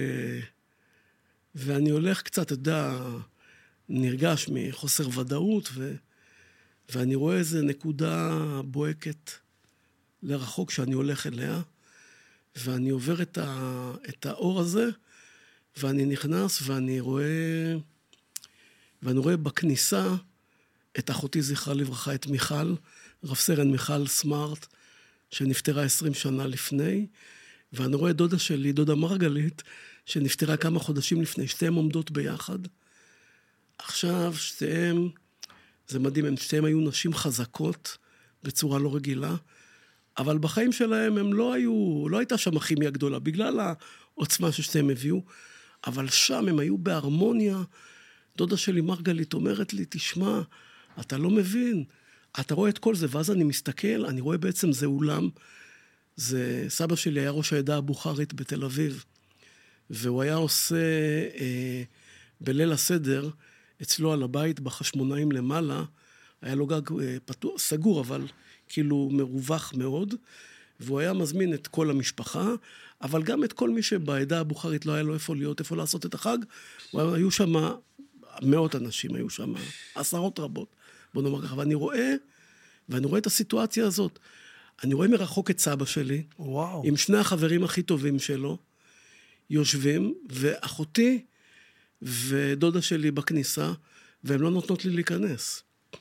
ואני הולך קצת, אתה יודע, נרגש מחוסר ודאות, ו... ואני רואה איזו נקודה בוהקת לרחוק שאני הולך אליה, ואני עובר את, ה... את האור הזה, ואני נכנס ואני רואה, ואני רואה בכניסה את אחותי זכרה לברכה, את מיכל, רב סרן מיכל סמארט, שנפטרה עשרים שנה לפני, ואני רואה דודה שלי, דודה מרגלית, שנפטרה כמה חודשים לפני, שתיהם עומדות ביחד. עכשיו, שתיהם, זה מדהים, הם שתיהם היו נשים חזקות, בצורה לא רגילה, אבל בחיים שלהם הם לא היו, לא הייתה שם הכימיה גדולה, בגלל העוצמה ששתיהם הביאו, אבל שם הם היו בהרמוניה. דודה שלי מרגלית אומרת לי, תשמע, אתה לא מבין, אתה רואה את כל זה, ואז אני מסתכל, אני רואה בעצם זה אולם, זה, סבא שלי היה ראש העדה הבוכרית בתל אביב, והוא היה עושה אה, בליל הסדר, אצלו על הבית בחשמונאים למעלה, היה לו גג אה, פתוח, סגור, אבל כאילו מרווח מאוד, והוא היה מזמין את כל המשפחה, אבל גם את כל מי שבעדה הבוכרית לא היה לו איפה להיות, איפה לעשות את החג, היו שם מאות אנשים, היו שם עשרות רבות, בוא נאמר ככה, ואני רואה, ואני רואה את הסיטואציה הזאת, אני רואה מרחוק את סבא שלי, וואו. עם שני החברים הכי טובים שלו, יושבים, ואחותי ודודה שלי בכניסה, והם לא נותנות לי להיכנס.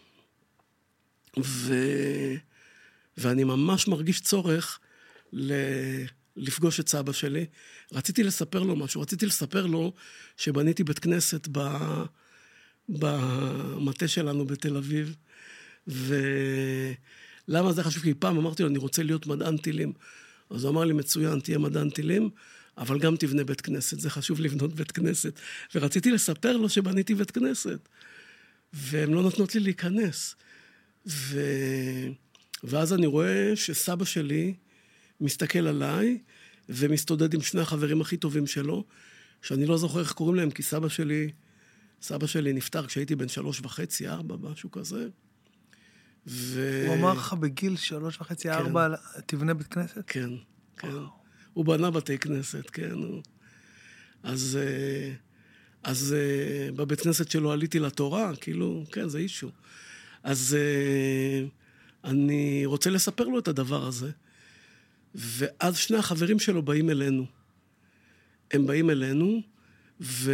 ו... ואני ממש מרגיש צורך ל... לפגוש את סבא שלי. רציתי לספר לו משהו, רציתי לספר לו שבניתי בית כנסת ב... במטה שלנו בתל אביב, ולמה זה חשוב? כי פעם אמרתי לו, אני רוצה להיות מדען טילים. אז הוא אמר לי, מצוין, תהיה מדען טילים, אבל גם תבנה בית כנסת, זה חשוב לבנות בית כנסת. ורציתי לספר לו שבניתי בית כנסת, והם לא נתנות לי להיכנס. ו... ואז אני רואה שסבא שלי מסתכל עליי, ומסתודד עם שני החברים הכי טובים שלו, שאני לא זוכר איך קוראים להם, כי סבא שלי, סבא שלי נפטר כשהייתי בן שלוש וחצי, ארבע, משהו כזה. ו... הוא אמר לך בגיל שלוש וחצי, כן. ארבע, תבנה בית כנסת? כן, כן. וואו. הוא בנה בתי כנסת, כן. הוא... אז, אז בבית כנסת שלו עליתי לתורה, כאילו, כן, זה אישו. אז אני רוצה לספר לו את הדבר הזה. ואז שני החברים שלו באים אלינו. הם באים אלינו, ו...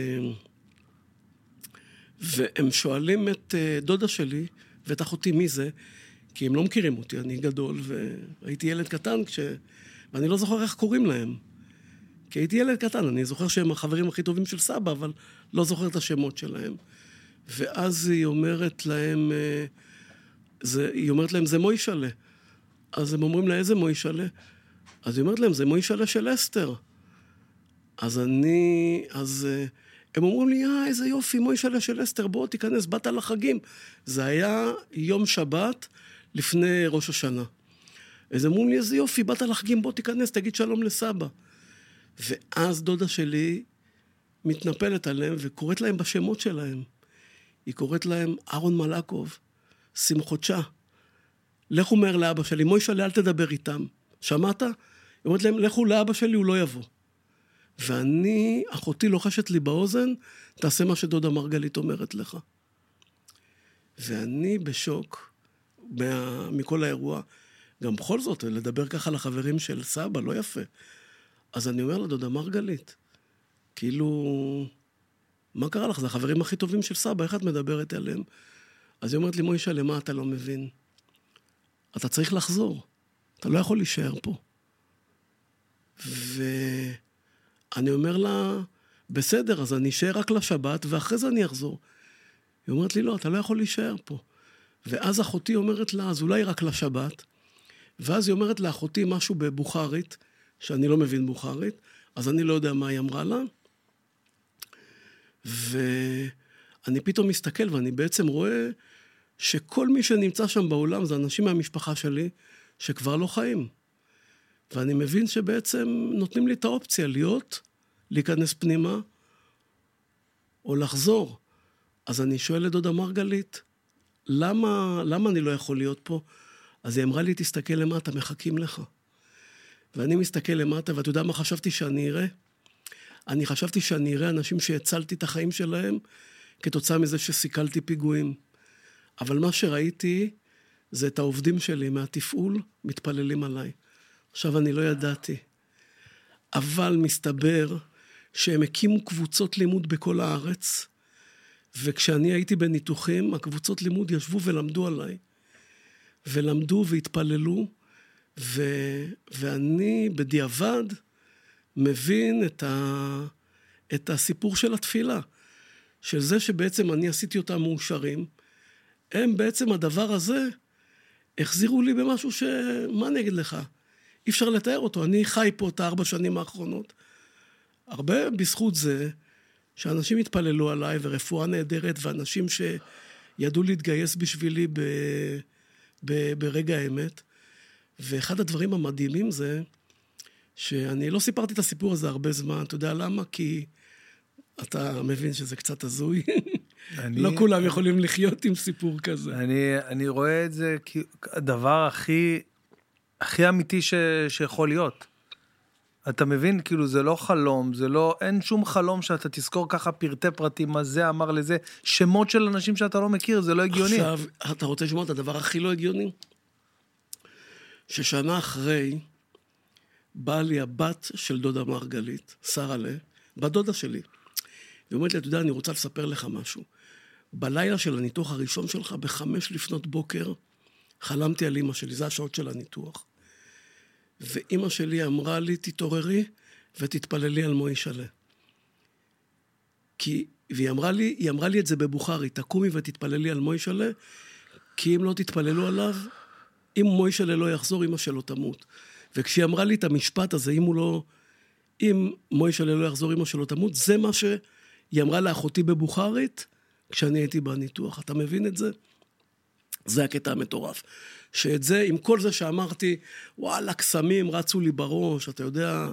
והם שואלים את דודה שלי ואת אחותי מי זה, כי הם לא מכירים אותי, אני גדול, והייתי ילד קטן, כש... ואני לא זוכר איך קוראים להם. כי הייתי ילד קטן, אני זוכר שהם החברים הכי טובים של סבא, אבל לא זוכר את השמות שלהם. ואז היא אומרת להם, זה... היא אומרת להם, זה מוישלה. אז הם אומרים לה, איזה מוישלה? אז היא אומרת להם, זה מוישלה של אסתר. אז אני, אז הם אומרים לי, אה, איזה יופי, מוישלה של אסתר, בוא תיכנס, באת לחגים. זה היה יום שבת לפני ראש השנה. אז הם אומרים לי, איזה יופי, באת לחגים, בוא תיכנס, תגיד שלום לסבא. ואז דודה שלי מתנפלת עליהם וקוראת להם בשמות שלהם. היא קוראת להם אהרון מלאקוב, שמחותשה. לכו מהר לאבא שלי, מוישלה, אל תדבר איתם. שמעת? היא אומרת להם, לכו לאבא שלי, הוא לא יבוא. ואני, אחותי לוחשת לי באוזן, תעשה מה שדודה מרגלית אומרת לך. ואני בשוק מה, מכל האירוע, גם בכל זאת, לדבר ככה לחברים של סבא, לא יפה. אז אני אומר לדודה מרגלית, כאילו, מה קרה לך? זה החברים הכי טובים של סבא, איך את מדברת עליהם? אז היא אומרת לי, מוישלה, מה אתה לא מבין? אתה צריך לחזור, אתה לא יכול להישאר פה. ואני אומר לה, בסדר, אז אני אשאר רק לשבת, ואחרי זה אני אחזור. היא אומרת לי, לא, אתה לא יכול להישאר פה. ואז אחותי אומרת לה, אז אולי רק לשבת, ואז היא אומרת לאחותי משהו בבוכרית, שאני לא מבין בוכרית, אז אני לא יודע מה היא אמרה לה, ואני פתאום מסתכל, ואני בעצם רואה שכל מי שנמצא שם בעולם, זה אנשים מהמשפחה שלי, שכבר לא חיים. ואני מבין שבעצם נותנים לי את האופציה להיות, להיכנס פנימה, או לחזור. אז אני שואל לדודה מרגלית, למה, למה אני לא יכול להיות פה? אז היא אמרה לי, תסתכל למטה, מחכים לך. ואני מסתכל למטה, ואתה יודע מה חשבתי שאני אראה? אני חשבתי שאני אראה אנשים שהצלתי את החיים שלהם, כתוצאה מזה שסיכלתי פיגועים. אבל מה שראיתי, זה את העובדים שלי מהתפעול, מתפללים עליי. עכשיו אני לא ידעתי. אבל מסתבר שהם הקימו קבוצות לימוד בכל הארץ, וכשאני הייתי בניתוחים, הקבוצות לימוד ישבו ולמדו עליי. ולמדו והתפללו, ו... ואני בדיעבד מבין את, ה... את הסיפור של התפילה, של זה שבעצם אני עשיתי אותם מאושרים, הם בעצם הדבר הזה החזירו לי במשהו ש... מה אני אגיד לך? אי אפשר לתאר אותו. אני חי פה את הארבע שנים האחרונות. הרבה בזכות זה שאנשים התפללו עליי ורפואה נהדרת, ואנשים שידעו להתגייס בשבילי ב... ב... ברגע האמת. ואחד הדברים המדהימים זה שאני לא סיפרתי את הסיפור הזה הרבה זמן. אתה יודע למה? כי אתה מבין שזה קצת הזוי. אני, לא כולם יכולים לחיות עם סיפור כזה. אני, אני רואה את זה כדבר הכי, הכי אמיתי ש, שיכול להיות. אתה מבין? כאילו זה לא חלום, זה לא, אין שום חלום שאתה תזכור ככה פרטי פרטים, מה זה אמר לזה, שמות של אנשים שאתה לא מכיר, זה לא הגיוני. עכשיו, אתה רוצה לשמוע את הדבר הכי לא הגיוני? ששנה אחרי, באה לי הבת של דודה מרגלית, שרה'לה, בדודה שלי. היא אומרת לי, אתה יודע, אני רוצה לספר לך משהו. בלילה של הניתוח הראשון שלך, בחמש לפנות בוקר, חלמתי על אמא שלי, זה השעות של הניתוח. ואמא שלי אמרה לי, תתעוררי ותתפללי על מוישלה. כי והיא אמרה לי, היא אמרה לי את זה בבוכרי, תקומי ותתפללי על מוישלה, כי אם לא תתפללו עליו, אם מוישלה לא יחזור, אמא שלו תמות. וכשהיא אמרה לי את המשפט הזה, אם הוא לא, אם מוישלה לא יחזור, אמא שלו תמות, זה מה שהיא אמרה לאחותי בבוכרית, כשאני הייתי בניתוח. אתה מבין את זה? זה הקטע המטורף. שאת זה, עם כל זה שאמרתי, וואלה, קסמים רצו לי בראש, אתה יודע,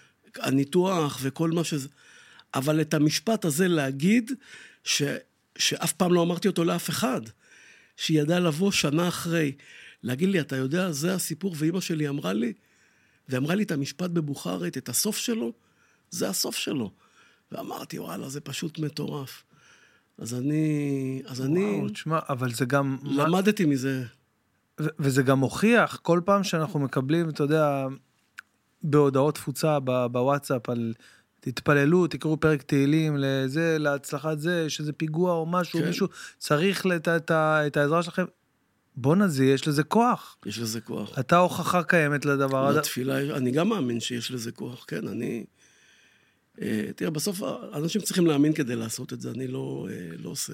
הניתוח וכל מה שזה, אבל את המשפט הזה להגיד, ש, שאף פעם לא אמרתי אותו לאף אחד, שהיא ידעה לבוא שנה אחרי, להגיד לי, אתה יודע, זה הסיפור, ואמא שלי אמרה לי, ואמרה לי את המשפט בבוכרית, את הסוף שלו, זה הסוף שלו. ואמרתי, וואלה, זה פשוט מטורף. אז אני, אז אני... וואו, תשמע, אבל זה גם... למדתי מזה. ו- וזה גם מוכיח, כל פעם שאנחנו מקבלים, אתה יודע, בהודעות תפוצה בוואטסאפ על תתפללו, תקראו פרק תהילים לזה, להצלחת זה, שזה פיגוע או משהו, כן. מישהו צריך לת- את, ה- את העזרה שלכם. בוא נזי, יש לזה כוח. יש לזה כוח. אתה הוכחה קיימת לדבר הזה. לתפילה, אני גם מאמין שיש לזה כוח, כן, אני... אה, תראה, בסוף אנשים צריכים להאמין כדי לעשות את זה, אני לא, אה, לא עושה...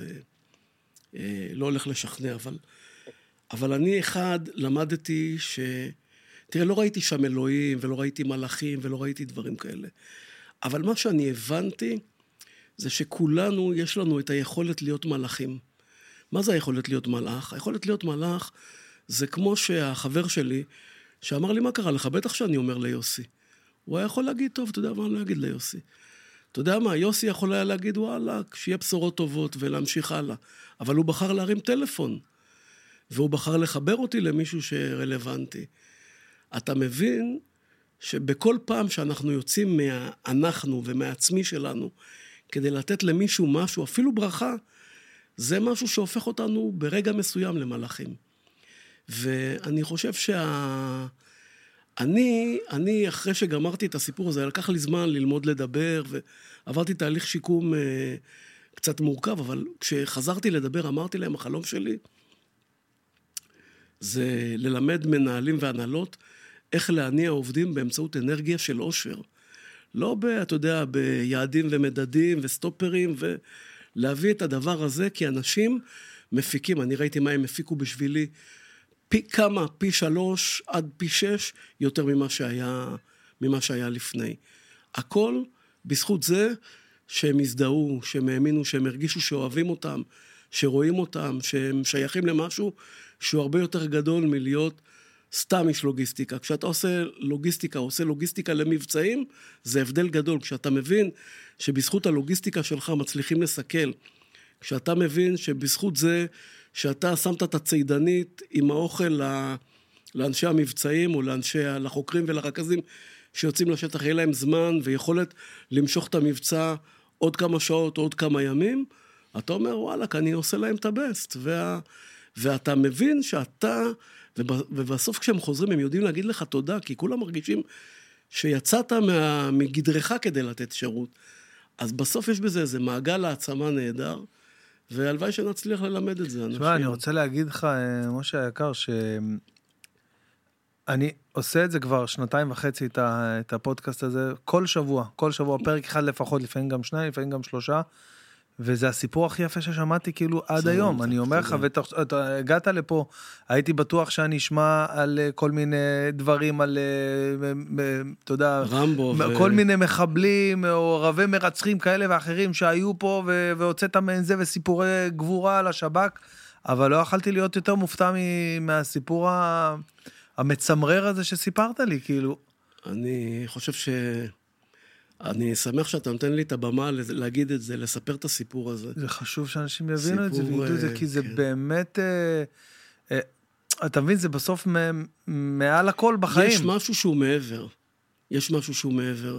אה, לא הולך לשכנע, אבל... אבל אני אחד למדתי ש... תראה, לא ראיתי שם אלוהים, ולא ראיתי מלאכים, ולא ראיתי דברים כאלה. אבל מה שאני הבנתי, זה שכולנו, יש לנו את היכולת להיות מלאכים. מה זה היכולת להיות מלאך? היכולת להיות מלאך, זה כמו שהחבר שלי, שאמר לי, מה קרה לך? בטח שאני אומר ליוסי. הוא היה יכול להגיד, טוב, אתה יודע מה אני לא אגיד ליוסי. אתה יודע מה, יוסי יכול היה להגיד, וואלה, שיהיה בשורות טובות ולהמשיך הלאה. אבל הוא בחר להרים טלפון. והוא בחר לחבר אותי למישהו שרלוונטי. אתה מבין שבכל פעם שאנחנו יוצאים מהאנחנו ומהעצמי שלנו, כדי לתת למישהו משהו, אפילו ברכה, זה משהו שהופך אותנו ברגע מסוים למלאכים. ואני חושב שה... אני, אני אחרי שגמרתי את הסיפור הזה, לקח לי זמן ללמוד לדבר, ועברתי תהליך שיקום אה, קצת מורכב, אבל כשחזרתי לדבר, אמרתי להם, החלום שלי, זה ללמד מנהלים והנהלות, איך להניע עובדים באמצעות אנרגיה של עושר. לא, ב, אתה יודע, ביעדים ומדדים וסטופרים, ולהביא את הדבר הזה, כי אנשים מפיקים, אני ראיתי מה הם הפיקו בשבילי, פי כמה, פי שלוש עד פי שש, יותר ממה שהיה, ממה שהיה לפני. הכל בזכות זה שהם הזדהו, שהם האמינו, שהם הרגישו שאוהבים אותם, שרואים אותם, שהם שייכים למשהו שהוא הרבה יותר גדול מלהיות סתם איש לוגיסטיקה. כשאתה עושה לוגיסטיקה, עושה לוגיסטיקה למבצעים, זה הבדל גדול. כשאתה מבין שבזכות הלוגיסטיקה שלך מצליחים לסכל, כשאתה מבין שבזכות זה שאתה שמת את הציידנית עם האוכל לאנשי המבצעים, או לאנשי, לחוקרים ולרכזים שיוצאים לשטח, יהיה להם זמן ויכולת למשוך את המבצע עוד כמה שעות, עוד כמה ימים, אתה אומר, וואלה, אני עושה להם את הבסט. וה, ואתה מבין שאתה, ובסוף כשהם חוזרים, הם יודעים להגיד לך תודה, כי כולם מרגישים שיצאת מה, מגדרך כדי לתת שירות. אז בסוף יש בזה איזה מעגל העצמה נהדר, והלוואי שנצליח ללמד את זה. תשמע, אני רוצה להגיד לך, משה היקר, שאני עושה את זה כבר שנתיים וחצי, את הפודקאסט הזה, כל שבוע, כל שבוע, פרק אחד לפחות, לפעמים גם שניים, לפעמים גם שלושה, וזה הסיפור הכי יפה ששמעתי כאילו עד היום. אני אומר לך, ואתה הגעת לפה, הייתי בטוח שאני אשמע על כל מיני דברים, על, אתה יודע, רמבו. כל מיני מחבלים, או רבי מרצחים כאלה ואחרים שהיו פה, והוצאת מהם זה, וסיפורי גבורה על השב"כ, אבל לא יכלתי להיות יותר מופתע מהסיפור המצמרר הזה שסיפרת לי, כאילו. אני חושב ש... אני שמח שאתה נותן לי את הבמה להגיד את זה, לספר את הסיפור הזה. זה חשוב שאנשים יבינו את זה וידעו את זה, כי זה באמת, אתה מבין, זה בסוף מעל הכל בחיים. יש משהו שהוא מעבר. יש משהו שהוא מעבר.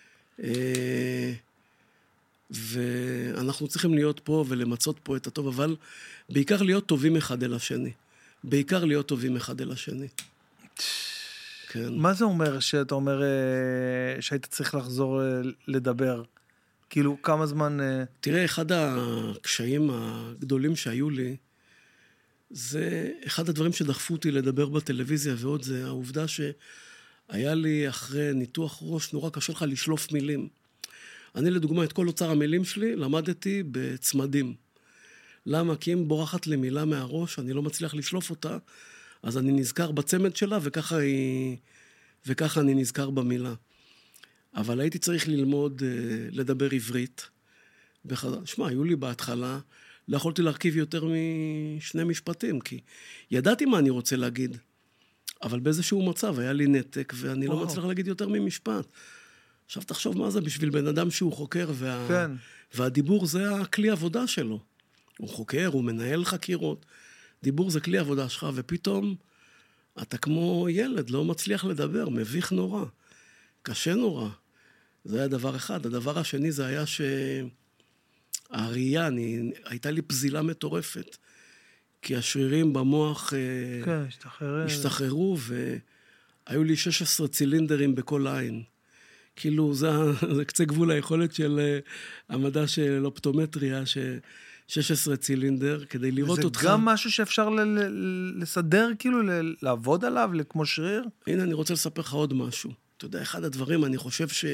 ואנחנו צריכים להיות פה ולמצות פה את הטוב, אבל בעיקר להיות טובים אחד אל השני. בעיקר להיות טובים אחד אל השני. כן. מה זה אומר שאתה אומר שהיית צריך לחזור לדבר? כאילו, כמה זמן... תראה, אחד הקשיים הגדולים שהיו לי, זה אחד הדברים שדחפו אותי לדבר בטלוויזיה, ועוד זה העובדה שהיה לי אחרי ניתוח ראש נורא קשה לך לשלוף מילים. אני לדוגמה, את כל אוצר המילים שלי למדתי בצמדים. למה? כי אם בורחת לי מילה מהראש, אני לא מצליח לשלוף אותה, אז אני נזכר בצמד שלה, וככה, היא... וככה אני נזכר במילה. אבל הייתי צריך ללמוד לדבר עברית. שמע, היו לי בהתחלה, לא יכולתי להרכיב יותר משני משפטים, כי ידעתי מה אני רוצה להגיד, אבל באיזשהו מצב היה לי נתק, ואני וואו. לא מצליח להגיד יותר ממשפט. עכשיו תחשוב מה זה בשביל בן אדם שהוא חוקר, וה... כן. והדיבור זה הכלי עבודה שלו. הוא חוקר, הוא מנהל חקירות. דיבור זה כלי עבודה שלך, ופתאום אתה כמו ילד, לא מצליח לדבר, מביך נורא, קשה נורא. זה היה דבר אחד. הדבר השני זה היה שהראייה, אני... הייתה לי פזילה מטורפת, כי השרירים במוח כן, השתחרר... השתחררו, והיו לי שש עשרה צילינדרים בכל עין. כאילו, זה, זה קצה גבול היכולת של המדע של אופטומטריה, ש-שש עשרה צילינדר, כדי לראות אותך... זה גם משהו שאפשר ל- ל- לסדר, כאילו, ל- לעבוד עליו, כמו שריר? הנה, אני רוצה לספר לך עוד משהו. אתה יודע, אחד הדברים, אני חושב ש...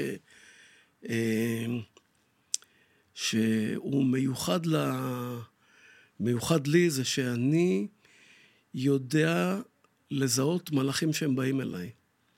שהוא מיוחד ל... מיוחד לי, זה שאני יודע לזהות מלאכים שהם באים אליי.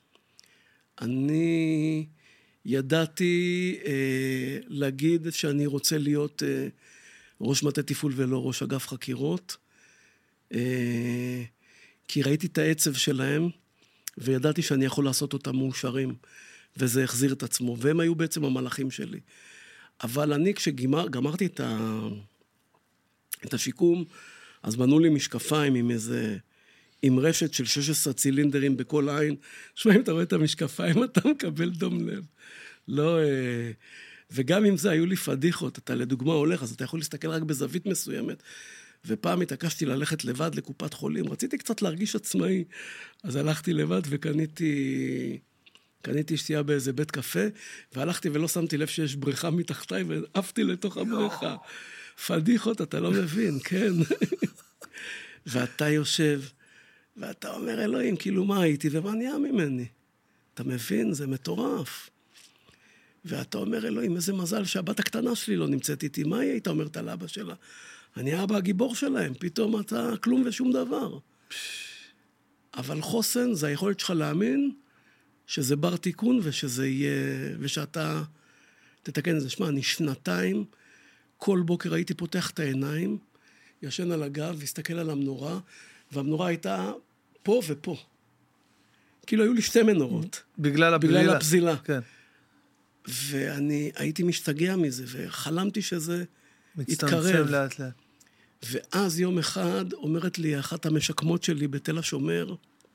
אני ידעתי אה, להגיד שאני רוצה להיות אה, ראש מטה תפעול ולא ראש אגף חקירות, אה, כי ראיתי את העצב שלהם, וידעתי שאני יכול לעשות אותם מאושרים, וזה החזיר את עצמו, והם היו בעצם המלאכים שלי. אבל אני, כשגמרתי את, ה... את השיקום, אז בנו לי משקפיים עם איזה... עם רשת של שש עשרה צילינדרים בכל עין. שמע, אם אתה רואה את המשקפיים, אתה מקבל דום לב. לא... וגם אם זה, היו לי פדיחות. אתה לדוגמה הולך, אז אתה יכול להסתכל רק בזווית מסוימת. ופעם התעקשתי ללכת לבד לקופת חולים. רציתי קצת להרגיש עצמאי. אז הלכתי לבד וקניתי... קניתי שתייה באיזה בית קפה, והלכתי ולא שמתי לב שיש בריכה מתחתיי, ועפתי לתוך הבריכה. פדיחות, אתה לא מבין, כן. ואתה יושב... ואתה אומר, אלוהים, כאילו מה הייתי ומה נהיה ממני? אתה מבין? זה מטורף. ואתה אומר, אלוהים, איזה מזל שהבת הקטנה שלי לא נמצאת איתי. מה היא הייתה אומרת על אבא שלה? אני אבא הגיבור שלהם, פתאום אתה כלום ושום דבר. אבל חוסן זה היכולת שלך להאמין שזה בר תיקון ושזה יהיה, ושאתה תתקן את זה. שמע, אני שנתיים, כל בוקר הייתי פותח את העיניים, ישן על הגב, והסתכל על המנורה, והמנורה הייתה פה ופה. כאילו היו לי שתי מנורות. בגלל הפזילה. בגלל הפזילה. כן. ואני הייתי משתגע מזה, וחלמתי שזה מצטמצם יתקרב. לאט לאט. ואז יום אחד אומרת לי אחת המשקמות שלי בתל השומר,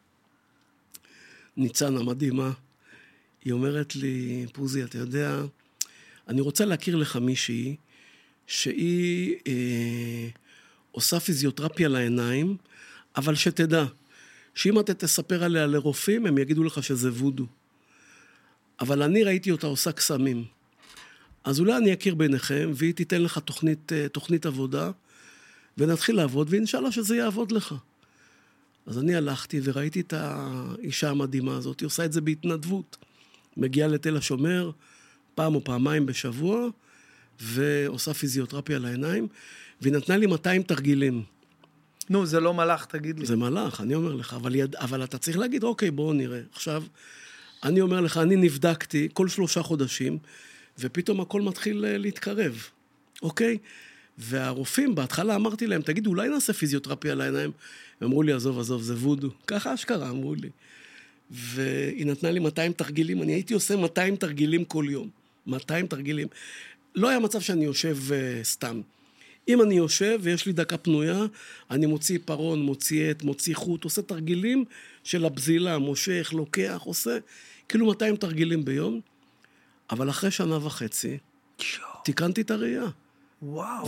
ניצן המדהימה, היא אומרת לי, פוזי, אתה יודע, אני רוצה להכיר לך מישהי, שהיא אה, עושה פיזיותרפיה לעיניים, אבל שתדע, שאם אתה תספר עליה לרופאים, הם יגידו לך שזה וודו. אבל אני ראיתי אותה עושה קסמים. אז אולי אני אכיר ביניכם, והיא תיתן לך תוכנית, תוכנית עבודה, ונתחיל לעבוד, ואינשאללה שזה יעבוד לך. אז אני הלכתי וראיתי את האישה המדהימה הזאת, היא עושה את זה בהתנדבות. מגיעה לתל השומר, פעם או פעמיים בשבוע, ועושה פיזיותרפיה לעיניים, והיא נתנה לי מאתיים תרגילים. נו, זה לא מלאך, תגיד לי. זה מלאך, אני אומר לך, אבל, יד... אבל אתה צריך להגיד, אוקיי, בואו נראה. עכשיו, אני אומר לך, אני נבדקתי כל שלושה חודשים, ופתאום הכל מתחיל להתקרב, אוקיי? והרופאים, בהתחלה אמרתי להם, תגיד, אולי נעשה פיזיותרפיה לעיניים? הם אמרו לי, עזוב, עזוב, זה וודו. ככה אשכרה, אמרו לי. והיא נתנה לי מאתיים תרגילים, אני הייתי עושה מאתיים תרגילים כל יום. מאתיים תרגילים. לא היה מצב שאני יושב uh, סתם. אם אני יושב ויש לי דקה פנויה, אני מוציא פרון, מוציא עט, מוציא חוט, עושה תרגילים של הבזילה, מושך, לוקח, עושה כאילו מאתיים תרגילים ביום, אבל אחרי שנה וחצי, תיקנתי את הראייה. וואו.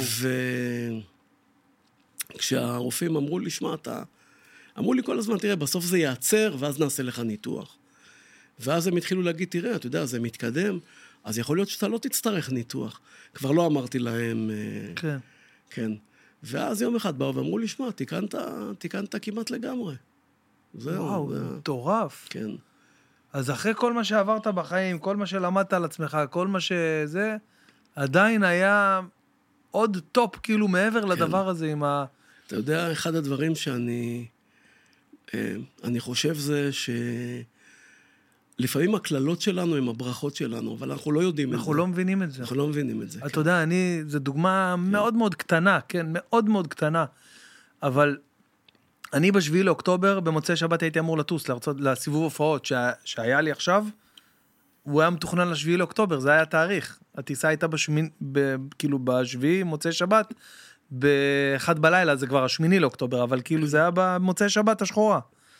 וכשהרופאים אמרו לי, שמע, אתה... אמרו לי כל הזמן, תראה, בסוף זה יעצר, ואז נעשה לך ניתוח. ואז הם התחילו להגיד, תראה, אתה יודע, זה מתקדם, אז יכול להיות שאתה לא תצטרך ניתוח. כבר לא אמרתי להם... כן. כן. ואז יום אחד באו ואמרו לי, שמע, תיקנת, תיקנת כמעט לגמרי. זהו. וואו, זה מטורף. כן. אז אחרי כל מה שעברת בחיים, כל מה שלמדת על עצמך, כל מה שזה, עדיין היה עוד טופ, כאילו, מעבר לדבר הזה עם ה... אתה יודע, אחד הדברים שאני... אני חושב זה ש... לפעמים הכללות שלנו הם הברכות שלנו, אבל אנחנו לא יודעים את זה. אנחנו לא מבינים את זה. אנחנו לא מבינים את זה. אתה יודע, אני... זו דוגמה מאוד מאוד קטנה, כן? מאוד מאוד קטנה. אבל אני בשביעי לאוקטובר, במוצאי שבת הייתי אמור לטוס לארצות, לסיבוב הופעות שהיה לי עכשיו, הוא היה מתוכנן לשביעי לאוקטובר, זה היה התאריך. הטיסה הייתה בשמין, כאילו בשביעי, מוצאי שבת, באחד בלילה, זה כבר השמיני לאוקטובר, אבל כאילו זה היה במוצאי שבת השחורה.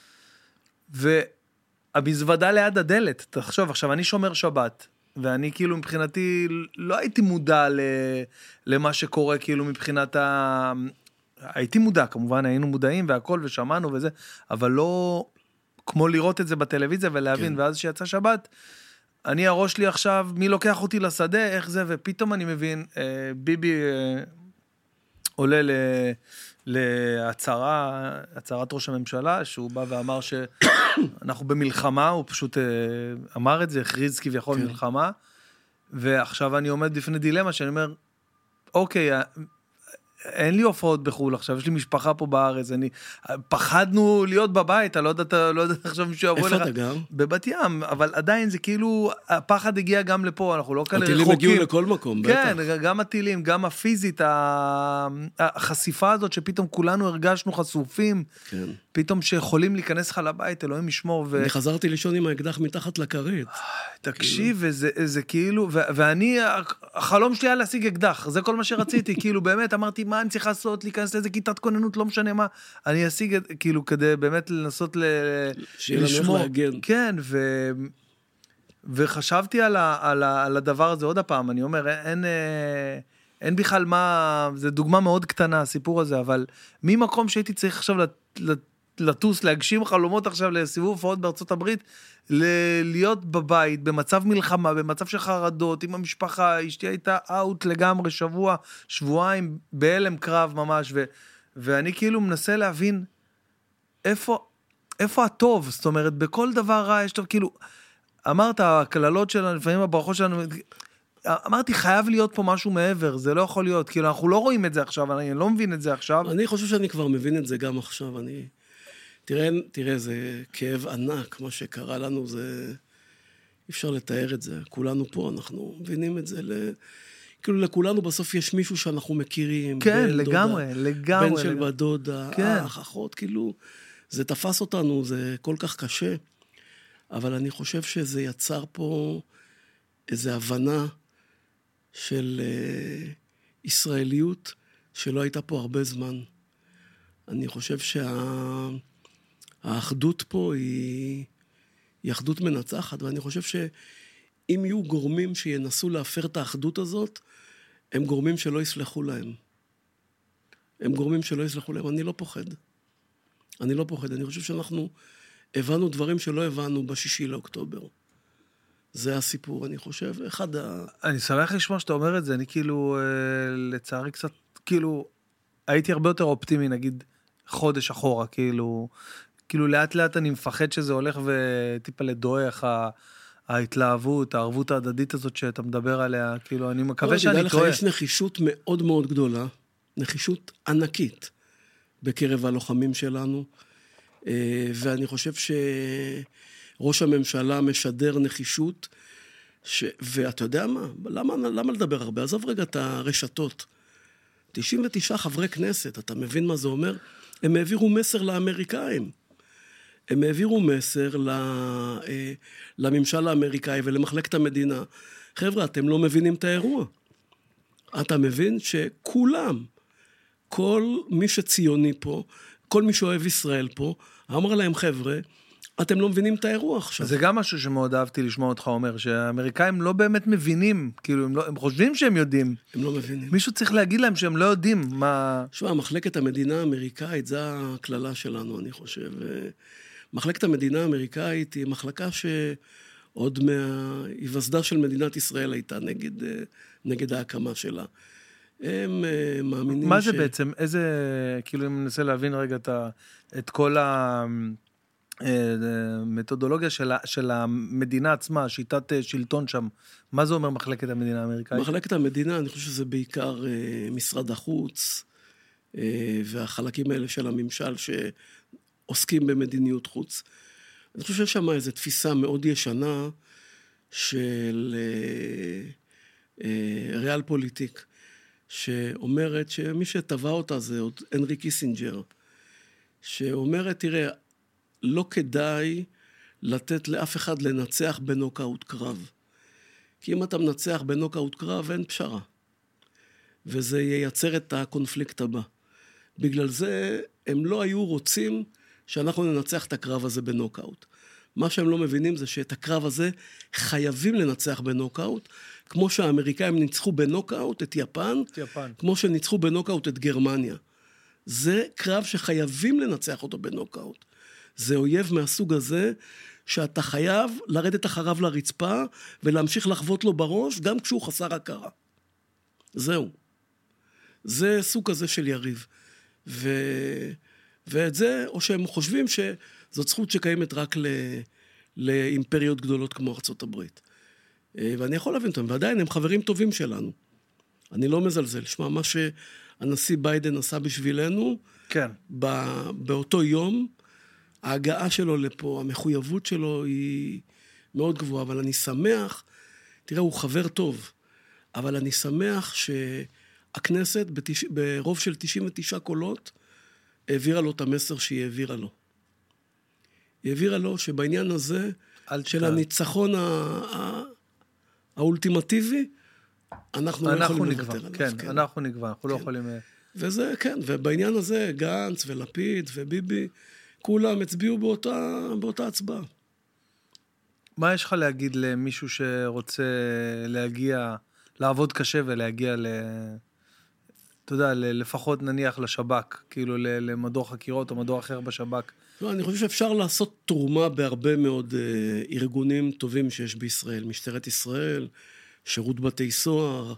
והמזוודה ליד הדלת, תחשוב, עכשיו אני שומר שבת, ואני כאילו מבחינתי לא הייתי מודע למה שקורה כאילו מבחינת ה... הייתי מודע, כמובן היינו מודעים והכל ושמענו וזה, אבל לא כמו לראות את זה בטלוויזיה ולהבין, כן. ואז שיצא שבת, אני הראש לי עכשיו, מי לוקח אותי לשדה, איך זה, ופתאום אני מבין, אה, ביבי אה, עולה ל... להצהרה, הצהרת ראש הממשלה, שהוא בא ואמר שאנחנו במלחמה, הוא פשוט אמר את זה, הכריז כביכול כן. מלחמה, ועכשיו אני עומד בפני דילמה, שאני אומר, אוקיי, אין לי הופעות בחול עכשיו, יש לי משפחה פה בארץ, אני, פחדנו להיות בבית, אני לא יודעת, לא יודעת עכשיו מישהו יבוא לך. איפה אתה גר? בבת ים, אבל עדיין זה כאילו, הפחד הגיע גם לפה, אנחנו לא כאלה רחוקים. הטילים הגיעו לכל מקום, בטח. כן, גם הטילים, גם הפיזית, החשיפה הזאת שפתאום כולנו הרגשנו חשופים, כן. פתאום שיכולים להיכנס לך לבית, אלוהים ישמור. ו... אני חזרתי לישון עם האקדח מתחת לכרית. תקשיב, וזה, זה כאילו, ו- ואני, החלום שלי היה להשיג אקדח, זה כל מה שרציתי, כאילו באמת אמרתי, מה אני צריך לעשות, להיכנס לאיזה כיתת כוננות, לא משנה מה, אני אשיג, כאילו, כדי באמת לנסות ל- לשמור. להגן. כן, ו... וחשבתי על, ה- על, ה- על הדבר הזה עוד הפעם, אני אומר, אין, אין בכלל מה, זה דוגמה מאוד קטנה, הסיפור הזה, אבל ממקום שהייתי צריך עכשיו לת... לטוס, להגשים חלומות עכשיו לסיבוב הופעות בארצות הברית, ל- להיות בבית, במצב מלחמה, במצב של חרדות, עם המשפחה, אשתי הייתה אאוט לגמרי, שבוע, שבועיים, בהלם קרב ממש, ו- ואני כאילו מנסה להבין, איפה, איפה הטוב? זאת אומרת, בכל דבר רע יש טוב, כאילו, אמרת, הכללות שלנו, לפעמים הברכות שלנו, אמרתי, חייב להיות פה משהו מעבר, זה לא יכול להיות, כאילו, אנחנו לא רואים את זה עכשיו, אני לא מבין את זה עכשיו. אני חושב שאני כבר מבין את זה גם עכשיו, אני... תראה, תראה, זה כאב ענק, מה שקרה לנו, זה... אי אפשר לתאר את זה. כולנו פה, אנחנו מבינים את זה. ל... כאילו, לכולנו בסוף יש מישהו שאנחנו מכירים. כן, לגמרי, דודה, לגמרי. בן של בדודה, כן. אח, אחות, כאילו, זה תפס אותנו, זה כל כך קשה. אבל אני חושב שזה יצר פה איזו הבנה של uh, ישראליות שלא הייתה פה הרבה זמן. אני חושב שה... האחדות פה היא, היא אחדות מנצחת, ואני חושב שאם יהיו גורמים שינסו להפר את האחדות הזאת, הם גורמים שלא יסלחו להם. הם גורמים שלא יסלחו להם. אני לא פוחד. אני לא פוחד. אני חושב שאנחנו הבנו דברים שלא הבנו בשישי לאוקטובר. זה הסיפור, אני חושב. אחד ה... אני שמח לשמוע שאתה אומר את זה. אני כאילו, לצערי קצת, כאילו, הייתי הרבה יותר אופטימי, נגיד, חודש אחורה, כאילו... כאילו לאט לאט אני מפחד שזה הולך וטיפה לדוח ההתלהבות, הערבות ההדדית הזאת שאתה מדבר עליה, כאילו אני מקווה שאני טועה. יש נחישות מאוד מאוד גדולה, נחישות ענקית בקרב הלוחמים שלנו, ואני חושב שראש הממשלה משדר נחישות, ש... ואתה יודע מה? למה, למה לדבר הרבה? עזוב רגע את הרשתות. תשעים ותשעה חברי כנסת, אתה מבין מה זה אומר? הם העבירו מסר לאמריקאים. הם העבירו מסר לממשל האמריקאי ולמחלקת המדינה. חבר'ה, אתם לא מבינים את האירוע. אתה מבין שכולם, כל מי שציוני פה, כל מי שאוהב ישראל פה, אמר להם, חבר'ה, אתם לא מבינים את האירוע עכשיו. זה גם משהו שמאוד אהבתי לשמוע אותך אומר, שהאמריקאים לא באמת מבינים, כאילו הם, לא, הם חושבים שהם יודעים. הם לא מבינים. מישהו צריך להגיד להם שהם לא יודעים מה... שוב, מחלקת המדינה האמריקאית, זה הכללה שלנו, אני חושב. מחלקת המדינה האמריקאית היא מחלקה שעוד מהיווסדה של מדינת ישראל הייתה נגד, נגד ההקמה שלה. הם מאמינים מה ש... זה בעצם? איזה, כאילו אם ננסה להבין רגע את, את כל ה... מתודולוגיה של, של המדינה עצמה, שיטת שלטון שם, מה זה אומר מחלקת המדינה האמריקאית? מחלקת המדינה, אני חושב שזה בעיקר משרד החוץ, והחלקים האלה של הממשל שעוסקים במדיניות חוץ. אני חושב ששם איזו תפיסה מאוד ישנה של ריאל פוליטיק, שאומרת שמי שטבע אותה זה עוד הנרי קיסינג'ר, שאומרת, תראה, לא כדאי לתת לאף אחד לנצח בנוקאוט קרב. כי אם אתה מנצח בנוקאוט קרב, אין פשרה. וזה ייצר את הקונפליקט הבא. בגלל זה הם לא היו רוצים שאנחנו ננצח את הקרב הזה בנוקאוט. מה שהם לא מבינים זה שאת הקרב הזה חייבים לנצח בנוקאוט, כמו שהאמריקאים ניצחו בנוקאוט את יפן, את יפן. כמו שניצחו בנוקאוט את גרמניה. זה קרב שחייבים לנצח אותו בנוקאוט. זה אויב מהסוג הזה, שאתה חייב לרדת אחריו לרצפה, ולהמשיך לחוות לו בראש, גם כשהוא חסר הכרה. זהו. זה סוג כזה של יריב. ו... ואת זה, או שהם חושבים שזאת זכות שקיימת רק ל... לאימפריות גדולות כמו ארצות הברית. ואני יכול להבין אותם, ועדיין הם חברים טובים שלנו. אני לא מזלזל. שמע, מה שהנשיא ביידן עשה בשבילנו, כן. באותו יום, ההגעה שלו לפה, המחויבות שלו היא מאוד גבוהה, אבל אני שמח, תראה, הוא חבר טוב, אבל אני שמח שהכנסת בתש... ברוב של תשעים ותשעה קולות, העבירה לו את המסר שהיא העבירה לו. היא העבירה לו שבעניין הזה, של הניצחון ה... ה... האולטימטיבי, אנחנו לא יכולים לוותר עליו. כן, כן, אנחנו נקבע, אנחנו לא יכולים... וזה, כן, ובעניין הזה, גנץ ולפיד וביבי, כולם הצביעו באותה, באותה הצבעה. מה יש לך להגיד למישהו שרוצה להגיע, לעבוד קשה ולהגיע ל... אתה יודע, לפחות נניח לשב"כ, כאילו למדור חקירות או מדור אחר בשב"כ? לא, אני חושב שאפשר לעשות תרומה בהרבה מאוד ארגונים טובים שיש בישראל. משטרת ישראל, שירות בתי סוהר,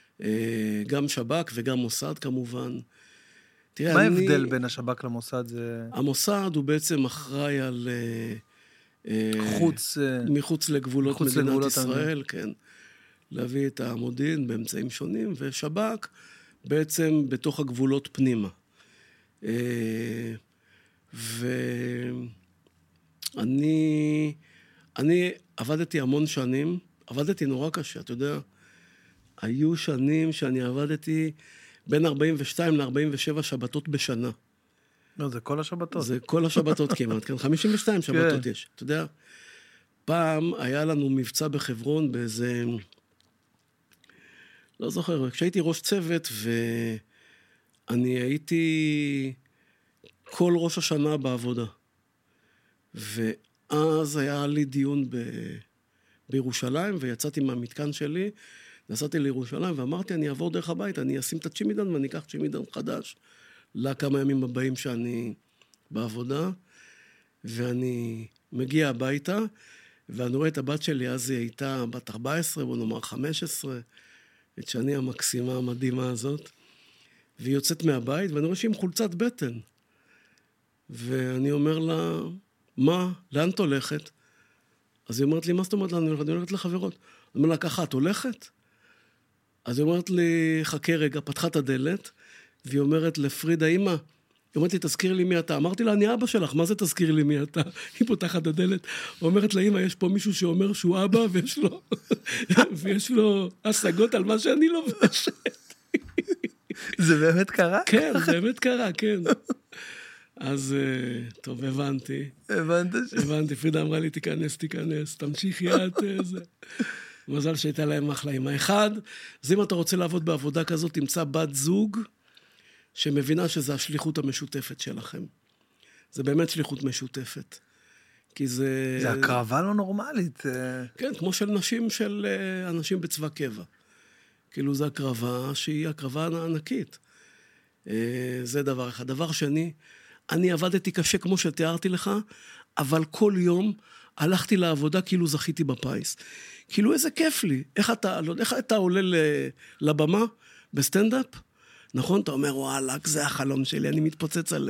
גם שב"כ וגם מוסד כמובן. תראה, מה אני... ההבדל בין השב"כ למוסד? זה... המוסד הוא בעצם אחראי על... חוץ... מחוץ לגבולות מחוץ מדינת לגבולות ישראל, אני... כן. להביא את המודיעין באמצעים שונים, ושב"כ בעצם בתוך הגבולות פנימה. ואני אני עבדתי המון שנים, עבדתי נורא קשה, אתה יודע, היו שנים שאני עבדתי בין ארבעים ושתיים ל-ארבעים ושבע שבתות בשנה. לא, זה כל השבתות. זה כל השבתות כמעט, כן, חמישים ושתיים שבתות יש. אתה יודע, פעם היה לנו מבצע בחברון באיזה, לא זוכר, כשהייתי ראש צוות ואני הייתי כל ראש השנה בעבודה. ואז היה לי דיון ב... בירושלים, ויצאתי מהמתקן שלי, נסעתי לירושלים, ואמרתי, אני אעבור דרך הבית, אני אשים את הצ'ימידן, ואני אקח צ'ימידן חדש, לכמה ימים הבאים שאני בעבודה, ואני מגיע הביתה, ואני רואה את הבת שלי, אז היא הייתה בת ארבע עשרה, בוא נאמר חמש עשרה, את שני המקסימה המדהימה הזאת, והיא יוצאת מהבית, ואני רואה שהיא עם חולצת בטן. ואני אומר לה, מה? לאן את הולכת? אז היא אומרת לי, מה זאת אומרת? אני הולכת לחברות. אני אומר לה, ככה, את הולכת? אז היא אומרת לי, חכה רגע, פתחה את הדלת, והיא אומרת לפרידה, אמא, היא אומרת לי, תזכיר לי מי אתה. אמרתי לה, אני אבא שלך, מה זה תזכיר לי מי אתה? היא פותחת את הדלת, אומרת לה, אמא, יש פה מישהו שאומר שהוא אבא, ויש לו, ויש לו השגות על מה שאני לובשת. זה באמת קרה? כן, זה באמת קרה, כן. אז, טוב, הבנתי. הבנת ש... הבנתי, פרידה אמרה לי, תיכנס, תיכנס, תמשיכי את זה. מזל שהייתה להם אחלה עם האחד. אז אם אתה רוצה לעבוד בעבודה כזאת, תמצא בת זוג שמבינה שזו השליחות המשותפת שלכם. זה באמת שליחות משותפת. כי זה... זה הקרבה לא נורמלית. כן, כמו של נשים, של אנשים בצבא קבע. כאילו, זו הקרבה שהיא הקרבה ענקית. זה דבר אחד. דבר שני, אני עבדתי קשה כמו שתיארתי לך, אבל כל יום הלכתי לעבודה כאילו זכיתי בפייס. כאילו איזה כיף לי. איך אתה, איך אתה עולה לבמה בסטנדאפ? נכון? אתה אומר, וואלק, זה החלום שלי, אני מתפוצץ עליהם.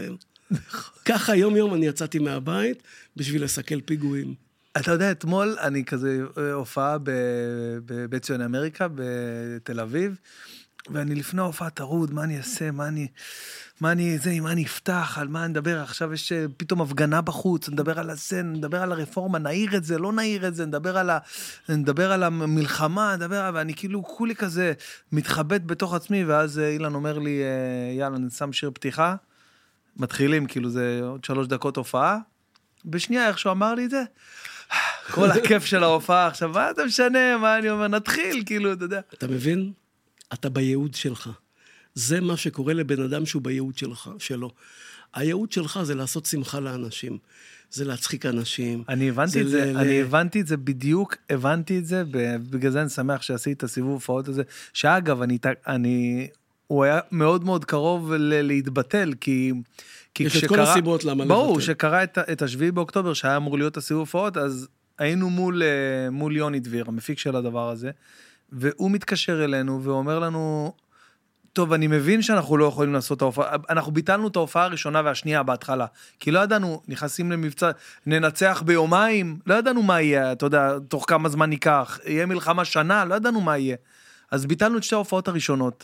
ככה יום יום אני יצאתי מהבית בשביל לסכל פיגועים. אתה יודע, אתמול אני כזה הופעה בבית ציוני אמריקה, בתל אביב, ואני לפני הופעה תרוד, מה אני אעשה, מה אני, מה אני, זה, מה אני אפתח, על מה אני מדבר, עכשיו יש פתאום הפגנה בחוץ, נדבר על הזה, נדבר על הרפורמה, נעיר את זה, לא נעיר את זה, נדבר על, ה, נדבר על המלחמה, נדבר, ואני כאילו כולי כזה מתחבט בתוך עצמי, ואז אילן אומר לי, יאללה, אני שם שיר פתיחה, מתחילים, כאילו זה עוד שלוש דקות הופעה, בשנייה איך שהוא אמר לי את זה, כל הכיף של ההופעה, עכשיו מה אתה משנה, מה אני אומר, נתחיל, כאילו, אתה יודע. אתה מבין? אתה בייעוד שלך. זה מה שקורה לבן אדם שהוא בייעוד שלך, שלו. הייעוד שלך זה לעשות שמחה לאנשים. זה להצחיק אנשים. אני הבנתי את זה, אני הבנתי את זה בדיוק, הבנתי את זה, בגלל זה אני שמח שעשיתי את הסיבוב הופעות הזה, שאגב, אני, אני, הוא היה מאוד מאוד קרוב להתבטל, כי... יש את כל הסיבות למה לבטל. ברור, שקרה את, את השביעי באוקטובר, שהיה אמור להיות הסיבוב הופעות, אז היינו מול, מול יוני דביר, המפיק של הדבר הזה, והוא מתקשר אלינו ואומר לנו, טוב, אני מבין שאנחנו לא יכולים לעשות את ההופעה, אנחנו ביטלנו את ההופעה הראשונה והשנייה בהתחלה, כי לא ידענו, נכנסים למבצע, ננצח ביומיים, לא ידענו מה יהיה, אתה יודע, תוך כמה זמן ניקח, יהיה מלחמה שנה, לא ידענו מה יהיה. אז ביטלנו את שתי ההופעות הראשונות,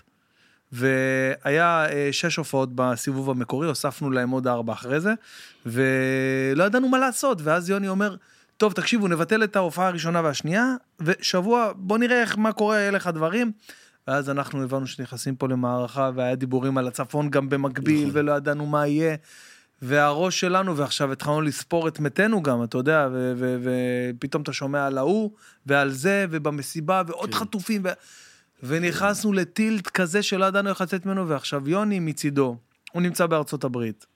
והיה שש הופעות בסיבוב המקורי, הוספנו להם עוד ארבע אחרי זה, ולא ידענו מה לעשות, ואז יוני אומר, טוב, תקשיבו, נבטל את ההופעה הראשונה והשנייה, ושבוע, בוא נראה איך, מה קורה, אליך הדברים, ואז אנחנו הבנו שנכנסים פה למערכה, והיה דיבורים על הצפון גם במקביל, ולא ידענו מה יהיה, והראש שלנו, ועכשיו התחלנו לספור את מתנו גם, אתה יודע, ופתאום אתה שומע על ההוא, ועל זה, ובמסיבה, ועוד חטופים, ונכנסנו לטילט כזה שלא ידענו איך לצאת ממנו, ועכשיו יוני מצידו, הוא נמצא בארצות הברית,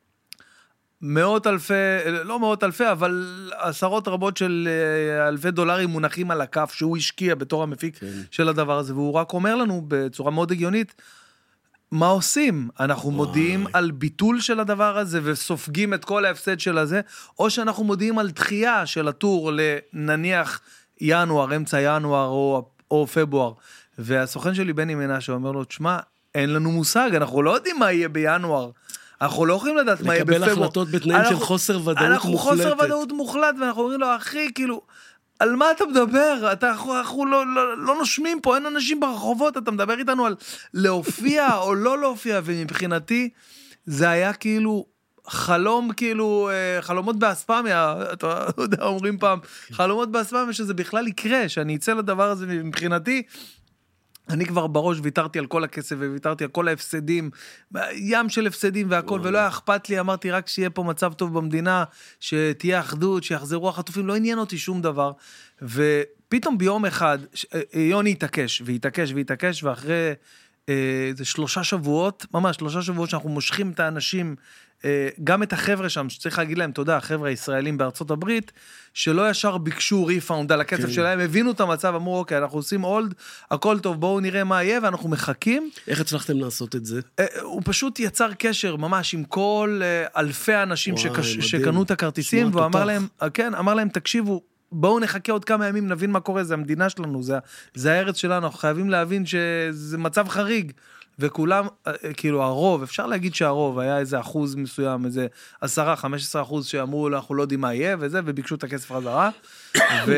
מאות אלפי, לא מאות אלפי, אבל עשרות רבות של אלפי דולרים מונחים על הכף, שהוא השקיע בתור המפיק כן. של הדבר הזה, והוא רק אומר לנו בצורה מאוד הגיונית, מה עושים? אנחנו וואי. מודיעים על ביטול של הדבר הזה, וסופגים את כל ההפסד של הזה, או שאנחנו מודיעים על דחייה של הטור, לנניח ינואר, אמצע ינואר, או, או פברואר, והסוכן שלי בני מנשה אומר לו, תשמע, אין לנו מושג, אנחנו לא יודעים מה יהיה בינואר, אנחנו לא יכולים לדעת מה יהיה בפברואר. לקבל החלטות בתנאים של חוסר ודאות מוחלטת. אנחנו חוסר ודאות מוחלט, ואנחנו אומרים לו, אחי, כאילו, על מה אתה מדבר? אתה, אנחנו לא, לא, לא נושמים פה, אין אנשים ברחובות, אתה מדבר איתנו על להופיע או לא להופיע, ומבחינתי, זה היה כאילו, חלום כאילו, חלומות באספמיה, אתה יודע, אומרים פעם, חלומות באספמיה, שזה בכלל יקרה, שאני אצא לדבר הזה מבחינתי, אני כבר בראש ויתרתי על כל הכסף, וויתרתי על כל ההפסדים, ים של הפסדים והכל, ולא היה אכפת לי, אמרתי רק שיהיה פה מצב טוב במדינה, שתהיה אחדות, שיחזרו החטופים, לא עניין אותי שום דבר, ופתאום ביום אחד, יוני יתעקש, ויתעקש ויתעקש, ואחרי איזה שלושה שבועות, ממש שלושה שבועות שאנחנו מושכים את האנשים, גם את החבר'ה שם, שצריך להגיד להם, תודה, החבר'ה הישראלים בארצות הברית, שלא ישר ביקשו ריפאונד על הכסף שלהם, הבינו את המצב, אמרו, אוקיי, אנחנו עושים אולד, הכל טוב, בואו נראה מה יהיה, ואנחנו מחכים. איך הצלחתם לעשות את זה? הוא פשוט יצר קשר ממש עם כל אלפי האנשים שקנו את הכרטיסים, והוא אמר להם, כן, אמר להם, תקשיבו, בואו נחכה עוד כמה ימים, נבין מה קורה, זה המדינה שלנו, זה, זה הארץ שלנו, אנחנו חייבים להבין שזה מצב חריג, וכולם, כאילו הרוב, אפשר להגיד שהרוב, היה איזה אחוז מסוים, איזה עשרה, חמש עשרה אחוז שאמרו, אנחנו לא יודעים מה יהיה, וזה, וביקשו את הכסף חזרה, ו...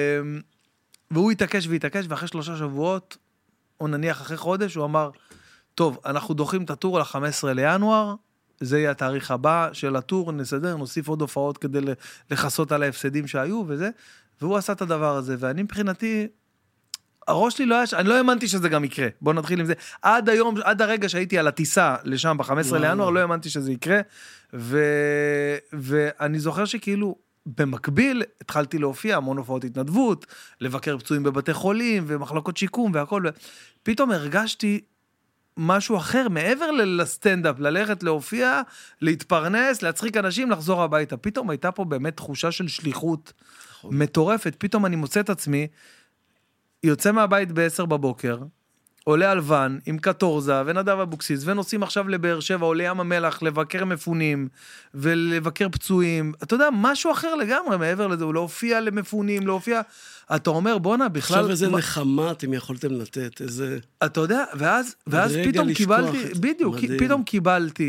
והוא התעקש והתעקש, ואחרי שלושה שבועות, או נניח אחרי חודש, הוא אמר, טוב, אנחנו דוחים את הטור ל-חמישה עשר לינואר, זה יהיה התאריך הבא של הטור, נסדר, נוסיף עוד הופעות כדי לחסות על ההפסדים שהיו, וזה, והוא עשה את הדבר הזה, ואני מבחינתי, הראש שלי לא היה, אני לא האמנתי שזה גם יקרה, בואו נתחיל עם זה, עד היום, עד הרגע שהייתי על הטיסה לשם ב-חמישה עשר לינואר, לא האמנתי שזה יקרה, ו... ואני זוכר שכאילו, במקביל, התחלתי להופיע המון הופעות התנדבות, לבקר פצועים בבתי חולים, ומחלקות שיקום והכל, פתאום הרגשתי משהו אחר, מעבר לסטנדאפ, ללכת להופיע, להתפרנס, להצחיק אנשים, לחזור הביתה, פתאום הייתה פה באמת תחושה של שליחות מטורפת, פתאום אני מוצא את עצמי, יוצא מהבית בעשר בבוקר, עולה על ון עם קטורזה ונדב אבוקסיס, ונוסעים עכשיו לבאר שבע, עולה ים המלח, לבקר מפונים, ולבקר פצועים, אתה יודע, משהו אחר לגמרי, מעבר לזה, הוא לא הופיע למפונים, לא הופיע, אתה אומר, בונה, בכלל... עכשיו איזה נחמה אתם יכולתם לתת, איזה... אתה יודע, ואז, ואז פתאום קיבלתי, בדיוק, פתאום קיבלתי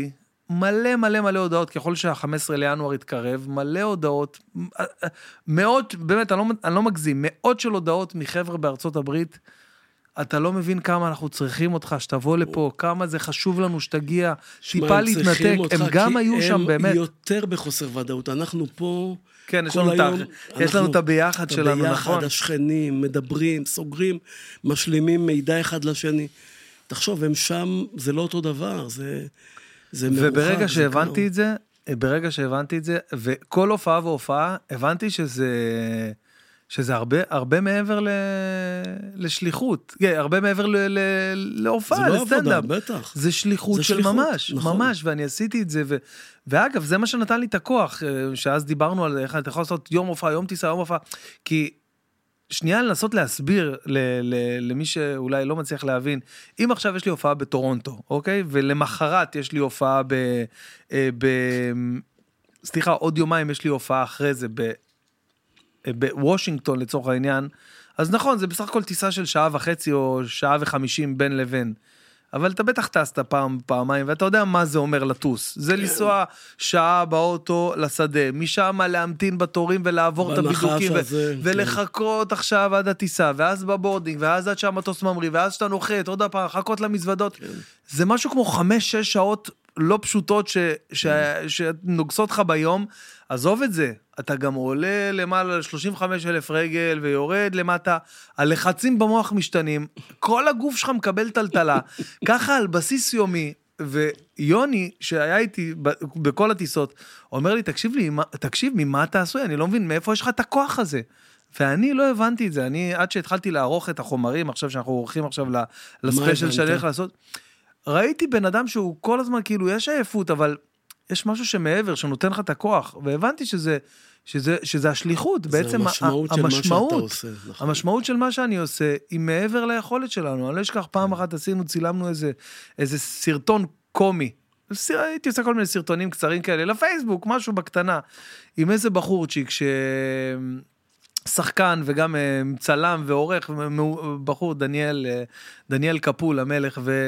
מלא מלא מלא הודעות, ככל שה-חמישה עשר לינואר התקרב, מלא הודעות, מאות, באמת, אני לא, אני לא מגזים, מאות של הודעות מחבר'ה בארצות הברית, אתה לא מבין כמה אנחנו צריכים אותך, שתבוא לפה, כמה זה חשוב לנו שתגיע, טיפה להתנתק, הם גם היו שם באמת. הם יותר בחוסר ודאות, אנחנו פה... כן, יש לנו, היום, את, יש לנו את הביחד שלנו, ביחד, נכון. השכנים, מדברים, סוגרים, משלימים מידע אחד לשני. תחשוב, הם שם, זה לא אותו דבר, זה, זה מרוחק. וברגע שהבנתי זה את זה, ברגע שהבנתי את זה, וכל הופעה והופעה, הבנתי שזה, שזה הרבה, הרבה מעבר ל, לשליחות, הרבה מעבר ל, ל, להופעה, לסטנדאפ. זה לא עבודה, בטח. זה שליחות זה של שליחות, ממש, נכון. ממש, ואני עשיתי את זה, ו... ואגב, זה מה שנתן לי את הכוח, שאז דיברנו על איך אתה יכול לעשות יום הופעה, יום טיסה, יום הופעה, כי שנייה לנסות להסביר ל, ל, למי שאולי לא מצליח להבין, אם עכשיו יש לי הופעה בטורונטו, אוקיי? ולמחרת יש לי הופעה ב... ב סליחה, עוד יומיים יש לי הופעה אחרי זה ב... בוושינגטון לצורך העניין, אז נכון, זה בסך הכל טיסה של שעה וחצי או שעה וחמישים בין לבין, אבל אתה בטח טסת פעם, פעמיים, ואתה יודע מה זה אומר לטוס. זה לנסוע שעה באוטו לשדה, משם להמתין בתורים ולעבור את הבידוקים, ולחכות עכשיו עד הטיסה, ואז בבורדינג, ואז עד שהמטוס ממריא, ואז שאתה נוחת, עוד פעם, חכות למזוודות. זה משהו כמו חמש, שש שעות לא פשוטות שנוגסות לך ביום, עזוב את זה. אתה גם עולה למעלה ל-שלושים וחמישה אלף רגל, ויורד למטה, הלחצים במוח משתנים, כל הגוף שלך מקבל טלטלה, ככה על בסיס יומי, ויוני, שהיה איתי בכל הטיסות, אומר לי, תקשיב לי, תקשיב, ממה אתה עשוי? אני לא מבין, מאיפה יש לך את הכוח הזה? ואני לא הבנתי את זה, אני, עד שהתחלתי לערוך את החומרים, עכשיו שאנחנו עורכים עכשיו לספיישל שאני הולך לעשות, ראיתי בן אדם שהוא כל הזמן, כאילו, יש עייפות, אבל יש משהו שמעבר, שנותן לך את הכוח, והבנתי שזה, שזה, שזה השליחות, בעצם המשמעות של מה שאתה עושה. המשמעות של מה שאני עושה, היא מעבר ליכולת שלנו. אני לא אשכח, פעם אחת עשינו, צילמנו איזה, איזה סרטון קומי, הייתי עושה כל מיני סרטונים קצרים כאלה, לפייסבוק, משהו בקטנה, עם איזה בחורצ'יק, ש... שחקן וגם צלם ועורך, בחור דניאל, דניאל קפול, המלך, ו...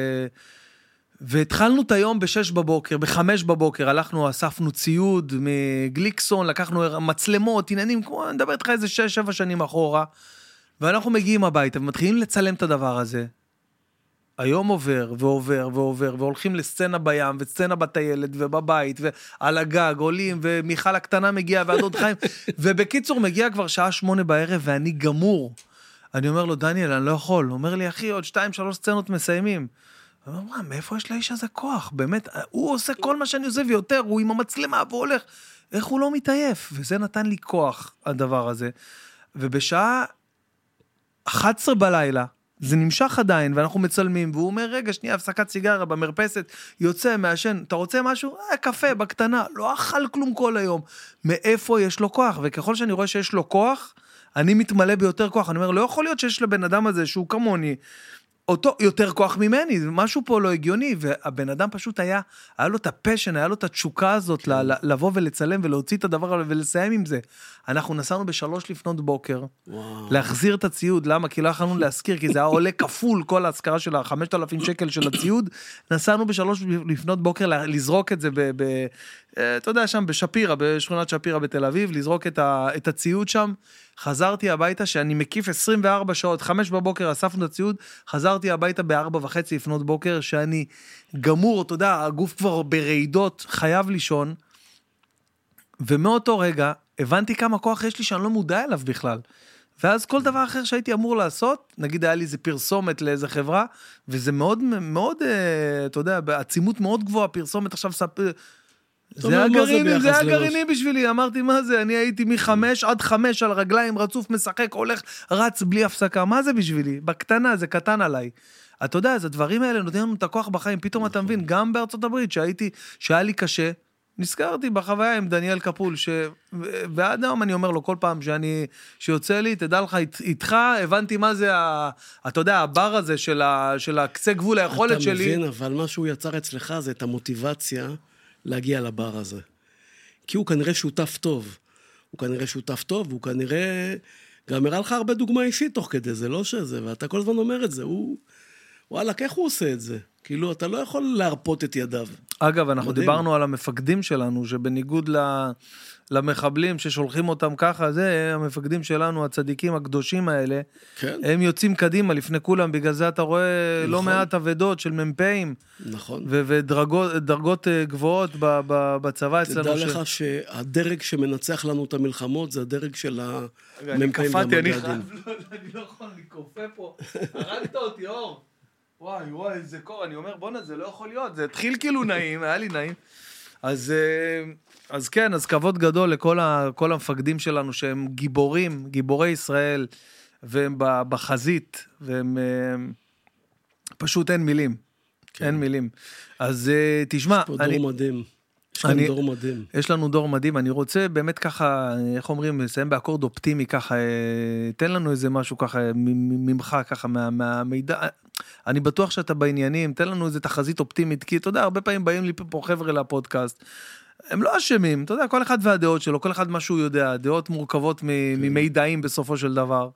והתחלנו את היום בשש בבוקר, בחמש בבוקר, הלכנו, אספנו ציוד מגליקסון, לקחנו מצלמות, עניינים, כמו, אני מדבר איתך איזה שש, שבע שנים אחורה, ואנחנו מגיעים הביתה, ומתחילים לצלם את הדבר הזה. היום עובר, ועובר, ועובר, והולכים לסצנה בים, וסצנה בטיילת, ובבית, ועל הגג, עולים, ומיכל הקטנה מגיעה, ועדות חיים, ובקיצור מגיע כבר שעה שמונה בערב, ואני גמור. אני אומר לו, דניאל, אני לא יכול. הוא אומר לי, אחי, עוד שתיים, שלוש סצנות מסיימים. הוא אומר, מאיפה יש לאיש הזה כוח? באמת, הוא עושה כל מה שאני עושה ויותר, הוא עם המצלמה והולך. איך הוא לא מתעייף? וזה נתן לי כוח, הדבר הזה. ובשעה אחת עשרה בלילה, זה נמשך עדיין, ואנחנו מצלמים, והוא אומר, רגע, שנייה, הפסקת סיגרה במרפסת, יוצא, מעשן, אתה רוצה משהו? אה, קפה, בקטנה, לא אכל כלום כל היום. מאיפה יש לו כוח? וככל שאני רואה שיש לו כוח, אני מתמלא ביותר כוח. אני אומר, לא יכול להיות שיש לבן אדם הזה, שהוא כמוני, אותו יותר כוח ממני, משהו פה לא הגיוני, והבן אדם פשוט היה, היה לו את הפשן, היה לו את התשוקה הזאת, לבוא ולצלם ולהוציא את הדבר הזה ולסיים עם זה. אנחנו נסענו בשלוש לפנות בוקר, להחזיר את הציוד, למה? כי לא יכולנו להזכיר, כי זה היה עולה כפול כל ההזכרה של ה-חמשת אלפים שקל של הציוד, נסענו בשלוש לפנות בוקר לזרוק את זה, ב, אתה יודע, שם בשפירה, בשכונת שפירה בתל אביב, לזרוק את, ה, את הציוד שם, חזרתי הביתה שאני מקיף עשרים וארבע שעות, חמש בבוקר אספנו את הציוד, חזרתי הביתה בארבע וחצי לפנות בוקר, שאני גמור, אתה יודע, הגוף כבר ברעידות, חייב לישון, ומאותו רגע, הבנתי כמה כוח יש לי שאני לא מודע אליו בכלל, ואז כל דבר אחר שהייתי אמור לעשות, נגיד היה לי איזה פרסומת לאיזה חברה, וזה מאוד, מאוד, אתה יודע, בעצימות מאוד גבוהה, פרסומת עכשיו ספר, זה הגרעיני, זה הגרעיני בשבילי, אמרתי מה זה, אני הייתי מחמש עד חמש על רגליים, רצוף, משחק, הולך, רץ בלי הפסקה, מה זה בשבילי? בקטנה, זה קטן עליי. אתה יודע, אז הדברים האלה נותנים לנו את הכוח בחיים, פתאום אתה מבין, גם בארצות הברית, שהייתי, שהיה לי קשה, נזכרתי בחוויה עם דניאל קפול, ש... ועד היום אני אומר לו כל פעם שאני, שיוצא לי, תדע לך, איתך, הבנתי מה זה, ה... אתה יודע, הבר הזה של, ה... של הקצה גבול היכולת שלי. אתה מבין, אבל מה שהוא יצר אצלך זה את המוטיבציה להגיע לבר הזה. כי הוא כנראה שותף טוב. הוא כנראה שותף טוב, והוא כנראה גם הראה לך הרבה דוגמה אישית תוך כדי זה, לא שזה, ואתה כל הזמן אומר את זה, הוא, וואלה, איך הוא עושה את זה? כאילו, אתה לא יכול להרפות את ידיו. אגב, אנחנו מדהים. דיברנו על המפקדים שלנו, שבניגוד למחבלים ששולחים אותם ככה, זה המפקדים שלנו, הצדיקים הקדושים האלה, כן. הם יוצאים קדימה לפני כולם, בגלל זה אתה רואה נכון. לא מעט עבדות של ממפאים, נכון. ו- ודרגות גבוהות ב- ב- בצבא אצלנו. תדע ש... לך שהדרג שמנצח לנו את המלחמות, זה הדרג של הממפאים והמג"דים. אני לא יכול, אני קופה פה, הרגת אותי אור. וואי, וואי, איזה קור, אני אומר, בונה, זה לא יכול להיות, זה התחיל כאילו נעים, היה לי נעים. אז, אז כן, אז כבוד גדול לכל ה, כל המפקדים שלנו, שהם גיבורים, גיבורי ישראל, והם בחזית, והם פשוט אין מילים, כן. אין מילים. אז תשמע, יש פה אני... דור מדהים. יש לנו דור מדהים. יש לנו דור מדהים, אני רוצה באמת ככה, איך אומרים, לסיים באקורד אופטימי ככה, תן לנו איזה משהו ככה, ממך ככה, מה, מהמידע, אני בטוח שאתה בעניינים, תן לנו איזה תחזית אופטימית, כי אתה יודע, הרבה פעמים באים לי פה חבר'ה לפודקאסט, הם לא אשמים, אתה יודע, כל אחד והדעות שלו, כל אחד מה שהוא יודע, דעות מורכבות ממידעים בסופו של דבר.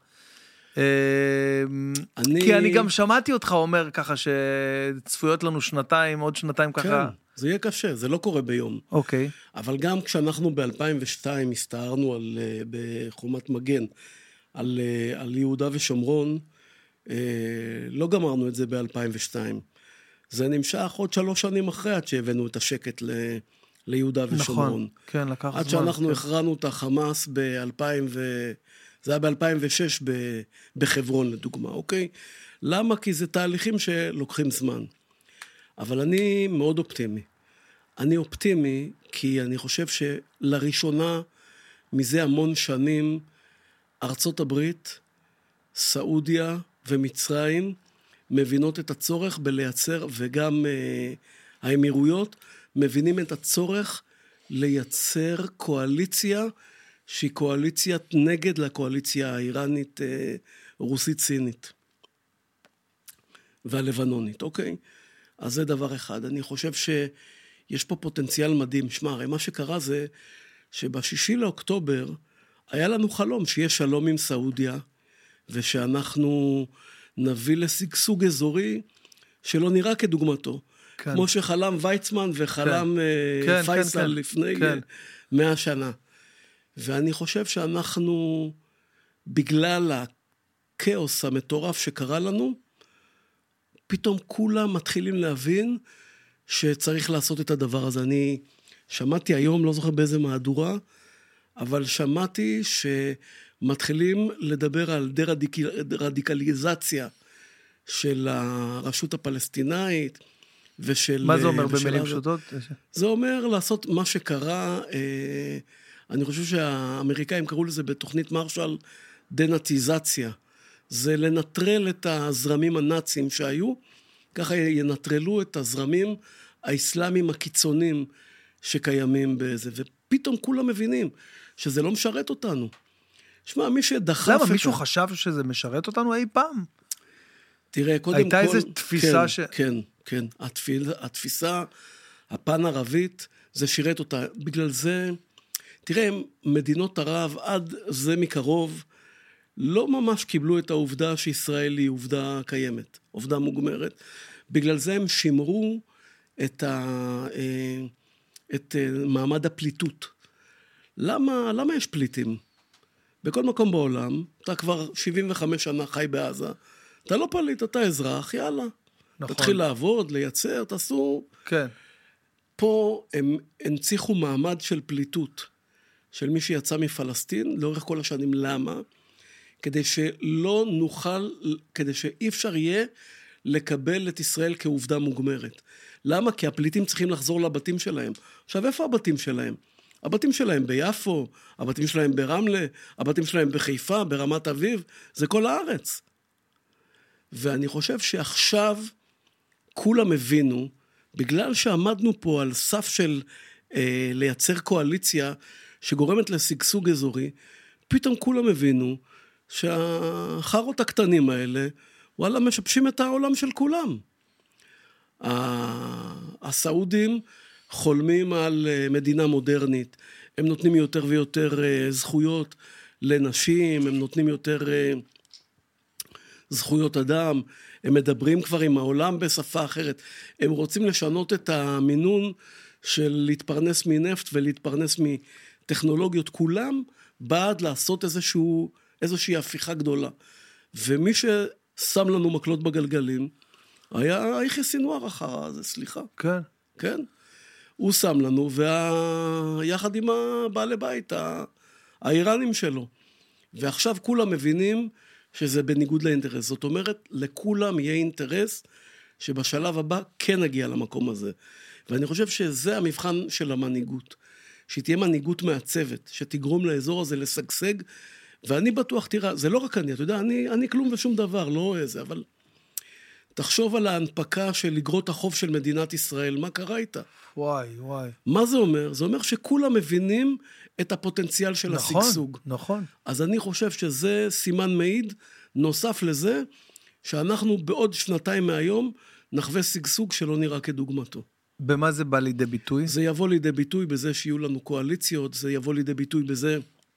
כי אני גם שמעתי אותך אומר ככה, שצפויות לנו שנתיים, עוד שנתיים ככה. כן, זה יהיה קשה, זה לא קורה ביום. אוקיי. אבל גם כשאנחנו ב-אלפיים ושתיים הסתערנו על, בחומת מגן, על, על יהודה ושומרון, לא גמרנו את זה ב-אלפיים ושתיים. זה נמשך עוד שלוש שנים אחרי, עד שהבאנו את השקט ל, ליהודה ושומרון. נכון, כן, לקח זמן. עד שאנחנו כן. הכרענו את החמאס ב-אלפיים ו... זה היה ב-אלפיים ושש בחברון, לדוגמה, אוקיי? למה? כי זה תהליכים שלוקחים זמן. אבל אני מאוד אופטימי. אני אופטימי כי אני חושב שלראשונה, מזה המון שנים, ארצות הברית, סעודיה ומצרים, מבינות את הצורך בלייצר, וגם אה, האמירויות, מבינים את הצורך לייצר קואליציה, שהיא קואליציית נגד לקואליציה האיראנית, אה, רוסית-סינית. והלבנונית, אוקיי? אז זה דבר אחד. אני חושב שיש פה פוטנציאל מדהים. שמע, הרי מה שקרה זה שבשישי לאוקטובר היה לנו חלום שיהיה שלום עם סעודיה, ושאנחנו נביא לשגשוג אזורי שלא נראה כדוגמתו. כן. כמו שחלם ויצמן וחלם כן. כן, פייסל כן, לפני כן. מאה שנה. ואני חושב שאנחנו, בגלל הכאוס המטורף שקרה לנו, פתאום כולם מתחילים להבין שצריך לעשות את הדבר הזה. אני שמעתי היום, לא זוכר באיזה מהדורה, אבל שמעתי שמתחילים לדבר על דה-רדיקליזציה של הרשות הפלסטינאית, ושל... מה זה אומר במילים פשוטות? זה אומר לעשות מה שקרה, אני חושב שהאמריקאים קראו לזה בתוכנית מרשל דנאציזציה. זה לנטרל את הזרמים הנאצים שהיו, ככה ינטרלו את הזרמים האסלאמיים הקיצוניים שקיימים בזה, ופתאום כולם מבינים שזה לא משרת אותנו. שמע, מי שדחף... למה, מישהו חשב שזה משרת אותנו אי פעם? תראה, קודם כל... הייתה איזו תפיסה ש... כן, כן, התפיסה, הפן ערבית, זה שירת אותה. בגלל זה, תראה, מדינות ערב עד זה מקרוב, לא ממש קיבלו את העובדה שישראל היא עובדה קיימת, עובדה מוגמרת. בגלל זה הם שימרו את, ה, את מעמד הפליטות. למה, למה יש פליטים? בכל מקום בעולם, אתה כבר שבעים וחמש שנה חי בעזה, אתה לא פליט, אתה אזרח, יאללה. נכון. תתחיל לעבוד, לייצר, תעשו. כן. פה הם הנציחו מעמד של פליטות, של מי שיצא מפלסטין, לאורך כל השנים. למה? כדי שלא נוכל, כדי שאי אפשר יהיה לקבל את ישראל כעובדה מוגמרת. למה? כי הפליטים צריכים לחזור לבתים שלהם. עכשיו, איפה הבתים שלהם? הבתים שלהם ביפו, הבתים שלהם ברמלה, הבתים שלהם בחיפה, ברמת אביב, זה כל הארץ. ואני חושב שעכשיו כולם הבינו, בגלל שעמדנו פה על סף של אה, לייצר קואליציה שגורמת לשגשוג אזורי, פתאום כולם הבינו שהחרות הקטנים האלה, וואלה, משבשים את העולם של כולם. הסעודים חולמים על מדינה מודרנית, הם נותנים יותר ויותר זכויות לנשים, הם נותנים יותר זכויות אדם, הם מדברים כבר עם העולם בשפה אחרת. הם רוצים לשנות את המינון של להתפרנס מנפט ולהתפרנס מטכנולוגיות. כולם בעד לעשות איזשהו, איזושהי הפיכה גדולה. ומי ששם לנו מקלות בגלגלים, היה יחיא סינואר אחר הזה, סליחה. כן. כן. הוא שם לנו, ויחד עם הבעלי בית, האיראנים שלו. ועכשיו כולם מבינים שזה בניגוד לאינטרס. זאת אומרת, לכולם יהיה אינטרס שבשלב הבא כן נגיע למקום הזה. ואני חושב שזה המבחן של המנהיגות. שתהיה מנהיגות מעצבת, שתגרום לאזור הזה לשגשג, ואני בטוח, תראה, זה לא רק אני, אתה יודע, אני, אני כלום ושום דבר, לא איזה, אבל תחשוב על ההנפקה של אגרות החוב של מדינת ישראל, מה קרה איתה? וואי, וואי. מה זה אומר? זה אומר שכולם מבינים את הפוטנציאל של נכון, השגשוג. נכון. אז אני חושב שזה סימן מעיד, נוסף לזה, שאנחנו בעוד שנתיים מהיום, נחווה שגשוג שלא נראה כדוגמתו. במה זה בא לידי ביטוי? זה יבוא לידי ביטוי בזה שיהיו לנו קואליציות, זה יבוא לידי ביטוי בזה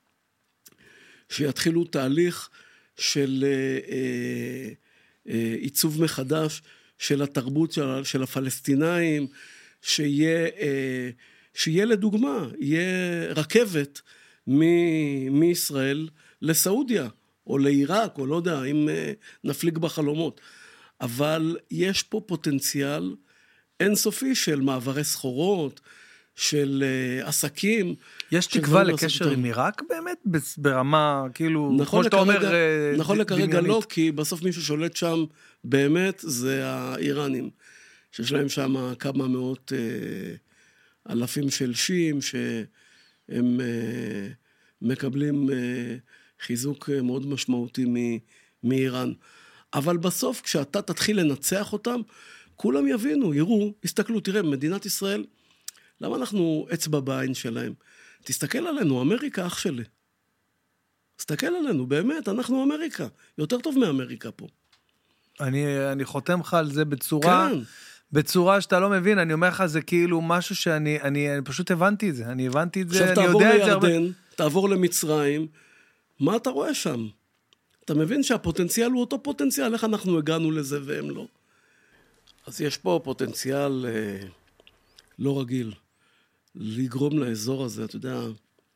שיתחילו תהליך של אה, אה, אה, עיצוב מחדש של התרבות של, של הפלסטינאים, שיהיה, אה, שיהיה לדוגמה, יהיה רכבת מ- מישראל לסעודיה, או לעיראק, או לא יודע, אם אה, נפליג בחלומות. אבל יש פה פוטנציאל אינסופי של מעברי סחורות, של uh, עסקים. יש תקווה לקשר עם עיראק באמת? ברמה, כאילו, נכון כמו שאתה אומר, דמיונית. נכון לכרגע לא, דמיונית. כי בסוף מי ששולט שם באמת זה האיראנים, שיש להם שם כמה מאות uh, אלפים של שיעים, שהם uh, מקבלים uh, חיזוק uh, מאוד משמעותי מ- מאיראן. אבל בסוף, כשאתה תתחיל לנצח אותם, כולם יבינו, יראו, יסתכלו, תראה, מדינת ישראל, למה אנחנו אצבע בעין שלהם? תסתכל עלינו, אמריקה אח שלי. תסתכל עלינו, באמת, אנחנו אמריקה. יותר טוב מאמריקה פה. אני, אני חותם לך על זה בצורה, כן. בצורה שאתה לא מבין, אני אומר לך, זה כאילו משהו שאני, אני, אני פשוט הבנתי את זה, אני הבנתי את זה, עכשיו אני תעבור יודע את זה הרבה. לירדן, תעבור למצרים, מה אתה רואה שם? אתה מבין שהפוטנציאל הוא אותו פוטנציאל, איך אנחנו הגענו לזה והם לא? אז יש פה פוטנציאל אה, לא רגיל, לגרום לאזור הזה, אתה יודע,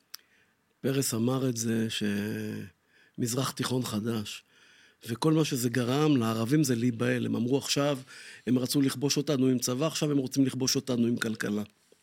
פרס אמר את זה, שמזרח תיכון חדש, וכל מה שזה גרם, לערבים זה להיבהל, הם אמרו עכשיו, הם רצו לכבוש אותנו עם צבא, עכשיו הם רוצים לכבוש אותנו עם כלכלה.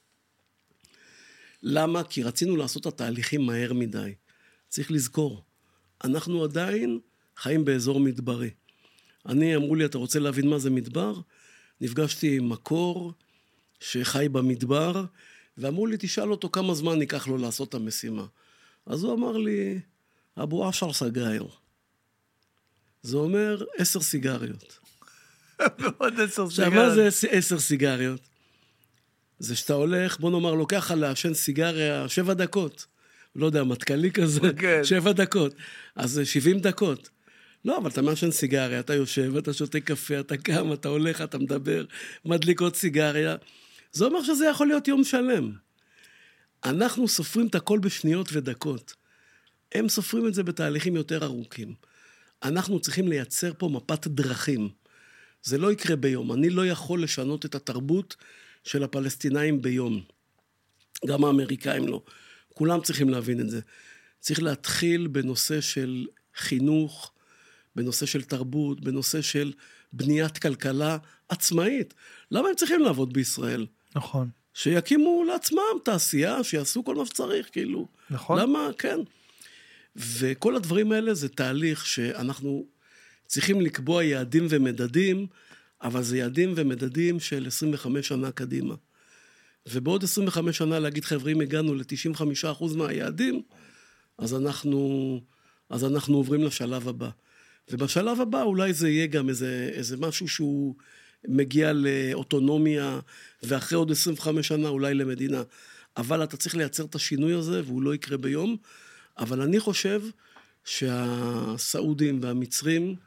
למה? כי רצינו לעשות את התהליכים מהר מדי. צריך לזכור, אנחנו עדיין חיים באזור מדברי. אני, אמרו לי, אתה רוצה להבין מה זה מדבר? נפגשתי עם מקור שחי במדבר, ואמרו לי, תשאל אותו כמה זמן ייקח לו לעשות את המשימה. אז הוא אמר לי, אבו עשר סגאיר. זה אומר עשר סיגריות. ועוד עשר עכשיו, מה זה עשר סיגריות? זה שאתה הולך, בוא נאמר, לוקח על לעשן סיגריה שבע דקות. לא יודע, מתקלי כזה, כן. שבע דקות. אז זה שבעים דקות. לא, אבל אתה מעשן סיגריה, אתה יושב, אתה שותה קפה, אתה קם, אתה הולך, אתה מדבר, מדליק עוד סיגריה. זה אומר שזה יכול להיות יום שלם. אנחנו סופרים את הכל בשניות ודקות. הם סופרים את זה בתהליכים יותר ארוכים. אנחנו צריכים לייצר פה מפת דרכים. זה לא יקרה ביום. אני לא יכול לשנות את התרבות של הפלסטינאים ביום. גם האמריקאים לא. כולם צריכים להבין את זה. צריך להתחיל בנושא של חינוך, בנושא של תרבות, בנושא של בניית כלכלה עצמאית. למה הם צריכים לעבוד בישראל? נכון. שיקימו לעצמם תעשייה, שיעשו כל מה שצריך, כאילו. נכון. למה? כן. וכל הדברים האלה זה תהליך שאנחנו צריכים לקבוע יעדים ומדדים, אבל זה יעדים ומדדים של עשרים וחמש שנה קדימה. ובעוד עשרים וחמש שנה להגיד, חבר'ה, אם הגענו ל-תשעים וחמישה אחוז מהיעדים, אז אנחנו, אז אנחנו עוברים לשלב הבא. ובשלב הבא אולי זה יהיה גם איזה, איזה משהו שהוא מגיע לאוטונומיה, ואחרי עוד עשרים וחמש שנה אולי למדינה. אבל אתה צריך לייצר את השינוי הזה, והוא לא יקרה ביום. אבל אני חושב שהסעודים והמצרים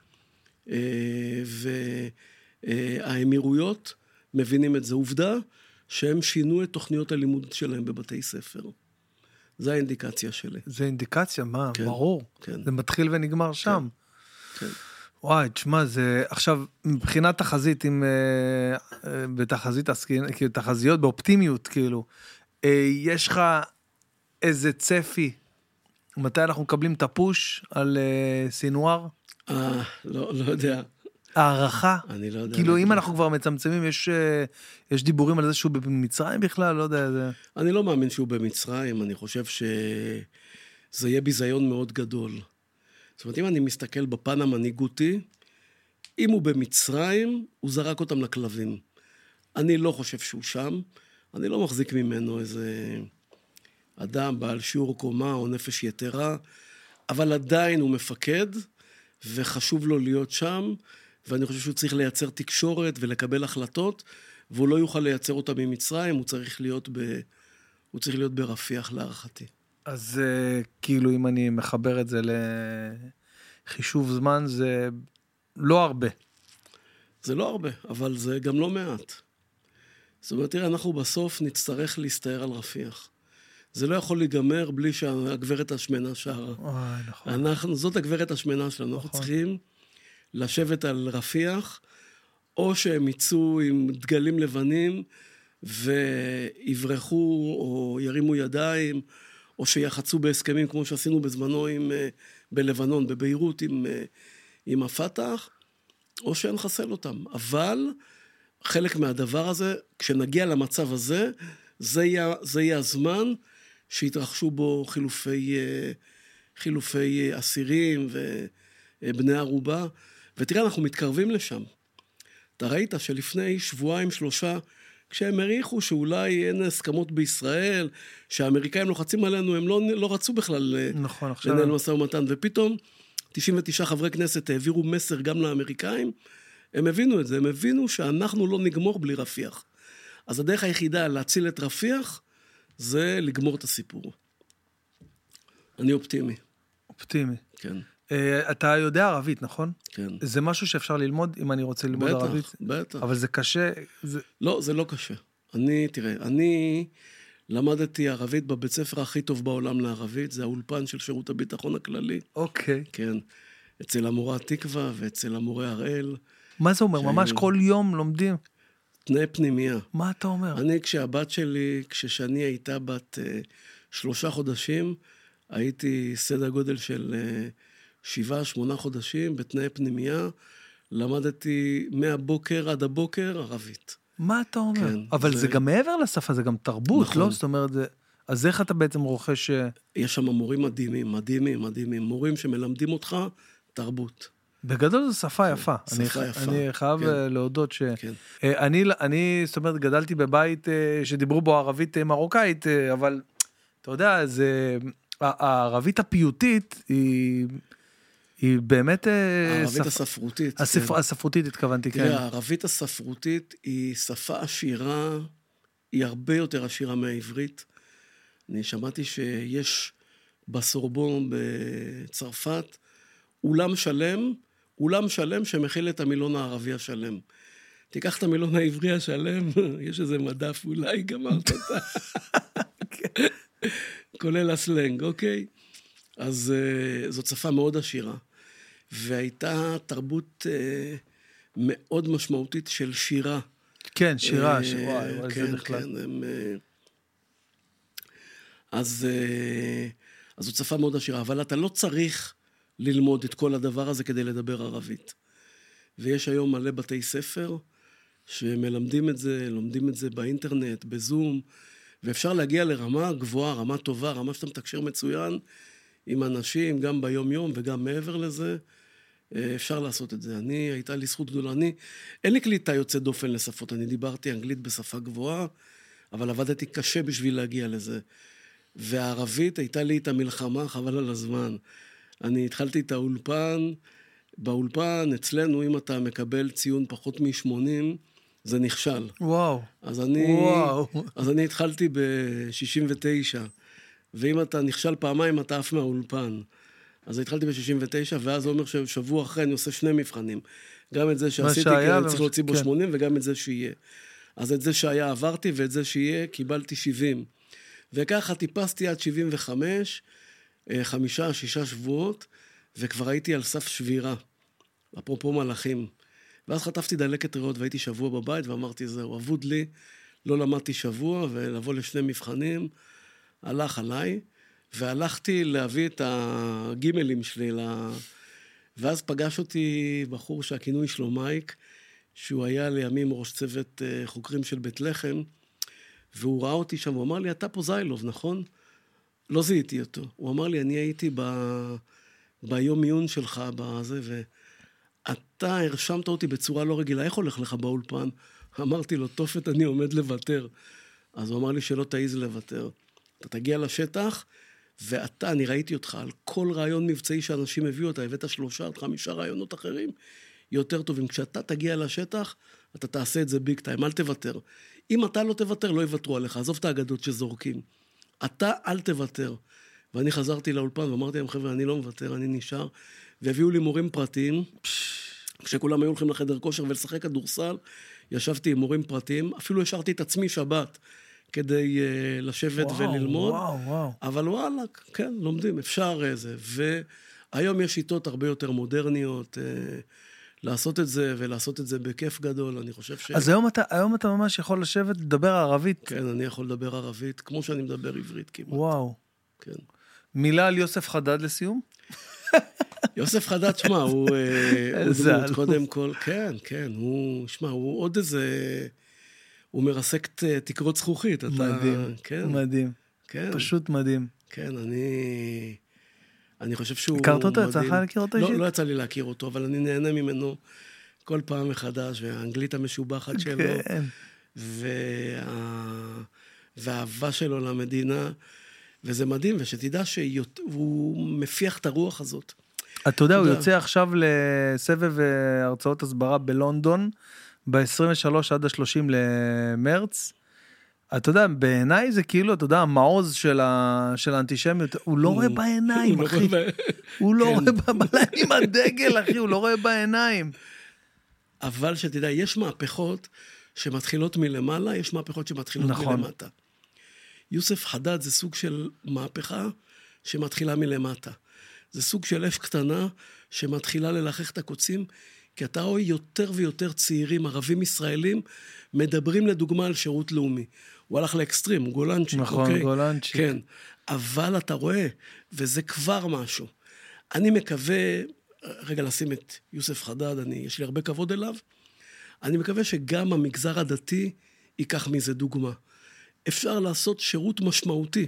והאמירויות מבינים את זה. עובדה שהם שינו את תוכניות הלימוד שלהם בבתי ספר. זו האינדיקציה שלי. זה אינדיקציה, מה? כן, ברור. כן. זה מתחיל ונגמר שם. כן. וואי, תשמע, זה עכשיו, מבחינת תחזית, עם, אה, אה, בתחזית, כאילו, תחזיות, באופטימיות, כאילו, אה, יש לך איזה צפי, מתי אנחנו מקבלים את הפוש על אה, סינואר? אה, לא, לא יודע. הערכה? אני לא יודע. כאילו, אם אנחנו כבר מצמצמים, יש, אה, יש דיבורים על זה שהוא במצרים בכלל, לא יודע. זה... אני לא מאמין שהוא במצרים, אני חושב שזה יהיה ביזיון מאוד גדול. זאת אומרת, אם אני מסתכל בפן המנהיגותי, אם הוא במצרים, הוא זרק אותם לכלבים. אני לא חושב שהוא שם, אני לא מחזיק ממנו איזה אדם בעל שיעור קומה או נפש יתרה, אבל עדיין הוא מפקד, וחשוב לו להיות שם, ואני חושב שהוא צריך לייצר תקשורת ולקבל החלטות, והוא לא יוכל לייצר אותה ממצרים, הוא צריך להיות, ב... הוא צריך להיות ברפיח להערכתי. אז כאילו, אם אני מחבר את זה לחישוב זמן, זה לא הרבה. זה לא הרבה, אבל זה גם לא מעט. זאת אומרת, תראה, אנחנו בסוף נצטרך להסתער על רפיח. זה לא יכול להיגמר בלי שהגברת השמנה שרה. אוי, נכון. אנחנו, זאת הגברת השמנה שלנו. נכון. אנחנו צריכים לשבת על רפיח, או שהם יצאו עם דגלים לבנים, ויברחו או ירימו ידיים, או שיחצו בהסכמים כמו שעשינו בזמנו עם, בלבנון, בביירות עם, עם הפתח, או שנחסל אותם. אבל חלק מהדבר הזה, כשנגיע למצב הזה, זה יהיה, זה יהיה הזמן שהתרחשו בו חילופי, חילופי אסירים ובני ערובה. ותראה, אנחנו מתקרבים לשם. אתה ראית שלפני שבועיים, שלושה, כשהם הריחו שאולי אין הסכמות בישראל, שהאמריקאים לוחצים עלינו, הם לא, לא רצו בכלל נכון, עכשיו... לנהל משא ומתן, ופתאום תשעים ותשעה חברי כנסת העבירו מסר גם לאמריקאים, הם הבינו את זה, הם הבינו שאנחנו לא נגמור בלי רפיח. אז הדרך היחידה להציל את רפיח, זה לגמור את הסיפור. אני אופטימי. אופטימי. כן. Uh, אתה יודע ערבית, נכון? כן. זה משהו שאפשר ללמוד, אם אני רוצה ללמוד בטח, ערבית? בטח. אבל זה קשה. זה... לא, זה לא קשה. אני, תראה, אני למדתי ערבית בבית ספר הכי טוב בעולם לערבית, זה האולפן של שירות הביטחון הכללי. אוקיי. כן. אצל המורה התקווה ואצל המורה הראל. מה זה אומר? ש... ממש כל יום לומדים? תנאי פנימיה. מה אתה אומר? אני, כשהבת שלי, כששני הייתה בת uh, שלושה חודשים, הייתי סדר גודל של uh, שבעה, שמונה חודשים בתנאי פנימיה, למדתי מהבוקר עד הבוקר ערבית. מה אתה אומר? כן, אבל זה... זה גם מעבר לשפה, זה גם תרבות, נכון. לא? זאת אומרת, זה... אז איך אתה בעצם רוכש... יש שם מורים מדהימים, מדהימים, מדהימים, מורים שמלמדים אותך תרבות. בגדול זו שפה יפה. שפה אני, יפה. אני חייב כן. להודות ש... כן. אני, אני, זאת אומרת, גדלתי בבית שדיברו בו ערבית מרוקאית, אבל אתה יודע, זה... הערבית הפיוטית היא... היא באמת... הערבית שפ... הספרותית. הספר... כן. הספרותית התכוונתי, כן. הערבית הספרותית היא שפה עשירה, היא הרבה יותר עשירה מהעברית. אני שמעתי שיש בסורבון בצרפת אולם שלם, אולם שלם שמכיל את המילון הערבי השלם. תיקח את המילון העברי השלם, יש איזה מדף, אולי גמרת אותה. כולל הסלנג, אוקיי? אז uh, זאת שפה מאוד עשירה. והייתה תרבות uh, מאוד משמעותית של שירה. כן, שירה, uh, שירה, כן, זה בכלל. כן, הם... Uh, אז, uh, אז זאת שפה מאוד עשירה, אבל אתה לא צריך ללמוד את כל הדבר הזה כדי לדבר ערבית. ויש היום מלא בתי ספר שמלמדים את זה, לומדים את זה באינטרנט, בזום, ואפשר להגיע לרמה גבוהה, רמה טובה, רמה שאתה מתקשר מצוין עם אנשים, גם ביום יום וגם מעבר לזה, אפשר לעשות את זה. אני, הייתה לי זכות גדולה, אני, אין לי קליטה יוצא דופן לשפות, אני דיברתי אנגלית בשפה גבוהה, אבל עבדתי קשה בשביל להגיע לזה. והערבית הייתה לי את המלחמה, חבל על הזמן. אני התחלתי את האולפן, באולפן אצלנו, אם אתה מקבל ציון פחות מ-שמונים, זה נכשל. וואו. אז אני, וואו. אז אני התחלתי ב-שישים ותשע, ואם אתה נכשל פעמיים, אתה עף מהאולפן. אז התחלתי ב-שישים ותשע, ואז זה אומר ששבוע אחרי אני עושה שני מבחנים. גם את זה שעשיתי, כי אני צריך להוציא בו שמונים, וגם את זה שיהיה. אז את זה שהיה עברתי, ואת זה שיהיה, קיבלתי שבעים. וככה טיפסתי עד שבעים וחמש, חמישה, שישה שבועות, וכבר הייתי על סף שבירה. אפרופו מלאכים. ואז חטפתי דלקת ריאות והייתי שבוע בבית, ואמרתי, זהו, אבוד לי, לא למדתי שבוע, ולבוא לשני מבחנים, הלך עליי, והלכתי להביא את הגימלים שלי, לה... ואז פגש אותי בחור שהכינוי שלו מייק, שהוא היה לימים ראש צוות חוקרים של בית לחם, והוא ראה אותי שם, הוא אמר לי, אתה פה זיילוב, נכון? לא זיהיתי אותו. הוא אמר לי, אני הייתי ב... ביום עיון שלך, בזה, ואתה הרשמת אותי בצורה לא רגילה, איך הולך לך באולפן? אמרתי לו, תופת, אני עומד לוותר. אז הוא אמר לי שלא תעיז לוותר. אתה תגיע לשטח, ואתה, אני ראיתי אותך על כל רעיון מבצעי שאנשים הביאו, אתה הבאת שלושה עד חמישה רעיונות אחרים, יותר טובים. כשאתה תגיע לשטח, אתה תעשה את זה ביג טיים, אל תוותר. אם אתה לא תוותר, לא יוותרו עליך, עזוב את האגדות שזורקים. אתה אל תוותר. ואני חזרתי לאולפן ואמרתי להם, חבר'ה, אני לא מוותר, אני נשאר. והביאו לי מורים פרטיים, כשכולם היו הולכים לחדר כושר ולשחק כדורסל, ישבתי עם מורים פרטיים, אפילו השארתי את עצמי שבת, כדי uh, לשבת וואו, וללמוד. וואו, וואו. אבל וואלה, כן, לומדים, אפשר איזה. והיום יש שיטות הרבה יותר מודרניות, uh, לעשות את זה, ולעשות את זה בכיף גדול, אני חושב ש... אז היום אתה, היום אתה ממש יכול לשבת, לדבר ערבית. כן, אני יכול לדבר ערבית, כמו שאני מדבר עברית כמעט. וואו. כן. מילה על יוסף חדד לסיום? יוסף חדד, שמה, הוא... הוא דמות, קודם כל, כן, כן, הוא, שמה, הוא עוד איזה... הוא מרסק תקרות זכוכית. מדהים, אתה, כן, מדהים. כן. פשוט מדהים. כן, אני... אני חושב שהוא... הכרת אותו? יצא לך להכיר אותו אישית? לא, לא יצא לי להכיר אותו, אבל אני נהנה ממנו כל פעם מחדש, והאנגלית המשובחת שלו, כן. וה... והאהבה שלו למדינה, וזה מדהים, ושתדע שהוא מפיח את הרוח הזאת. אתה יודע, הוא יוצא עכשיו לסבב הרצאות הסברה בלונדון, ב-עשרים ושלושה עד ה-שלושים למרץ. אתה יודע, בעיניי זה כאילו, אתה יודע, המעוז של האנטישמיות, הוא לא רואה בעיניים, אחי. הוא לא רואה בעיניים הדגל, אחי, הוא לא רואה בעיניים. אבל שתדע, יש מהפכות שמתחילות מלמעלה, יש מהפכות שמתחילות מלמטה. יוסף חדד זה סוג של מהפכה שמתחילה מלמטה. זה סוג של אש קטנה שמתחילה ללחך את הקוצים, כי אתה רואה יותר ויותר צעירים, ערבים ישראלים, מדברים לדוגמה על שירות לאומי. הוא הלך לאקסטרים, הוא גולנצ'יק. נכון, אוקיי? גולנצ'יק. כן, אבל אתה רואה, וזה כבר משהו. אני מקווה, רגע לשים את יוסף חדד, אני, יש לי הרבה כבוד אליו, אני מקווה שגם המגזר הדתי ייקח מזה דוגמה. אפשר לעשות שירות משמעותי,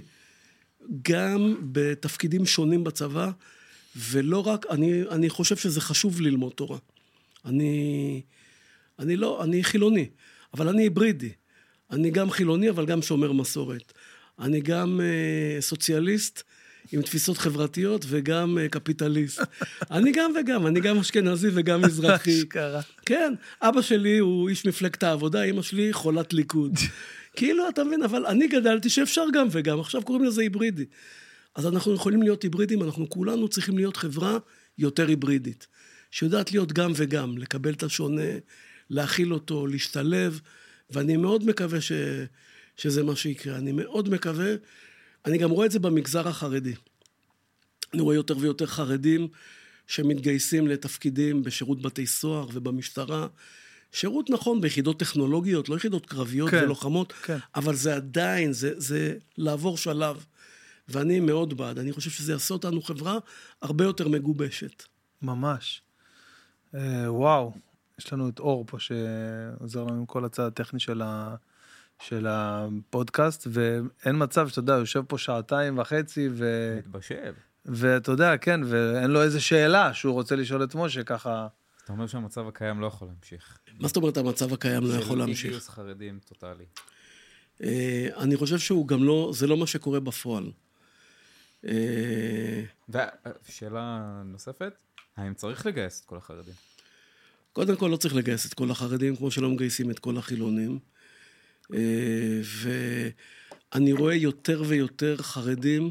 גם בתפקידים שונים בצבא, ולא רק, אני, אני חושב שזה חשוב ללמוד תורה. אני, אני לא, אני חילוני, אבל אני היברידי. אני גם חילוני, אבל גם שומר מסורת. אני גם אה, סוציאליסט, עם תפיסות חברתיות, וגם אה, קפיטליסט. אני גם וגם, אני גם אשכנזי וגם מזרחי. אשכרה. כן, אבא שלי הוא איש מפלגת העבודה, אמא שלי חולת ליכוד. כאילו, אתה מבין, אבל אני גדלתי שאפשר גם וגם, עכשיו קוראים לזה היברידי. אז אנחנו יכולים להיות היברידים, אנחנו כולנו צריכים להיות חברה יותר היברידית, שיודעת להיות גם וגם, לקבל את השונה, להכיל אותו, להשתלב, ואני מאוד מקווה ש... שזה מה שיקרה. אני מאוד מקווה, אני גם רואה את זה במגזר החרדי. אני רואה יותר ויותר חרדים שמתגייסים לתפקידים בשירות בתי סוהר ובמשטרה, שירות נכון ביחידות טכנולוגיות, לא יחידות קרביות כן, ולוחמות, כן. אבל זה עדיין, זה, זה לעבור שלב. ואני מאוד בעד, אני חושב שזה יעשה אותנו חברה הרבה יותר מגובשת. ממש. אה, וואו, יש לנו את אור פה שעוזר לנו עם כל הצד הטכני של, ה, של הפודקאסט, ואין מצב שאתה יודע, יושב פה שעתיים וחצי, ו... מתבשב. ואתה יודע, כן, ואין לו איזה שאלה שהוא רוצה לשאול את משה ככה. אתה אומר שהמצב הקיים לא יכול להמשיך. מה זאת אומרת המצב הקיים לא יכול להמשיך? של גיוס חרדים טוטלי. אני חושב שהוא גם לא, זה לא מה שקורה בפועל. ושאלה נוספת, האם צריך לגייס את כל החרדים? קודם כל לא צריך לגייס את כל החרדים, כמו שלא מגייסים את כל החילונים. ואני רואה יותר ויותר חרדים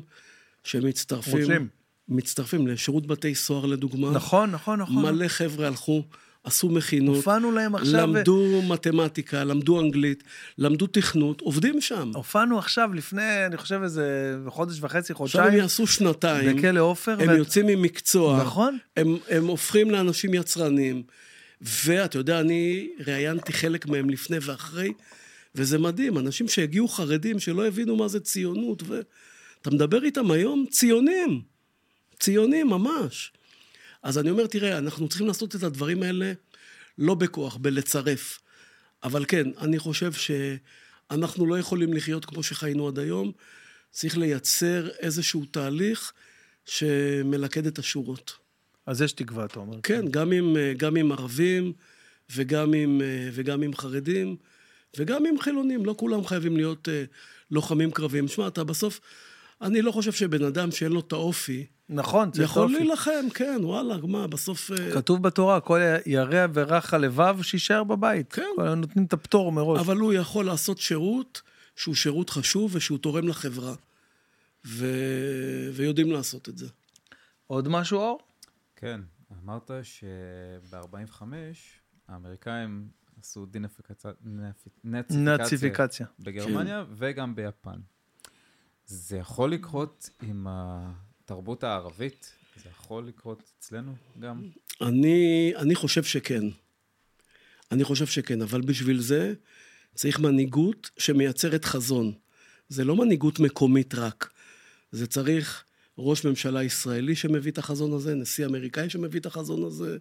שמצטרפים, מצטרפים לשירות בתי סוהר לדוגמה. נכון, נכון, נכון. מלא חבר'ה הלכו, עשו מכינות, הופענו להם עכשיו... למדו מתמטיקה, למדו אנגלית, למדו תכנות, עובדים שם. הופענו עכשיו לפני, אני חושב איזה חודש וחצי, חודשיים. עכשיו הם יעשו שנתיים. בכלא עופר. הם ואת... יוצאים ממקצוע. נכון. הם, הם הופכים לאנשים יצרנים. ואתה יודע, אני ראיינתי חלק מהם לפני ואחרי, וזה מדהים, אנשים שהגיעו חרדים, שלא הבינו מה זה ציונות, ואתה מדבר איתם היום, ציונים. ציונים ממש. אז אני אומר, תראה, אנחנו צריכים לעשות את הדברים האלה לא בכוח, בלצרף. אבל כן, אני חושב שאנחנו לא יכולים לחיות כמו שחיינו עד היום, צריך לייצר איזשהו תהליך שמלכד את השורות. אז יש תקווה, אתה אומר. כן, גם עם, גם עם ערבים, וגם עם, וגם עם חרדים, וגם עם חילונים. לא כולם חייבים להיות לוחמים קרביים. שמע, אתה בסוף... אני לא חושב שבן אדם שאין לו את האופי, נכון, זה יכול להילחם, כן, וואלה, מה, בסוף... כתוב בתורה, כל ירע ורח הלבב שישאר בבית. כן. כל נותנים את הפטור מראש. אבל הוא יכול לעשות שירות, שהוא שירות חשוב, ושהוא תורם לחברה. ו... ויודעים לעשות את זה. עוד משהו, אור? כן, אמרת שב-ארבעים וחמש האמריקאים עשו דנאציפיקציה בגרמניה כן. וגם ביפן. זה יכול לקרות עם התרבות הערבית? זה יכול לקרות אצלנו גם? אני, אני חושב שכן. אני חושב שכן, אבל בשביל זה צריך מנהיגות שמייצרת חזון. זה לא מנהיגות מקומית רק. זה צריך ראש ממשלה ישראלי שמביא את החזון הזה, נשיא אמריקאי שמביא את החזון הזה,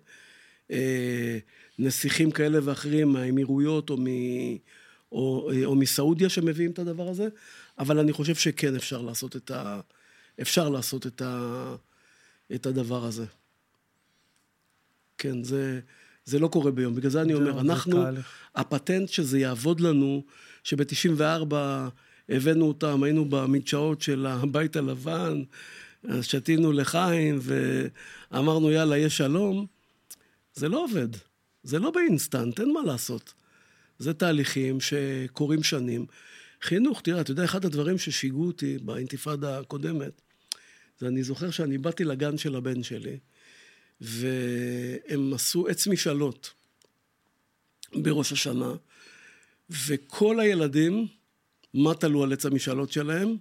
נסיכים כאלה ואחרים מהאמירויות או, מ, או, או מסעודיה שמביאים את הדבר הזה, אבל אני חושב שכן אפשר לעשות את ה, אפשר לעשות את ה, את הדבר הזה. כן, זה, זה לא קורה ביום. בגלל זה אני אומר, אנחנו, הפטנט שזה יעבוד לנו, שב-תשעים וארבע הבאנו אותם, היינו במדשאות של הבית הלבן, שתינו לחיים ואמרנו יאללה, יש שלום, זה לא עובד. זה לא באינסטנט, אין מה לעשות. זה תהליכים שקורים שנים. חינוך, תראה, אתה יודע, אחד הדברים ששיגעו אותי באינתיפאדה הקודמת, זה אני זוכר שאני באתי לגן של הבן שלי, והם עשו עץ משאלות בראש השנה, וכל הילדים, מה תלו על עץ המשאלות שלהם?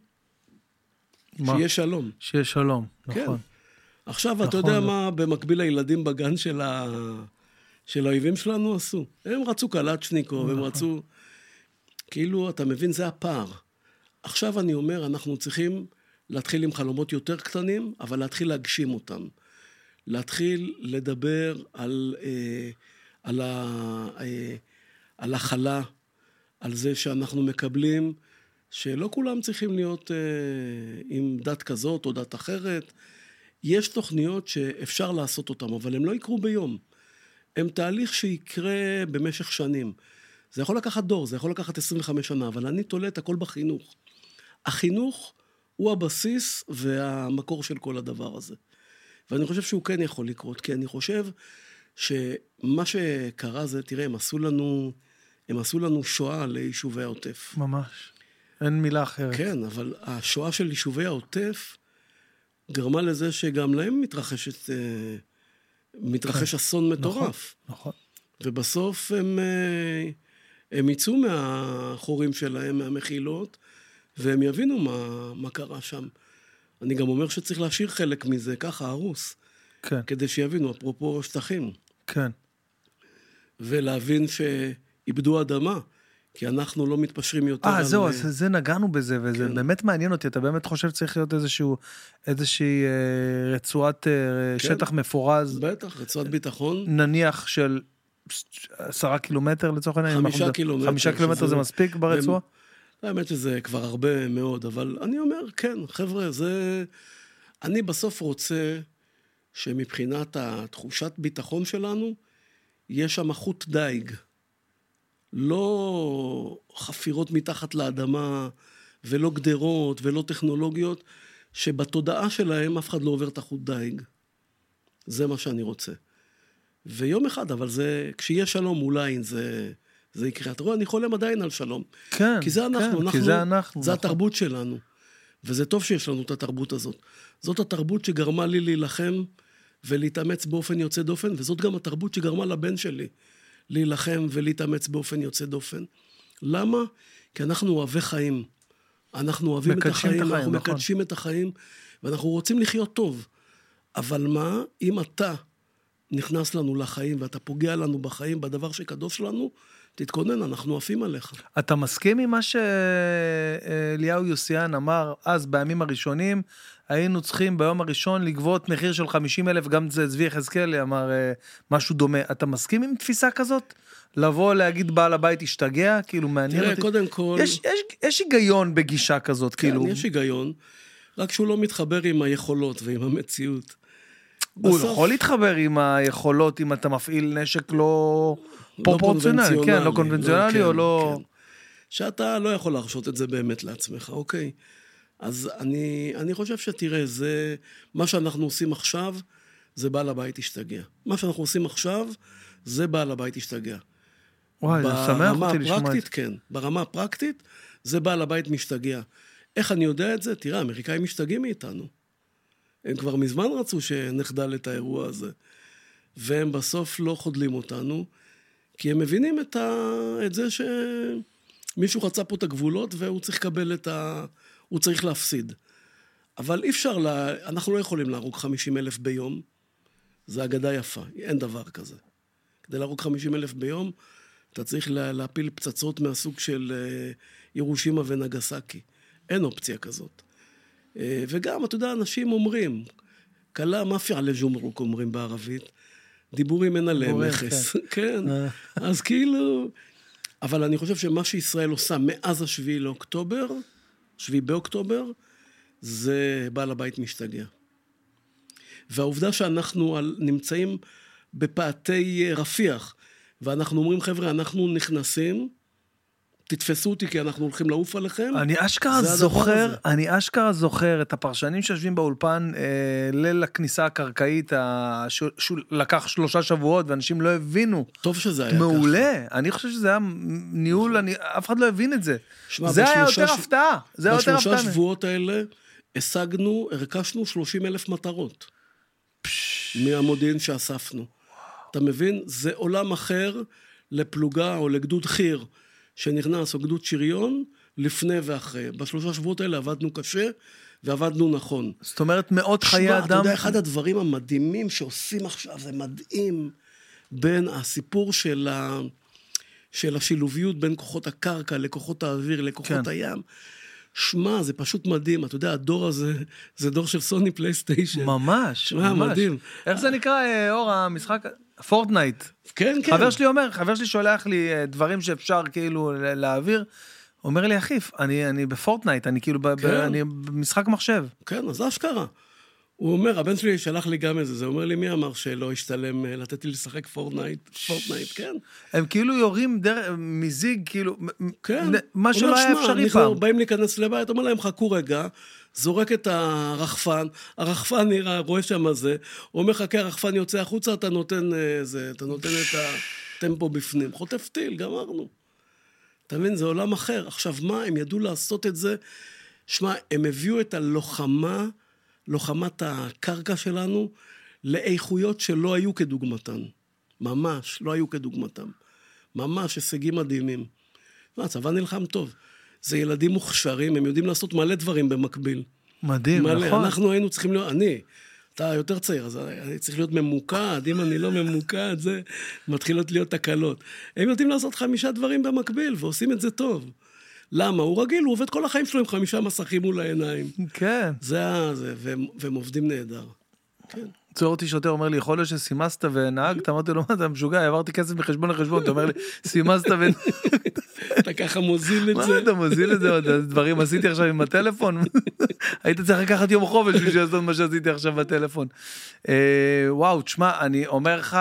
מה? שיהיה שלום. שיהיה שלום, נכון. כן. עכשיו, נכון. אתה יודע מה במקביל לילדים בגן של, ה... של האויבים שלנו עשו? הם רצו קלצ'ניקוב, נכון. הם רצו... כאילו, אתה מבין, זה הפער. עכשיו אני אומר, אנחנו צריכים להתחיל עם חלומות יותר קטנים, אבל להתחיל להגשים אותם. להתחיל לדבר על, אה, על, ה, אה, על החלה, על זה שאנחנו מקבלים, שלא כולם צריכים להיות אה, עם דת כזאת או דת אחרת. יש תוכניות שאפשר לעשות אותן, אבל הם לא יקרו ביום. הם תהליך שיקרה במשך שנים. זה יכול לקחת דור, זה יכול לקחת עשרים וחמש שנה, אבל אני תולה את הכל בחינוך. החינוך הוא הבסיס והמקור של כל הדבר הזה. ואני חושב שהוא כן יכול לקרות, כי אני חושב שמה שקרה זה, תראה, הם עשו לנו, הם עשו לנו שואה ליישובי העוטף. ממש. אין מילה אחרת. כן, אבל השואה של יישובי העוטף גרמה לזה שגם להם מתרחשת, מתרחש אסון מטורף. נכון, נכון. ובסוף הם, הם יצאו מהחורים שלהם, מהמחילות, והם יבינו מה, מה קרה שם. אני גם אומר שצריך להשאיר חלק מזה, ככה, הרוס. כן. כדי שיבינו, אפרופו שטחים. כן. ולהבין שאיבדו אדמה, כי אנחנו לא מתפשרים יותר. אה, זהו, אז זה נגענו בזה, וזה כן. באמת מעניין אותי. אתה באמת חושב שצריך להיות איזשהו, איזושהי אה, רצועת אה, כן. שטח מפורז. בטח, רצועת ביטחון. נניח של עשרה קילומטר לצורך העניין. חמישה קילומטר. חמישה קילומטר זה מספיק ברצועה? האמת שזה כבר הרבה מאוד, אבל אני אומר, כן, חבר'ה, זה... אני בסוף רוצה שמבחינת התחושת ביטחון שלנו, יש שם חוט דייג. לא חפירות מתחת לאדמה, ולא גדרות, ולא טכנולוגיות, שבתודעה שלהם אף אחד לא עובר את החוט דייג. זה מה שאני רוצה. ויום אחד, אבל זה, כשיהיה שלום אולי זה... זה יקרה. אתה רואה, אני חולם עדיין על שלום. כן, כי זה אנחנו, כן, אנחנו, כי זה אנחנו. זה נכון. התרבות שלנו. וזה טוב שיש לנו את התרבות הזאת. זאת התרבות שגרמה לי להילחם ולהתאמץ באופן יוצא דופן, וזאת גם התרבות שגרמה לבן שלי להילחם ולהתאמץ באופן יוצא דופן. למה? כי אנחנו אוהבי חיים. אנחנו אוהבים את החיים, את החיים אנחנו נכון. מקדשים את החיים, ואנחנו רוצים לחיות טוב. אבל מה, אם אתה נכנס לנו לחיים, ואתה פוגע לנו בחיים, בדבר שקדוש לנו, תתכונן, אנחנו עפים עליך. אתה מסכים עם מה שאליהו יוסיאן אמר, אז בימים הראשונים, היינו צריכים ביום הראשון לגבות מחיר של חמישים אלף, גם צבי יחזקאלי אמר משהו דומה. אתה מסכים עם תפיסה כזאת? לבוא להגיד בעל הבית השתגע, כאילו מעניין תראה, אותי. קודם כל... יש, יש, יש היגיון בגישה כזאת, כן, כאילו. יש היגיון, רק שהוא לא מתחבר עם היכולות ועם המציאות. הוא בסוף... יכול להתחבר עם היכולות, אם אתה מפעיל נשק לא... פרופורציונלי, כן, לא קונבנציונלי או לא... שאתה לא יכול להרשות את זה באמת לעצמך, אוקיי? אז אני, אני חושב שתראה, זה, מה שאנחנו עושים עכשיו, זה בעל הבית השתגע. מה שאנחנו עושים עכשיו, זה בעל הבית השתגע. וואי, זה שמח אותי לשמוע. ברמה הפרקטית, כן. ברמה הפרקטית, זה בעל הבית משתגע. איך אני יודע את זה? תראה, האמריקאים משתגעים מאיתנו. הם כבר מזמן רצו שנחדל את האירוע הזה. והם בסוף לא חודלים אותנו, כי הם מבינים את, ה... את זה שמישהו חצה פה את הגבולות, והוא צריך לקבל את ה... הוא צריך להפסיד. אבל אי אפשר, לה... אנחנו לא יכולים להרוג חמישים אלף ביום. זה אגדה יפה, אין דבר כזה. כדי להרוג חמישים אלף ביום, אתה צריך לה... להפיל פצצות מהסוג של הירושימה ונגסקי. אין אופציה כזאת. וגם, אתה יודע, אנשים אומרים, קלה מאפיה לג'ומרוק אומרים בערבית, דיבורים אין עליהם מכס. כן, אז כאילו... אבל אני חושב שמה שישראל עושה מאז השביעי לאוקטובר, שביעי באוקטובר, זה בעל הבית משתגע. והעובדה שאנחנו נמצאים בפאתי רפיח, ואנחנו אומרים, חבר'ה, אנחנו נכנסים, תתפסו אותי כי אנחנו הולכים לעוף עליכם. אני אשכרה זוכר, אני אשכרה זוכר את הפרשנים שיושבים באולפן, אה, ליל הכניסה הקרקעית, לקח שלושה שבועות, ואנשים לא הבינו. טוב שזה היה מעולה. ככה. אני חושב שזה היה ניהול, אני, אף אחד לא הבין את זה. שמה, זה היה יותר ש... הפתעה. זה היה יותר הפתעה. בשלושה שבועות האלה, השגנו, הרכשנו שלושים אלף מטרות. פש... מהמודיעין שאספנו. אתה מבין? זה עולם אחר לפלוגה או לגדוד חיר, שנכנס או גדוד שריון, לפני ואחרי. בשלושה שבועות האלה עבדנו קשה, ועבדנו נכון. זאת אומרת, מאות חיי אדם... אתה יודע, אחד הדברים המדהימים שעושים עכשיו, זה מדהים, בין הסיפור של, ה... של השילוביות, בין כוחות הקרקע, לכוחות האוויר, לכוחות כן. הים. שמה, זה פשוט מדהים. אתה יודע, הדור הזה, זה דור של סוני פלייסטיישן. ממש, שמה, ממש. מדהים. איך זה נקרא, אור, המשחק... פורטנייט. כן, כן. חבר שלי אומר, חבר שלי שולח לי דברים שאפשר כאילו להעביר, אומר לי, אחיף, אני, אני בפורטנייט, אני כאילו, כן. ב, אני במשחק מחשב. כן, אז זה אשכרה. הוא אומר, הבן שלי שלח לי גם איזה, זה אומר לי, מי אמר שלא השתלם, לתת לי לשחק פורטנייט, פורטנייט, כן. הם כאילו יורים דר, מזיג, כאילו, כן. מה שלא היה אפשרי פעם. אנחנו באים להיכנס לבית, אומר להם, חכו רגע, זורק את הרחפן, הרחפן נראה, רואה שם זה, הוא אומר, חכה, הרחפן יוצא החוצה, אתה נותן זה, אתה נותן את הטמפו בפנים, חוטף טיל, גמרנו. אתה מבין, זה עולם אחר. עכשיו, מה, הם ידעו לעשות את זה? שמה, הם הביאו את הלוחמה, לוחמת הקרקע שלנו, לאיכויות שלא היו כדוגמתן. ממש, לא היו כדוגמתן. ממש, הישגים מדהימים. מה, הצבא נלחם טוב. זה ילדים מוכשרים, הם יודעים לעשות מלא דברים במקביל. מדהים, מלא. נכון. אנחנו היינו צריכים להיות, אני, אתה יותר צעיר, אז אני צריך להיות ממוקד, אם אני לא ממוקד, זה מתחילות להיות תקלות. הם יודעים לעשות חמישה דברים במקביל, ועושים את זה טוב. למה? הוא רגיל, הוא עובד כל החיים שלו עם חמישה מסכים מול העיניים. כן. זה זה, והם, והם עובדים נהדר. כן. צור אותי שוטר, אומר לי, יכול להיות שסימסת ונהגת, אמרתי לו, מה אתה משוגע, עברתי כסף מחשבון לחשבון, אתה אומר לי, סימסת ונהגת. אתה ככה מוזיל את זה. מה אתה מוזיל את זה? דברים עשיתי עכשיו עם הטלפון? היית צריך לקחת יום חופש בשביל לעשות מה שעשיתי עכשיו בטלפון. וואו, תשמע, אני אומר לך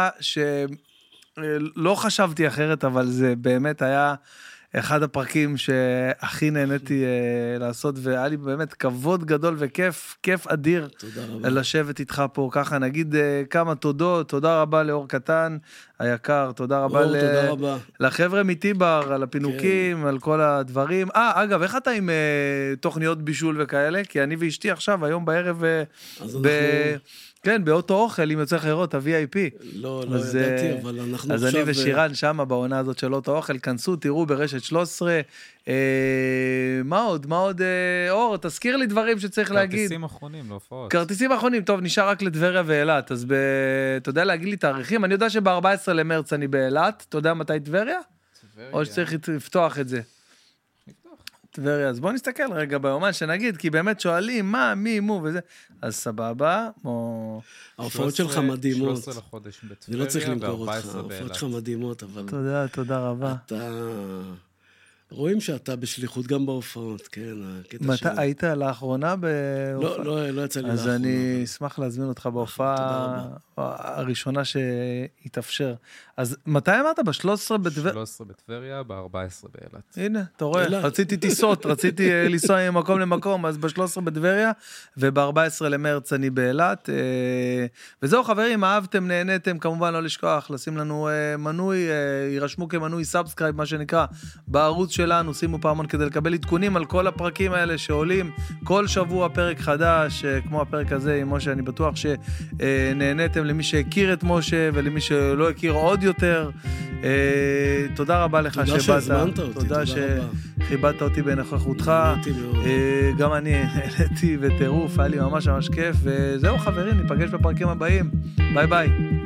שלא חשבתי אחרת, אבל זה באמת היה... אחד הפרקים שהכי נהניתי uh, לעשות, והיה לי באמת כבוד גדול וכיף, כיף אדיר. תודה רבה. לשבת איתך פה ככה, נגיד uh, כמה תודות, תודה רבה לאור קטן, היקר, תודה רבה, אור, ל... תודה רבה. לחבר'ה מטיבר, על הפינוקים, כן. על כל הדברים. אה, אגב, איך אתה עם uh, תוכניות בישול וכאלה? כי אני ואשתי עכשיו, היום בערב, אז ב... אנחנו... כן, באותו אוכל, אם יוצא לך לראות, ה-וי איי פי. לא, לא אז, ידעתי, אה, אבל אנחנו אז עכשיו... אני ושירן שמה בעונה הזאת של אותו אוכל, כנסו, תראו ברשת שלוש עשרה, אה, מה עוד, מה עוד, אה, אור, תזכיר לי דברים שצריך להגיד. כרטיסים אחרונים, להופעות. כרטיסים אחרונים, טוב, נשאר רק לטבריה ואילת, אז ב... אתה יודע להגיד לי תאריכים? אני יודע שב-ארבעה עשר למרץ אני באילת, אתה יודע מתי טבריה? או שצריך לפתוח את זה? טבריה, אז בוא נסתכל רגע ביומן שנגיד, כי באמת שואלים מה, מי, מו וזה, אז סבבה, או... ההופעות שלך מדהימות. שלושה עשר לחודש אני בטבריה, לא צריך למכור אותך, ו-ארבעה עשר ההופעות באילת. שלך מדהימות, אבל... תודה, תודה רבה. אתה... רואים שאתה בשליחות גם בהופעות, כן, הקטע מתי של... היית לאחרונה בהופעה? לא, לא, לא יצא לי אז לאחרונה. אני אשמח להזמין אותך בהופעה הראשונה שהתאפשר. אז מתי אמרת? ב-שלוש עשרה בטבריה? שלוש עשרה בטבריה, ב-ארבעה עשרה באילת. הנה, אתה רואה, אילת. רציתי טיסות, רציתי אה, לנסוע ממקום למקום, אז ב-שלוש עשרה בטבריה, וב-ארבעה עשר למרץ אני באילת. אה, וזהו חברים, אהבתם, נהניתם, כמובן לא לשכוח, לשים לנו אה, מנוי, אה, יירשמו כמנוי סאבסקרייב, מה שנקרא, בערוץ שלנו, שימו פעמון כדי לקבל עדכונים על כל הפרקים האלה שעולים, כל שבוע פרק חדש, אה, כמו הפרק הזה עם משה, אני בטוח שנהניתם למי שהכיר את משה, ולמי שלא הכיר עוד יותר. אה, תודה רבה לך תודה שבאת. שהזמנת אותי, תודה רבה. כיבדת אותי בנוכחותך. נהניתי מאוד. אה, גם אני נהניתי וטירוף, היה לי ממש ממש כיף. וזהו חברים, ניפגש בפרקים הבאים. ביי ביי.